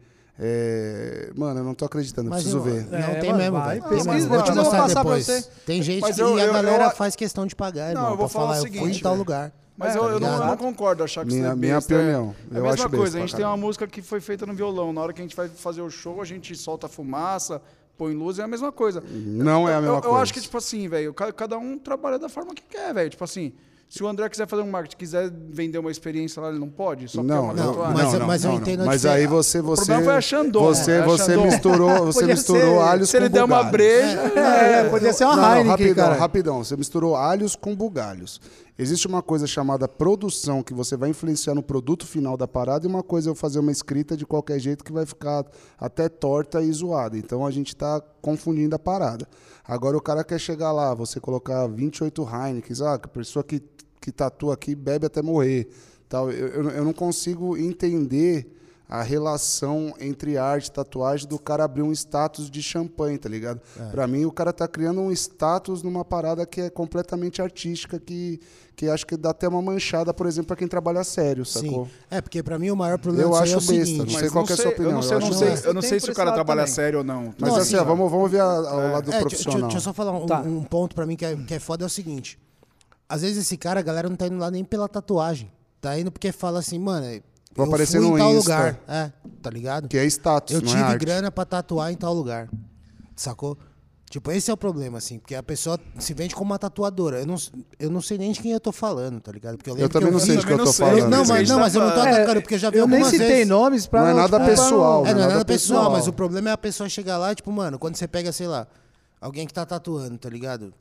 É... Mano, eu não tô acreditando, mas preciso eu, ver. Não, é, tem mano, mesmo, vai, velho. pesquisa, Vou te eu vou mostrar passar depois. pra você. Tem gente mas que eu, e a eu, galera eu, faz questão de pagar, não, irmão, eu vou pra falar falar, o eu fui seguinte, em tal véio. lugar. Mas é, eu, tá eu não, não concordo achar que minha, isso é minha besta. opinião. É a eu mesma acho coisa, a gente besta, tem uma música que foi feita no violão. Na hora que a gente vai fazer o show, a gente solta fumaça, põe luz, é a mesma coisa. Não é a mesma eu, coisa. Eu acho que, tipo assim, velho, cada um trabalha da forma que quer, velho. Tipo assim, se o André quiser fazer um marketing, quiser vender uma experiência lá, ele não pode? Só não, porque é uma não, tatuagem? mas, não, não, mas eu não, entendo não. a Mas diferença. aí você, você... O problema foi a Chandon. Você, é, a você Chandon. misturou, você misturou ser, alhos se com ele der uma bugalhos. breja... É, é, podia ser uma não, não, Heineken, rapidão, cara. rapidão. Você misturou alhos com bugalhos. Existe uma coisa chamada produção, que você vai influenciar no produto final da parada, e uma coisa é eu fazer uma escrita de qualquer jeito que vai ficar até torta e zoada. Então a gente está confundindo a parada. Agora o cara quer chegar lá, você colocar vinte e oito Heineken, ah, a pessoa que, que tatua aqui bebe até morrer. Tal. Eu, eu, eu não consigo entender a relação entre arte e tatuagem do cara abrir um status de champanhe, tá ligado? É. Pra mim, o cara tá criando um status numa parada que é completamente artística, que, que acho que dá até uma manchada, por exemplo, pra quem trabalha sério, sacou? Sim. É, porque pra mim o maior problema eu acho é o besta, seguinte... não sei mas qual não que é a sei, sua opinião. Eu não sei, eu não acho sei, besta. eu não sei se o cara trabalha também. sério ou não. Mas Não, assim, assim, ó, vamos, vamos ver a, ao é. lado É, profissional. Deixa, deixa eu só falar um, Tá. um ponto pra mim que é, que é foda, é o seguinte. Às vezes esse cara, a galera não tá indo lá nem pela tatuagem. Tá indo porque fala assim, mano... Vou eu aparecer fui no em tal Insta. lugar. É, tá ligado? Que é status, Eu não tive é arte. grana pra tatuar em tal lugar. Sacou? Tipo, esse é o problema, assim. Porque a pessoa se vende como uma tatuadora. Eu não, eu não sei nem de quem eu tô falando, tá ligado? Porque eu lembro Eu também que eu não vi... sei de quem eu tô também não falando. sei. Não, Isso que a mas, gente não, tá mas eu não tô falando. atacando, porque eu já vi Eu nem algumas citei vezes... nomes pra Não é nada tipo, pra pessoal. É, não é nada nada pessoal, pessoal. mas o problema é a pessoa chegar lá, tipo, mano, quando você pega, sei lá, alguém que tá tatuando, tá ligado?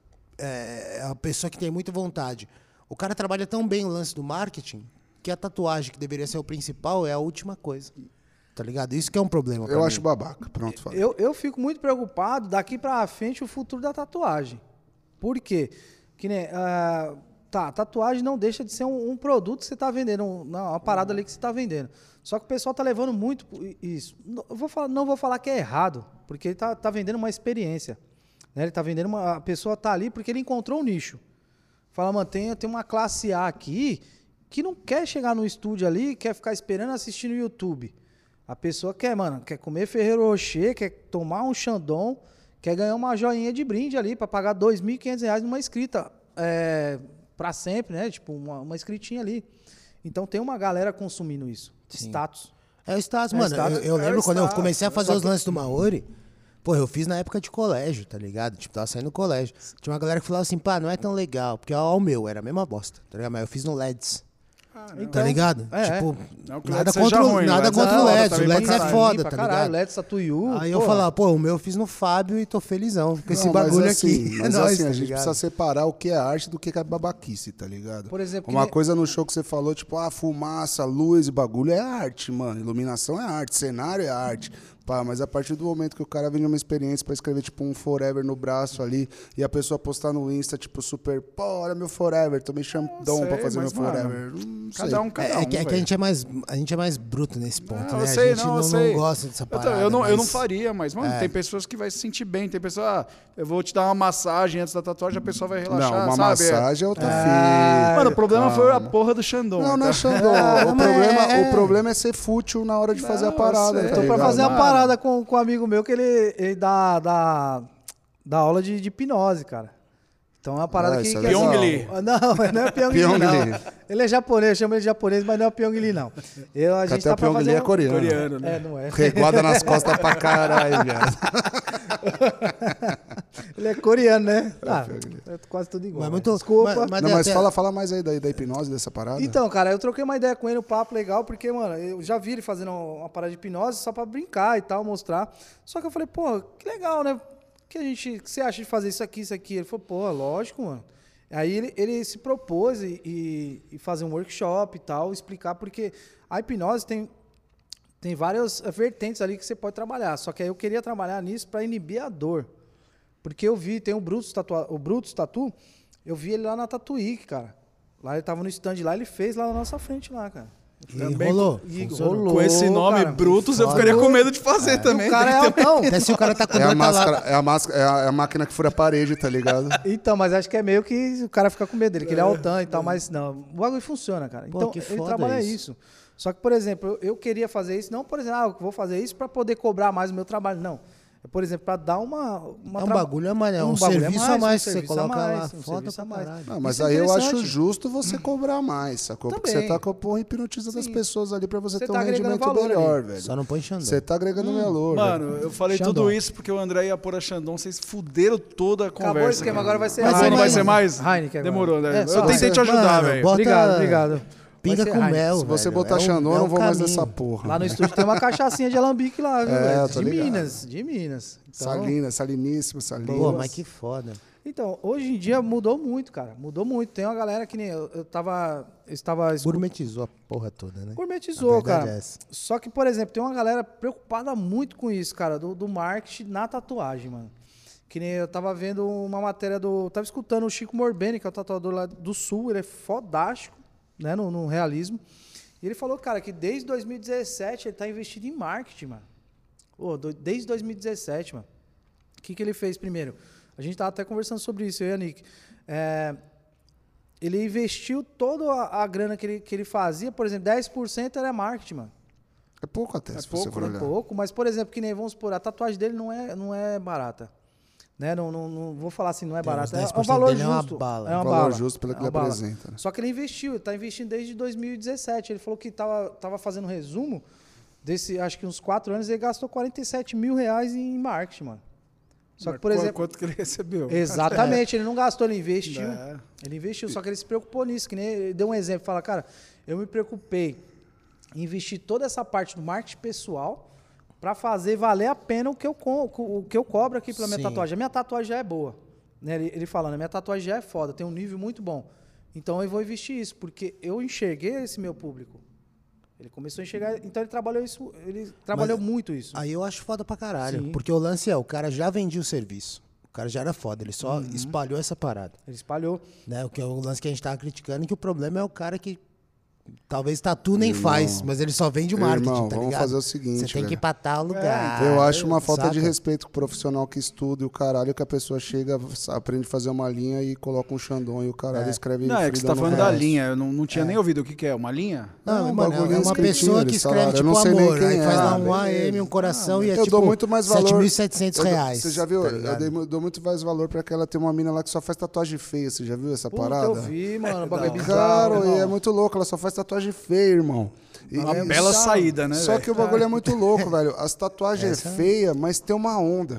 É a pessoa que tem muita vontade. O cara trabalha tão bem o lance do marketing que a tatuagem, que deveria ser o principal, é a última coisa. Tá ligado? Isso que é um problema pra Eu mim. acho babaca. Pronto, fala. Eu, eu fico muito preocupado daqui pra frente o futuro da tatuagem. Por quê? Que nem, ah, tá, tatuagem não deixa de ser um, um produto que você tá vendendo, um, não, uma parada ali que você tá vendendo. Só que o pessoal tá levando muito isso. Não, eu vou falar, não vou falar que é errado, porque ele tá, tá vendendo uma experiência. Né? Ele tá vendendo uma... A pessoa tá ali porque ele encontrou um nicho. Fala, mano, tem, tem uma classe A aqui que não quer chegar no estúdio ali, quer ficar esperando assistir no YouTube. A pessoa quer, mano, quer comer Ferrero Rocher, quer tomar um Chandon, quer ganhar uma joinha de brinde ali para pagar dois mil e quinhentos reais numa escrita é, para sempre, né? Tipo, uma, uma escritinha ali. Então tem uma galera consumindo isso. Sim. Status. É o status, É mano. status. Eu, eu É lembro o quando eu status. comecei a fazer Só os que- lances do Maori. Pô, eu fiz na época de colégio, tá ligado? Tipo, tava saindo do colégio. Tinha uma galera que falava assim, pá, não é tão legal. Porque ó, o meu era a mesma bosta, tá ligado? Mas eu fiz no L E D S. Ah, Então, Tá ligado? é, tipo, Não que o nada L E D seja contra, o- ruim, nada o L E D é contra o foda L E D. O também L E D pra é caralho. foda, pra tá caralho, ligado? L E D Satuyu. Aí eu pô. falava, pô, o meu eu fiz no Fábio e tô felizão com esse Não, mas bagulho assim, aqui. Mas É nóis, assim, tá a gente ligado? precisa separar o que é arte do que é babaquice, tá ligado? Por exemplo, que Uma nem- coisa no show que você falou, tipo, ah, fumaça, luz e bagulho é arte, mano. Iluminação é arte, cenário é arte. Pá, mas a partir do momento que o cara vende uma experiência pra escrever, tipo, um forever no braço ali, e a pessoa postar no Insta, tipo, super, pô, olha meu forever, tomei Xandão sei, pra fazer meu mas, mano, forever. Não sei. Cada um, cada É, um. é que, é que a velho. gente é mais a gente é mais bruto nesse ponto, Não, né? eu sei, a gente não, não, eu sei. não gosta dessa Eu, parada. tô- eu não, eu não mas- faria, mas, mano, É. tem pessoas que vai se sentir bem. Tem pessoa, ah, eu vou te dar uma massagem antes da tatuagem, a pessoa vai relaxar, Não, uma sabe? massagem é outra Ah, fita. Mano, o problema calma. foi a porra do Xandão. Não, não é tá? Xandão. Ah, o, mas problema, é- o problema é ser fútil na hora de fazer a Não, parada. eu sei. tá Tô pra ligado? fazer uma Mano. parada com, com um amigo meu que ele, ele dá, dá, dá aula de, de hipnose, cara. Então é uma parada Ah, que... isso é que legal. Pyong Lee. Não, não é Pyong Lee, Pyong não. Lee. Ele é japonês, eu chamo ele de japonês, mas não é Pyong Lee, não. Eu, a gente Até tá o pra Pyong fazer Lee é um- coreano. Coreano, né? É, não é. Reguada nas costas pra caralho, viado. Ele é coreano, né? Ah, é quase tudo igual. Mas né? muito- Desculpa. mas- mas- Não, mas até- fala, fala mais aí da, da hipnose, dessa parada. Então, cara, eu troquei uma ideia com ele, um papo legal, porque, mano, eu já vi ele fazendo uma parada de hipnose só pra brincar e tal, mostrar. Só que eu falei, pô, que legal, né? Que a gente, que você acha de fazer isso aqui, isso aqui? Ele falou, pô, lógico, mano. Aí ele, ele se propôs e, e, e fazer um workshop e tal, explicar, porque a hipnose tem, tem várias vertentes ali que você pode trabalhar. Só que aí eu queria trabalhar nisso pra inibir a dor. Porque eu vi, tem o Brutus, tatua, o Brutus Tatu, eu vi ele lá na Tatuíque, cara. Lá ele tava no stand lá, ele fez lá na nossa frente lá, cara. E Também rolou. E Funcionou. rolou, Com esse nome cara. Brutus, eu foda. ficaria com medo de fazer também. O cara é tem que ter- altão. Até se o cara tá com É a, dor, tá máscara, lá. é, a máscara, é, a, é a máquina que fura a parede, tá ligado? Então, mas acho que é meio que o cara fica com medo dele, que ele é altão e tal, mas não, o bagulho funciona, cara. Pô, Então, que ele foda trabalha isso. isso. Só que, por exemplo, eu, eu queria fazer isso, não, por exemplo, ah, eu vou fazer isso para poder cobrar mais o meu trabalho, não. É, por exemplo, para dar uma... uma É um tra- bagulho a mais, é um, bagulho serviço a mais um que você serviço a coloca mais, lá. um Foda serviço pra a mais. caralho. Não, mas Isso é aí eu acho interessante. justo você cobrar mais, sacou? Porque Também. você tá com a porra hipnotizando as Sim. pessoas ali pra você, Você ter tá um agregando rendimento valor melhor, ali. velho. Só não põe Xandão. Você tá agregando valor, velho. Mano, eu falei Xandão. tudo isso porque o André ia pôr a Xandão, vocês fuderam toda a conversa. Acabou o esquema, cara. agora vai ser Mas Heineken. não vai ser mais? Heineken agora. Demorou, né? É, eu só tentei te Heineken. ajudar, Mano, velho. bota- Obrigado, obrigado. Pinga Vai ser com Heineken. mel, Se você velho. botar É o- Xandão, é eu o não vou mais caminho. nessa porra. Lá no estúdio tem uma cachaçinha de alambique lá, viu, É, velho? tô De ligado. Minas, de Minas. Então, Salina, saliníssimo, salina. Pô, mas que foda. Então, hoje em dia mudou muito, cara. Mudou muito. Tem uma galera que nem eu, eu tava. Eu estava escu- Gourmetizou a porra toda, né? Gourmetizou, A verdade cara. é essa. Só que, por exemplo, tem uma galera preocupada muito com isso, cara, do, do marketing na tatuagem, mano. Que nem eu tava vendo uma matéria do. Tava escutando o Chico Morbeni, que é o tatuador lá do Sul, ele é fodástico, né, no, no realismo. E ele falou, cara, que desde dois mil e dezessete ele tá investindo em marketing, mano. Pô, do- desde dois mil e dezessete, mano. O que, que ele fez primeiro? A gente tava até conversando sobre isso, eu e a Nick. É, ele investiu toda a, a grana que ele, que ele fazia, por exemplo, dez por cento era marketing, mano. É pouco até, É se pouco, você for né? olhar. Pouco, mas, por exemplo, que nem, vamos supor, a tatuagem dele não é, não é barata. Né? Não, não, não vou falar assim, não é Tem uns barata. É dez um por cento valor dele é uma justo. bala. É uma Um valor bala. justo pelo É que uma ele bala. apresenta, né? Só que ele investiu, ele está investindo desde dois mil e dezessete. Ele falou que estava tava fazendo um resumo desse, acho que uns quatro anos, ele gastou quarenta e sete mil reais em marketing, mano. Só que, por Mas exemplo. Quanto que ele recebeu? Exatamente, ele não gastou, ele investiu. É. Ele investiu, só que ele se preocupou nisso, que nem ele deu um exemplo, fala, cara, eu me preocupei em investir toda essa parte do marketing pessoal para fazer valer a pena o que eu, co- o que eu cobro aqui pela minha Sim. tatuagem. A minha tatuagem já é boa. Né? Ele, ele falando, a minha tatuagem já é foda, tem um nível muito bom. Então eu vou investir isso, porque eu enxerguei esse meu público. Ele começou a enxergar, então ele trabalhou isso, ele trabalhou muito isso. Aí eu acho foda pra caralho. Sim. Porque o lance é, o cara já vendia o serviço. O cara já era foda, ele só Uhum. espalhou essa parada. Ele espalhou. Né? O que é o lance que a gente tava criticando, que o problema é o cara que talvez tatu nem Irmão. faz, mas ele só vende o marketing, Irmão, tá vamos ligado? fazer o seguinte, Você tem que velho. ir pra tal lugar. Eu acho uma falta de saca? respeito com o profissional que estuda e o caralho que a pessoa chega, aprende a fazer uma linha e coloca um xandão e o caralho escreve. Não, é que você tá Freedom falando no da braço. linha. Eu não, não tinha nem ouvido o que, que é. Uma linha? Não, Não, mano, bagulho é uma escritinho, pessoa que eles escreve falaram, eu tipo não sei nem amor, quem aí é. faz lá Ah, um A beleza. M, um coração e é Eu tipo dou muito mais valor. sete mil e setecentos eu dou- reais. Você já viu? tá eu ligado? dei mu- dou muito mais valor pra aquela ter uma mina lá que só faz tatuagem feia. Você já viu essa Puta, parada? eu vi, mano, o bagulho é bizarro, Cara, e irmão. é muito louco, ela só faz tatuagem feia, irmão. E- Uma e- bela só- saída, né, Só velho? que o bagulho é muito louco, velho. As tatuagens Essa- é feia, mas tem uma onda.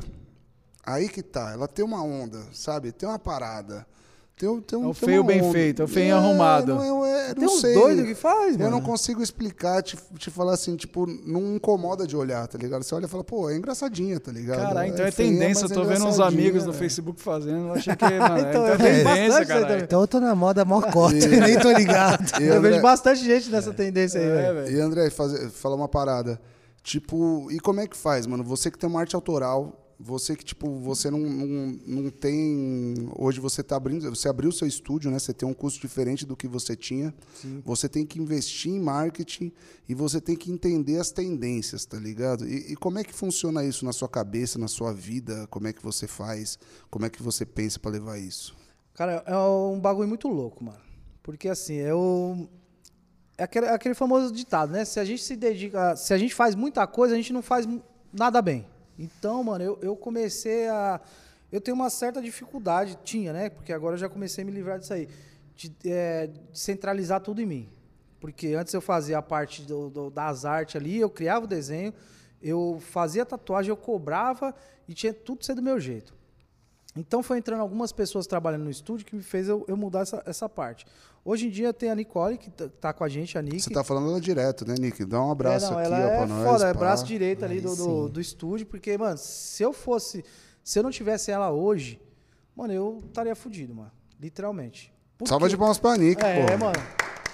Aí que tá, ela tem uma onda, sabe? Tem uma parada. Tem, um- tem um, É o tem feio uma bem onda. feito, é o feio É, arrumado. Não, é, é, Tem não uns sei. doidos que faz, Eu mano. não consigo explicar, te, te falar assim, tipo, não incomoda de olhar, tá ligado? Você olha e fala, pô, é engraçadinha, tá ligado? Caralho, então é, feia, tendência. Eu mas é tô vendo uns engraçadinha, amigos no velho. Facebook fazendo. Eu achei que, mano, Então, então, eu é vejo tendência, bastante isso aí cara. também. Então eu tô na moda mó cota, nem tô ligado. E, Eu André, vejo bastante gente nessa tendência aí, É, velho. velho. e André, fazer, falar uma parada. Tipo, e como é que faz, mano? Você que tem uma arte autoral, você que, tipo, você não, não, não tem. Hoje você tá abrindo. Você abriu o seu estúdio, né? Você tem um custo diferente do que você tinha. Você tem que investir em marketing e você tem que entender as tendências, tá ligado? E, e como é que funciona isso na sua cabeça, na sua vida? Como é que você faz? Como é que você pensa pra levar isso? Cara, é um bagulho muito louco, mano. Porque assim, eu. É aquele, é aquele famoso ditado, né? Se a gente se dedica. Se a gente faz muita coisa, a gente não faz mu- nada bem. Então, mano, eu, eu comecei a. Eu tenho uma certa dificuldade, tinha, né? Porque agora eu já comecei a me livrar disso aí. De, é, de centralizar tudo em mim. Porque antes eu fazia a parte do- do- das artes ali, eu criava o desenho, eu fazia tatuagem, eu cobrava e tinha tudo ser do meu jeito. Então foi entrando algumas pessoas trabalhando no estúdio que me fez eu, eu mudar essa, essa parte. Hoje em dia tem a Nicole, que tá, tá com a gente, a Nick. Você tá falando ela direto, né, Nick? Dá um abraço é, não, aqui, ela ó, é pra nós. foda, é pá. braço direito ali Aí do, do, sim. do estúdio, porque, mano, se eu fosse, se eu não tivesse ela hoje, mano, eu estaria fudido, mano, literalmente. Por Salva quê? de palmas pra Nick, É, pô. mano.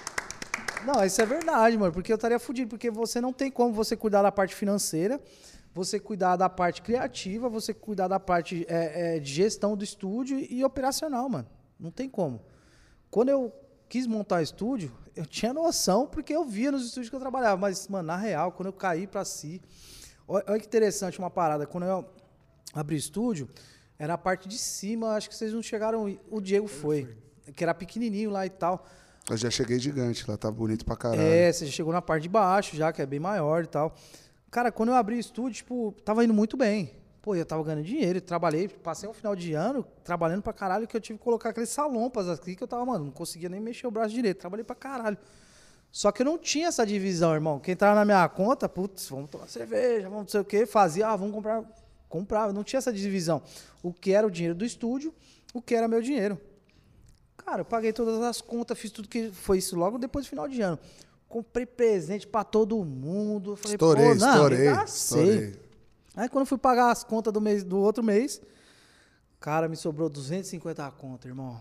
Não, isso é verdade, mano, porque eu estaria fudido, porque você não tem como você cuidar da parte financeira, você cuidar da parte criativa, você cuidar da parte é, é, de gestão do estúdio e operacional, mano. Não tem como. Quando eu quis montar estúdio, eu tinha noção, porque eu via nos estúdios que eu trabalhava, mas, mano, na real, quando eu caí pra si... Olha, olha que interessante uma parada, quando eu abri o estúdio, era a parte de cima, acho que vocês não chegaram... O Diego foi, que era pequenininho lá e tal. Eu já cheguei gigante, lá tá bonito pra caralho. É, você já chegou na parte de baixo já, que é bem maior e tal. Cara, quando eu abri o estúdio, tipo, tava indo muito bem. Pô, eu tava ganhando dinheiro, trabalhei, passei um final de ano trabalhando pra caralho, que eu tive que colocar aqueles salompas aqui que eu tava, mano, não conseguia nem mexer o braço direito, trabalhei pra caralho. Só que eu não tinha essa divisão, irmão. Quem entrava na minha conta, putz, vamos tomar cerveja, vamos não sei o quê, fazia, ah, vamos comprar, comprava. Não tinha essa divisão. O que era o dinheiro do estúdio, o que era meu dinheiro. Cara, eu paguei todas as contas, fiz tudo que foi isso logo depois do final de ano. Comprei presente pra todo mundo. Falei, Estourei, pô, não, estourei, arregacei. estourei. Aí quando eu fui pagar as contas do, mês, do outro mês, Cara, me sobrou duzentos e cinquenta conto, irmão.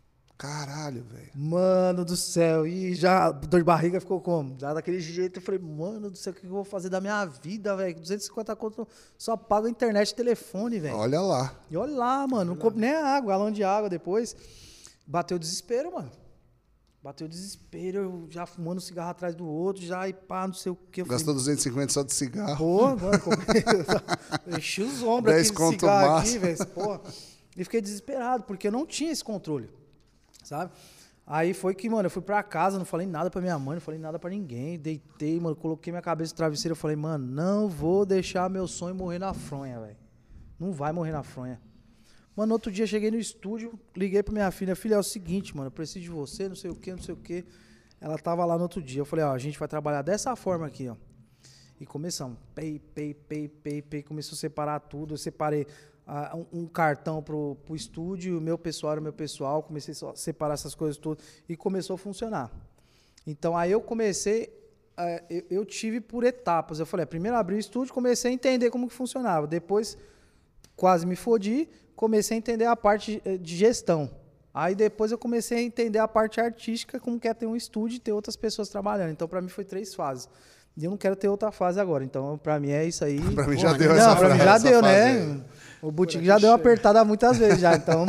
Caralho, velho. Mano do céu. E já a dor de barriga ficou como? Já daquele jeito. Eu falei, mano do céu, o que eu vou fazer da minha vida, velho? duzentos e cinquenta conto só pago a internet e telefone, velho. Olha lá. E olha lá, mano. Não compro nem a água, galão de água depois. Bateu o desespero, mano. Bateu o desespero, eu já fumando um cigarro atrás do outro, já e pá, não sei o que. Eu Gastou falei, duzentos e cinquenta só de cigarro. pô, mano, comprei, eu enchi os ombros dez aqui de conto cigarro massa. aqui, velho. Pô. E fiquei desesperado, porque eu não tinha esse controle, sabe? Aí foi que, mano, eu fui pra casa, não falei nada pra minha mãe, não falei nada pra ninguém. Deitei, mano, coloquei minha cabeça no travesseiro, eu falei, mano, não vou deixar meu sonho morrer na fronha, velho. Não vai morrer na fronha. Mano, outro dia cheguei no estúdio, liguei pra minha filha, filha, é o seguinte, mano, eu preciso de você, não sei o que, não sei o que. Ela tava lá no outro dia, eu falei, ó, a gente vai trabalhar dessa forma aqui, ó. E começamos, pei, pei, pei, pei, pei, começou a separar tudo, eu separei uh, um, um cartão pro, pro estúdio, o meu pessoal era o meu pessoal, comecei a separar essas coisas todas e começou a funcionar. Então aí eu comecei, uh, eu, eu tive por etapas, eu falei, primeiro abri o estúdio, comecei a entender como que funcionava, depois quase me fodi, comecei a entender a parte de gestão. Aí depois eu comecei a entender a parte artística, como que é ter um estúdio e ter outras pessoas trabalhando. Então, para mim, foi três fases. E eu não quero ter outra fase agora. Então, para mim, é isso aí. Pra mim Pô, já deu não, essa pra mim frase, já essa deu, fase né? aí. O boutique já deu uma apertada muitas vezes já. Então,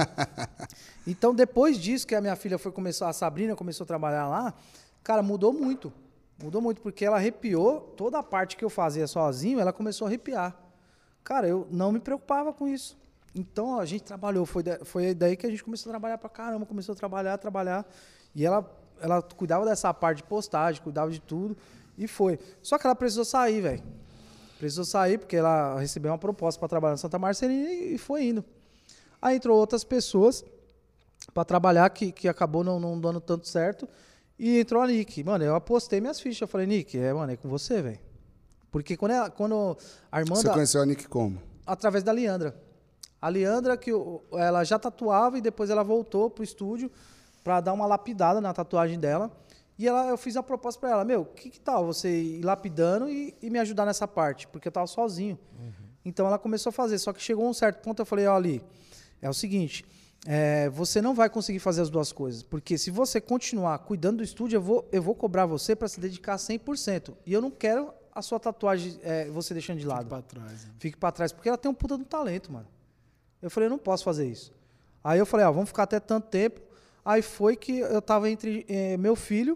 então, depois disso, que a minha filha foi começar, a Sabrina começou a trabalhar lá, cara, mudou muito. Mudou muito, porque ela arrepiou toda a parte que eu fazia sozinho, ela começou a arrepiar. Cara, eu não me preocupava com isso. Então, a gente trabalhou, foi, da, foi daí que a gente começou a trabalhar pra caramba, começou a trabalhar, trabalhar, e ela, ela cuidava dessa parte de postagem, cuidava de tudo, e foi. Só que ela precisou sair, velho. Precisou sair, porque ela recebeu uma proposta para trabalhar na Santa Marcelina e, e foi indo. Aí entrou outras pessoas para trabalhar, que, que acabou não, não dando tanto certo, e entrou a Nick. Mano, eu apostei minhas fichas, eu falei, Nick, é, mano, é com você, velho. Porque quando, ela, quando a irmã Você da... conheceu a Nick como? Através da Leandra. A Leandra, que ela já tatuava e depois ela voltou pro estúdio para dar uma lapidada na tatuagem dela. E ela, eu fiz a proposta para ela, meu, que, que tal você ir lapidando e, e me ajudar nessa parte? Porque eu tava sozinho. Uhum. Então ela começou a fazer, só que chegou a um certo ponto, eu falei, ó, Ali, é o seguinte, é, você não vai conseguir fazer as duas coisas, porque se você continuar cuidando do estúdio, eu vou, eu vou cobrar você para se dedicar cem por cento. E eu não quero a sua tatuagem, é, você deixando de lado. Fique para trás. Né? Fique para trás, porque ela tem um puta do talento, mano. Eu falei, eu não posso fazer isso. Aí eu falei, ó, vamos ficar até tanto tempo. Aí foi que eu tava entre eh, meu filho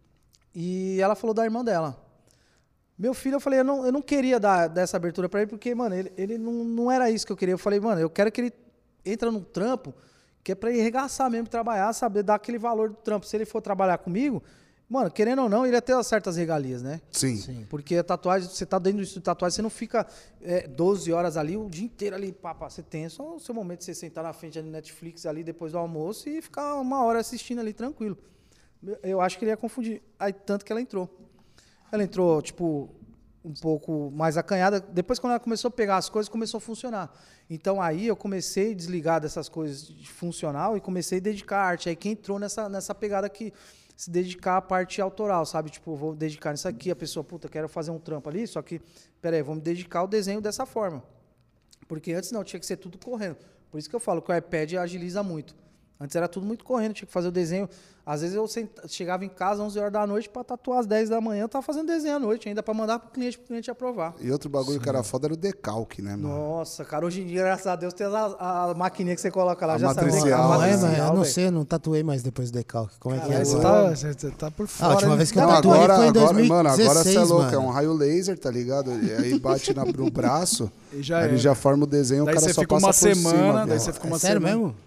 e ela falou da irmã dela. Meu filho, eu falei, eu não, eu não queria dar dessa abertura para ele, porque, mano, ele, ele não, não era isso que eu queria. Eu falei, mano, eu quero que ele entre num trampo que é para ele arregaçar mesmo, trabalhar, saber dar aquele valor do trampo. Se ele for trabalhar comigo, mano, querendo ou não, ele ia ter certas regalias, né? Sim. Sim. Porque a tatuagem, você tá dentro do estúdio de tatuagem, você não fica é, doze horas ali, o dia inteiro ali, pá, pá, você tem só o seu momento de você sentar na frente da Netflix ali depois do almoço e ficar uma hora assistindo ali tranquilo. Eu acho que ele ia confundir. Aí, tanto que ela entrou. Ela entrou, tipo, um pouco mais acanhada. Depois, quando ela começou a pegar as coisas, começou a funcionar. Então, aí eu comecei a desligar dessas coisas de funcional e comecei a dedicar a arte. Aí que entrou nessa, nessa pegada que se dedicar à parte autoral, sabe? Tipo, vou dedicar nisso aqui, a pessoa, puta, quero fazer um trampo ali, só que, peraí, vou me dedicar ao desenho dessa forma. Porque antes não, tinha que ser tudo correndo. Por isso que eu falo que o iPad agiliza muito. Antes era tudo muito correndo, tinha que fazer o desenho. Às vezes eu senta, chegava em casa às onze horas da noite para tatuar às dez da manhã, eu tava fazendo desenho à noite ainda para mandar pro cliente, pro cliente aprovar. E outro bagulho Sim. que era foda era o decalque, né, mano? Nossa, cara, hoje em dia, graças a Deus, tem a, a maquininha que você coloca lá, a já matricial. sabe. Não, A é, matricial, mas eu não véio. sei, eu não tatuei mais depois do decalque. Como é que é Você agora? tá, você tá por fora. Ah, a última vez que eu Não, tatuei agora, foi em agora, dois mil e dezesseis, mano, agora você é louco, mano. é um raio laser, tá ligado? E aí bate na, no braço, E já aí ele era. já forma o desenho, Daí o cara você só fica passa uma por semana, cima. daí velho. você fica É uma sério semana. mesmo?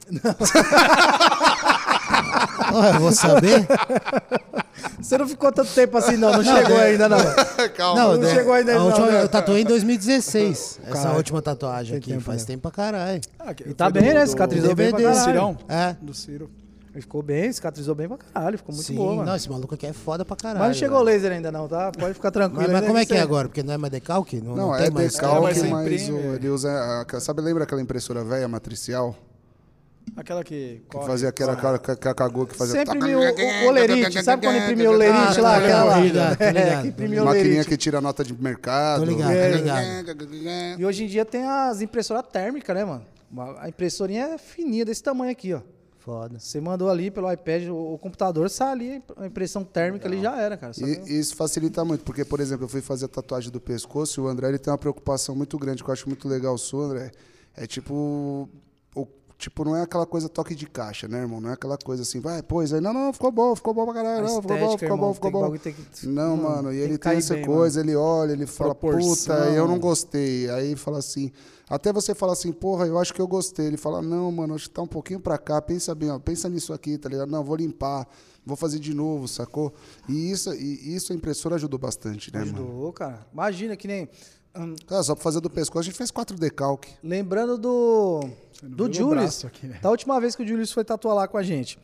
Oh, eu vou saber. Você não ficou tanto tempo assim, não. Não chegou ainda, não. Calma. Não, não de- chegou ainda, a não, última, né? eu tatuei em dois mil e dezesseis. Essa Caralho. última tatuagem Tem aqui. tempo, Faz né? tempo pra caralho. Ah, que- E tá foi bem, do- né? do- Cicatrizou bem pra D V D. caralho. Cirão? É. Do Ciro. Ele ficou bem, cicatrizou bem pra caralho. Ficou muito Sim, boa, mano. não, esse maluco aqui é foda pra caralho. Mas não chegou o velho. laser ainda não, tá? Pode ficar tranquilo. Mas, mas ainda como é que é você- agora? Porque não é mais decalque? Não, Não, não é tem mais. É, mas decalque, você mas imprime. o- ele usa... a- sabe, lembra aquela impressora velha, matricial? Aquela que... Que corre, fazia aquela corre. cara que cagou, que fazia... Sempre imprimiu o, o olerite. Sabe quando imprimiu o lerite Ah, lá? tá Aquela lá. ligado, tô ligado, tô É, ligado. que imprimiu o Maquininha lerite. que tira nota de mercado. Tô ligado, É, tô ligado. E hoje em dia tem as impressoras térmicas, né, mano? Uma- A impressorinha é fininha, desse tamanho aqui, ó. Foda. Você mandou ali pelo iPad, o, o computador, sai ali, a impressão térmica ali já era, cara. Só E, que- e isso facilita muito, porque, por exemplo, eu fui fazer a tatuagem do pescoço e o André ele tem uma preocupação muito grande, que eu acho muito legal sua, André. É tipo. O, tipo, não é aquela coisa toque de caixa, né, irmão? Não é aquela coisa assim, vai, pois aí, não, não, ficou bom, ficou bom pra caralho, a não, ficou bom, estética, ficou irmão, bom, ficou tem bom. bagulho, tem que- Não, mano, e tem ele que tem cair essa bem, coisa, ele olha, ele fala, Proporção. puta, eu não gostei. Aí ele fala assim, até você fala assim, porra, eu acho que eu gostei. Ele fala, não, mano, acho que tá um pouquinho pra cá, pensa bem, ó, pensa nisso aqui, tá ligado? Não, vou limpar, vou fazer de novo, sacou? E isso, e isso a impressora ajudou bastante, né, mano? Ajudou, cara. Imagina que nem... hum, Cara, só pra fazer do pescoço, a gente fez quatro decalque. lembrando do, não do viu o Julius, braço aqui, né? da última vez que o Julius foi tatuar lá com a gente.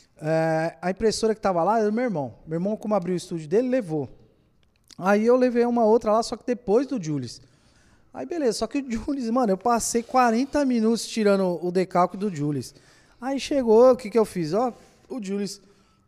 É, a impressora que tava lá era do meu irmão. Meu irmão, como abriu o estúdio dele, levou. Aí eu levei uma outra lá, só que depois do Julius. Aí beleza, só que o Julius, mano, eu passei quarenta minutos tirando o decalque do Julius. Aí chegou, o que que eu fiz? Ó, o Julius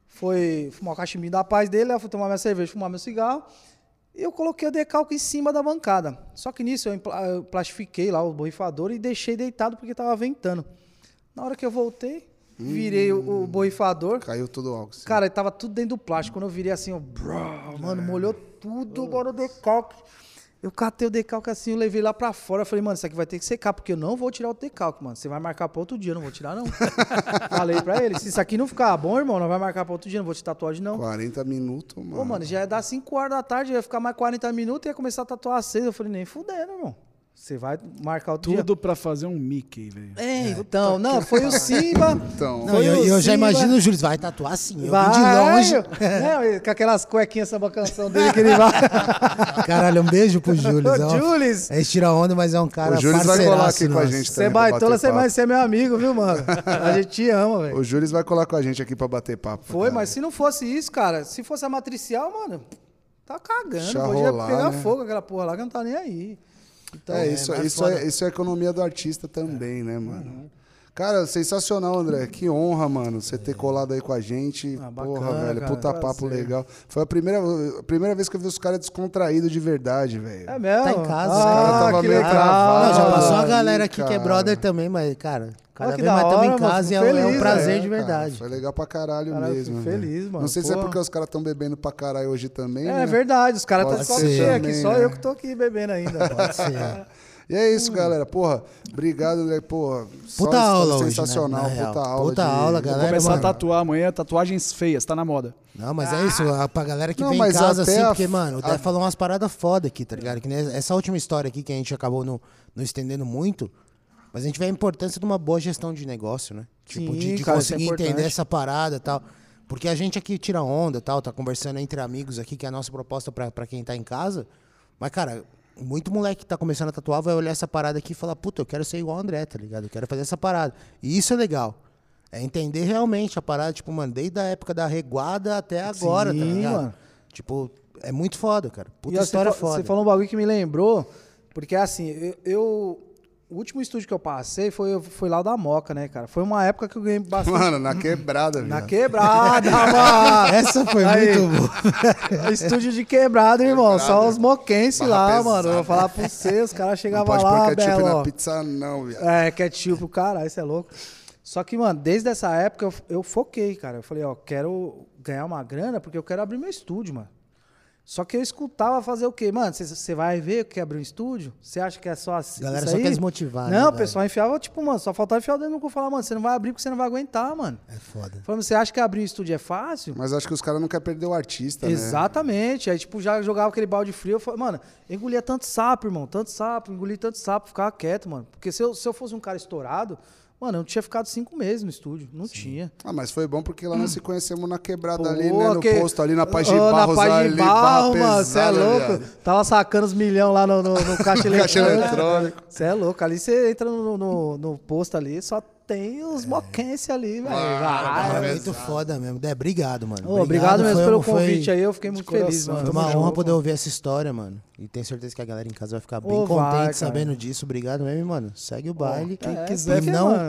foi fumar o cachimbinho da paz dele, eu fui tomar minha cerveja, fumar meu cigarro. E eu coloquei o decalque em cima da bancada. Só que nisso eu, empla- eu plastifiquei lá o borrifador e deixei deitado porque tava ventando. Na hora que eu voltei, virei o, o borrifador. Caiu tudo o álcool. assim. Cara, tava tudo dentro do plástico. Quando eu virei assim, ó, brrr, mano, molhou tudo, mano, o decalque. Eu catei o decalque assim, eu levei lá pra fora. Eu falei, mano, isso aqui vai ter que secar, porque eu não vou tirar o decalque, mano. Você vai marcar pra outro dia, eu não vou tirar, não. Falei pra ele, se isso aqui não ficar bom, irmão, não vai marcar pra outro dia, não vou te tatuar hoje, não. quarenta minutos, mano. Pô, mano, já ia dar cinco horas da tarde, ia ficar mais quarenta minutos e ia começar a tatuar às seis. Eu falei, nem fudendo, irmão. Você vai marcar outro dia. Tudo pra fazer um Mickey, velho. É, então, não, foi o Simba. Então, Não, Foi eu, o eu já Simba. imagino o Júlio, vai tatuar assim, eu Vai, vim de longe. Não, com aquelas cuequinhas samba canção dele que ele vai. Caralho, um beijo pro Júlio. Ô, Jules, A gente tira onda, mas é um cara o Júlio vai colar parceiraço aqui com a nosso. gente você também. pra baitola, bater você papo. vai ser meu amigo, viu, mano? A gente te ama, velho. O Júlio vai colar com a gente aqui pra bater papo. Foi, cara. mas se não fosse isso, cara, se fosse a matricial, mano, tá cagando. Deixa Podia rolar, pegar né? fogo aquela porra lá que não tá nem aí. Então, É, isso, mas isso, foda. é, isso é a economia do artista também, né, mano? Cara, sensacional, André. Que honra, mano, você ter colado aí com a gente. Ah, Porra, bacana, velho. cara, Puta prazer. papo legal. Foi a primeira, a primeira vez que eu vi os caras descontraídos de verdade, velho. É mesmo? Tá em casa, ah, os caras tava que meio legal. travado. Não, já passou uma aí, galera aqui que é cara. brother também, mas, cara, cada que vez da mais estamos hora, em mano, casa e é, fico um- é um feliz, prazer É, de cara, verdade. foi legal pra caralho Cara, eu mesmo. fico velho. feliz, mano. Não sei se é Pô. porque os caras estão bebendo pra caralho hoje também. É né? verdade, os caras tá Pode de copo ser cheio aqui, também, só né? eu que tô aqui bebendo ainda. Pode ser. E é isso, galera. Porra, obrigado, André. Porra, só Puta história aula hoje, né, sensacional. na real. Puta aula. Puta de- aula, de- galera. Começar mano. a tatuar amanhã, tatuagens feias, tá na moda. Não, mas é isso, a- pra galera que Não, vem em mas casa até assim, a- porque, mano, o a- Dé falou umas paradas foda aqui, tá ligado? Que nem essa última história aqui que a gente acabou não, não estendendo muito, mas a gente vê a importância de uma boa gestão de negócio, né? Tipo, Sim, de, de cara, isso é conseguir entender importante. essa parada e tal. Porque a gente aqui tira onda e tal, tá conversando entre amigos aqui, que é a nossa proposta pra, pra quem tá em casa. Mas, cara, muito moleque que tá começando a tatuar vai olhar essa parada aqui e falar, puta, eu quero ser igual o André, tá ligado? Eu quero fazer essa parada. E isso é legal. É entender realmente a parada, tipo, mano, desde a época da reguada até agora, tá Sim, ligado? mano. Tipo, é muito foda, cara. Puta E ó, história você, fa- foda. Você falou um bagulho que me lembrou, porque assim, eu, eu- o último estúdio que eu passei foi, foi lá o da Moca, né, cara? Foi uma época que eu ganhei bastante. Mano, na quebrada, na viado. quebrada, mano! Essa foi Aí. muito boa. Estúdio de quebrada, irmão. Só os moquenses Barra lá, pesada. mano. Eu vou falar pra você, os caras Não chegavam pode lá, pôr ketchup Belo. na ó. pizza, não, viado. É, ketchup, caralho, isso é louco. Só que, mano, desde essa época eu, eu foquei, cara. Eu falei, ó, quero ganhar uma grana porque eu quero abrir meu estúdio, mano. Só que eu escutava fazer o quê? Mano, você vai ver que abrir um estúdio? Você acha que é só assim? Galera isso só aí? quer desmotivar, né, Não, o velho? pessoal enfiava, tipo, mano, só faltava enfiar o dedo no cu e falar, mano, você não vai abrir porque você não vai aguentar, mano. É foda. Falando, você acha que abrir um estúdio é fácil? Mas acho que os caras não querem perder o artista, né? Exatamente. Aí, tipo, já jogava aquele balde frio. Eu falei, mano, eu engolia tanto sapo, irmão. Tanto sapo, engoli tanto sapo, ficava quieto, mano. Porque se eu, se eu fosse um cara estourado, mano, eu não tinha ficado cinco meses no estúdio. Não tinha. Ah, mas foi bom porque lá nós se conhecemos na quebrada Pô, ali, né? No que- posto ali, na Paz de Ô, Barros na Paz ali. de Barro, barra mano, você é pesada, louco. viado. Tava sacando os milhão lá no, no, no caixa Caixa eletrônico. eletrônico. Você é louco. Ali você entra no, no, no posto ali, só tem os moquenses ali, velho. Ah, Vai. É muito foda mesmo. Dé, obrigado, mano. Ô, obrigado mesmo Foi- pelo foi- convite aí. Eu fiquei muito coração, feliz, mano. Foi Tamo uma junto, honra poder mano. ouvir essa história, mano. E tenho certeza que a galera em casa vai ficar bem Ô, vai, contente cara. sabendo disso. Obrigado mesmo, mano. Segue o baile. Quem É, quiser, porque, não- mano,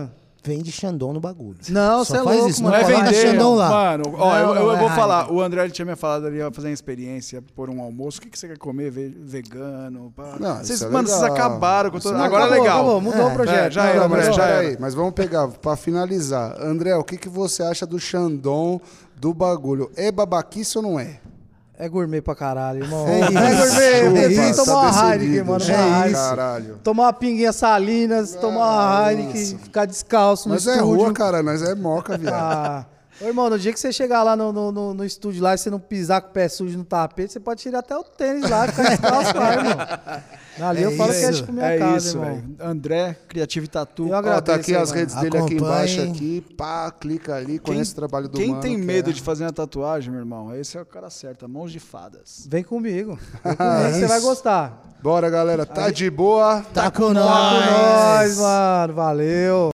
vende Xandão no bagulho. Não, Só você é faz louco, isso, mano. Não é Coloca vender, Xandão lá. mano. Ó, eu, Não, eu- eu é vou Heineken. falar. O André ele tinha me falado ali, ia fazer uma experiência por um almoço. O que, que você quer comer? Ve- Vegano? Pá. Não, Vocês, isso é mano, vocês legal. acabaram com Isso todo... não Agora acabou, é legal. acabou, mudou É, o projeto. é, já Não, era, não, André, não. já Pera era. aí, mas vamos pegar, pra finalizar. André, o que, que você acha do Xandão do bagulho? É babaquice ou não é? É gourmet pra caralho, irmão. É É, isso. gourmet. Eu É prefiro isso. tomar uma Tá Heineken, decidido. mano. É Uma isso. Heineken. Caralho. Tomar uma pinguinha Salinas, tomar uma Heineken, ficar descalço no Nós é estúdio. rua, cara, nós é moca, viado. Ah, ô, irmão, no dia que você chegar lá no, no, no, no estúdio lá e você não pisar com o pé sujo no tapete, você pode tirar até o tênis lá e ficar descalço lá, irmão. Ali É eu falo que é isso. de comer É a casa, isso, irmão. velho. André, Criativo Tatu. Eu Ó, agradeço, tá aqui aí, as mano. redes dele aqui Acompanhe. embaixo, aqui, pá, clica ali, conhece o trabalho do Quem mano. tem que medo é- de fazer uma tatuagem, meu irmão, esse é o cara certo. Mãos de fadas. Vem comigo. Vem É comigo que você vai isso. gostar. Bora, galera, tá de boa? Tá com Tá com nós. nós, mano. Valeu.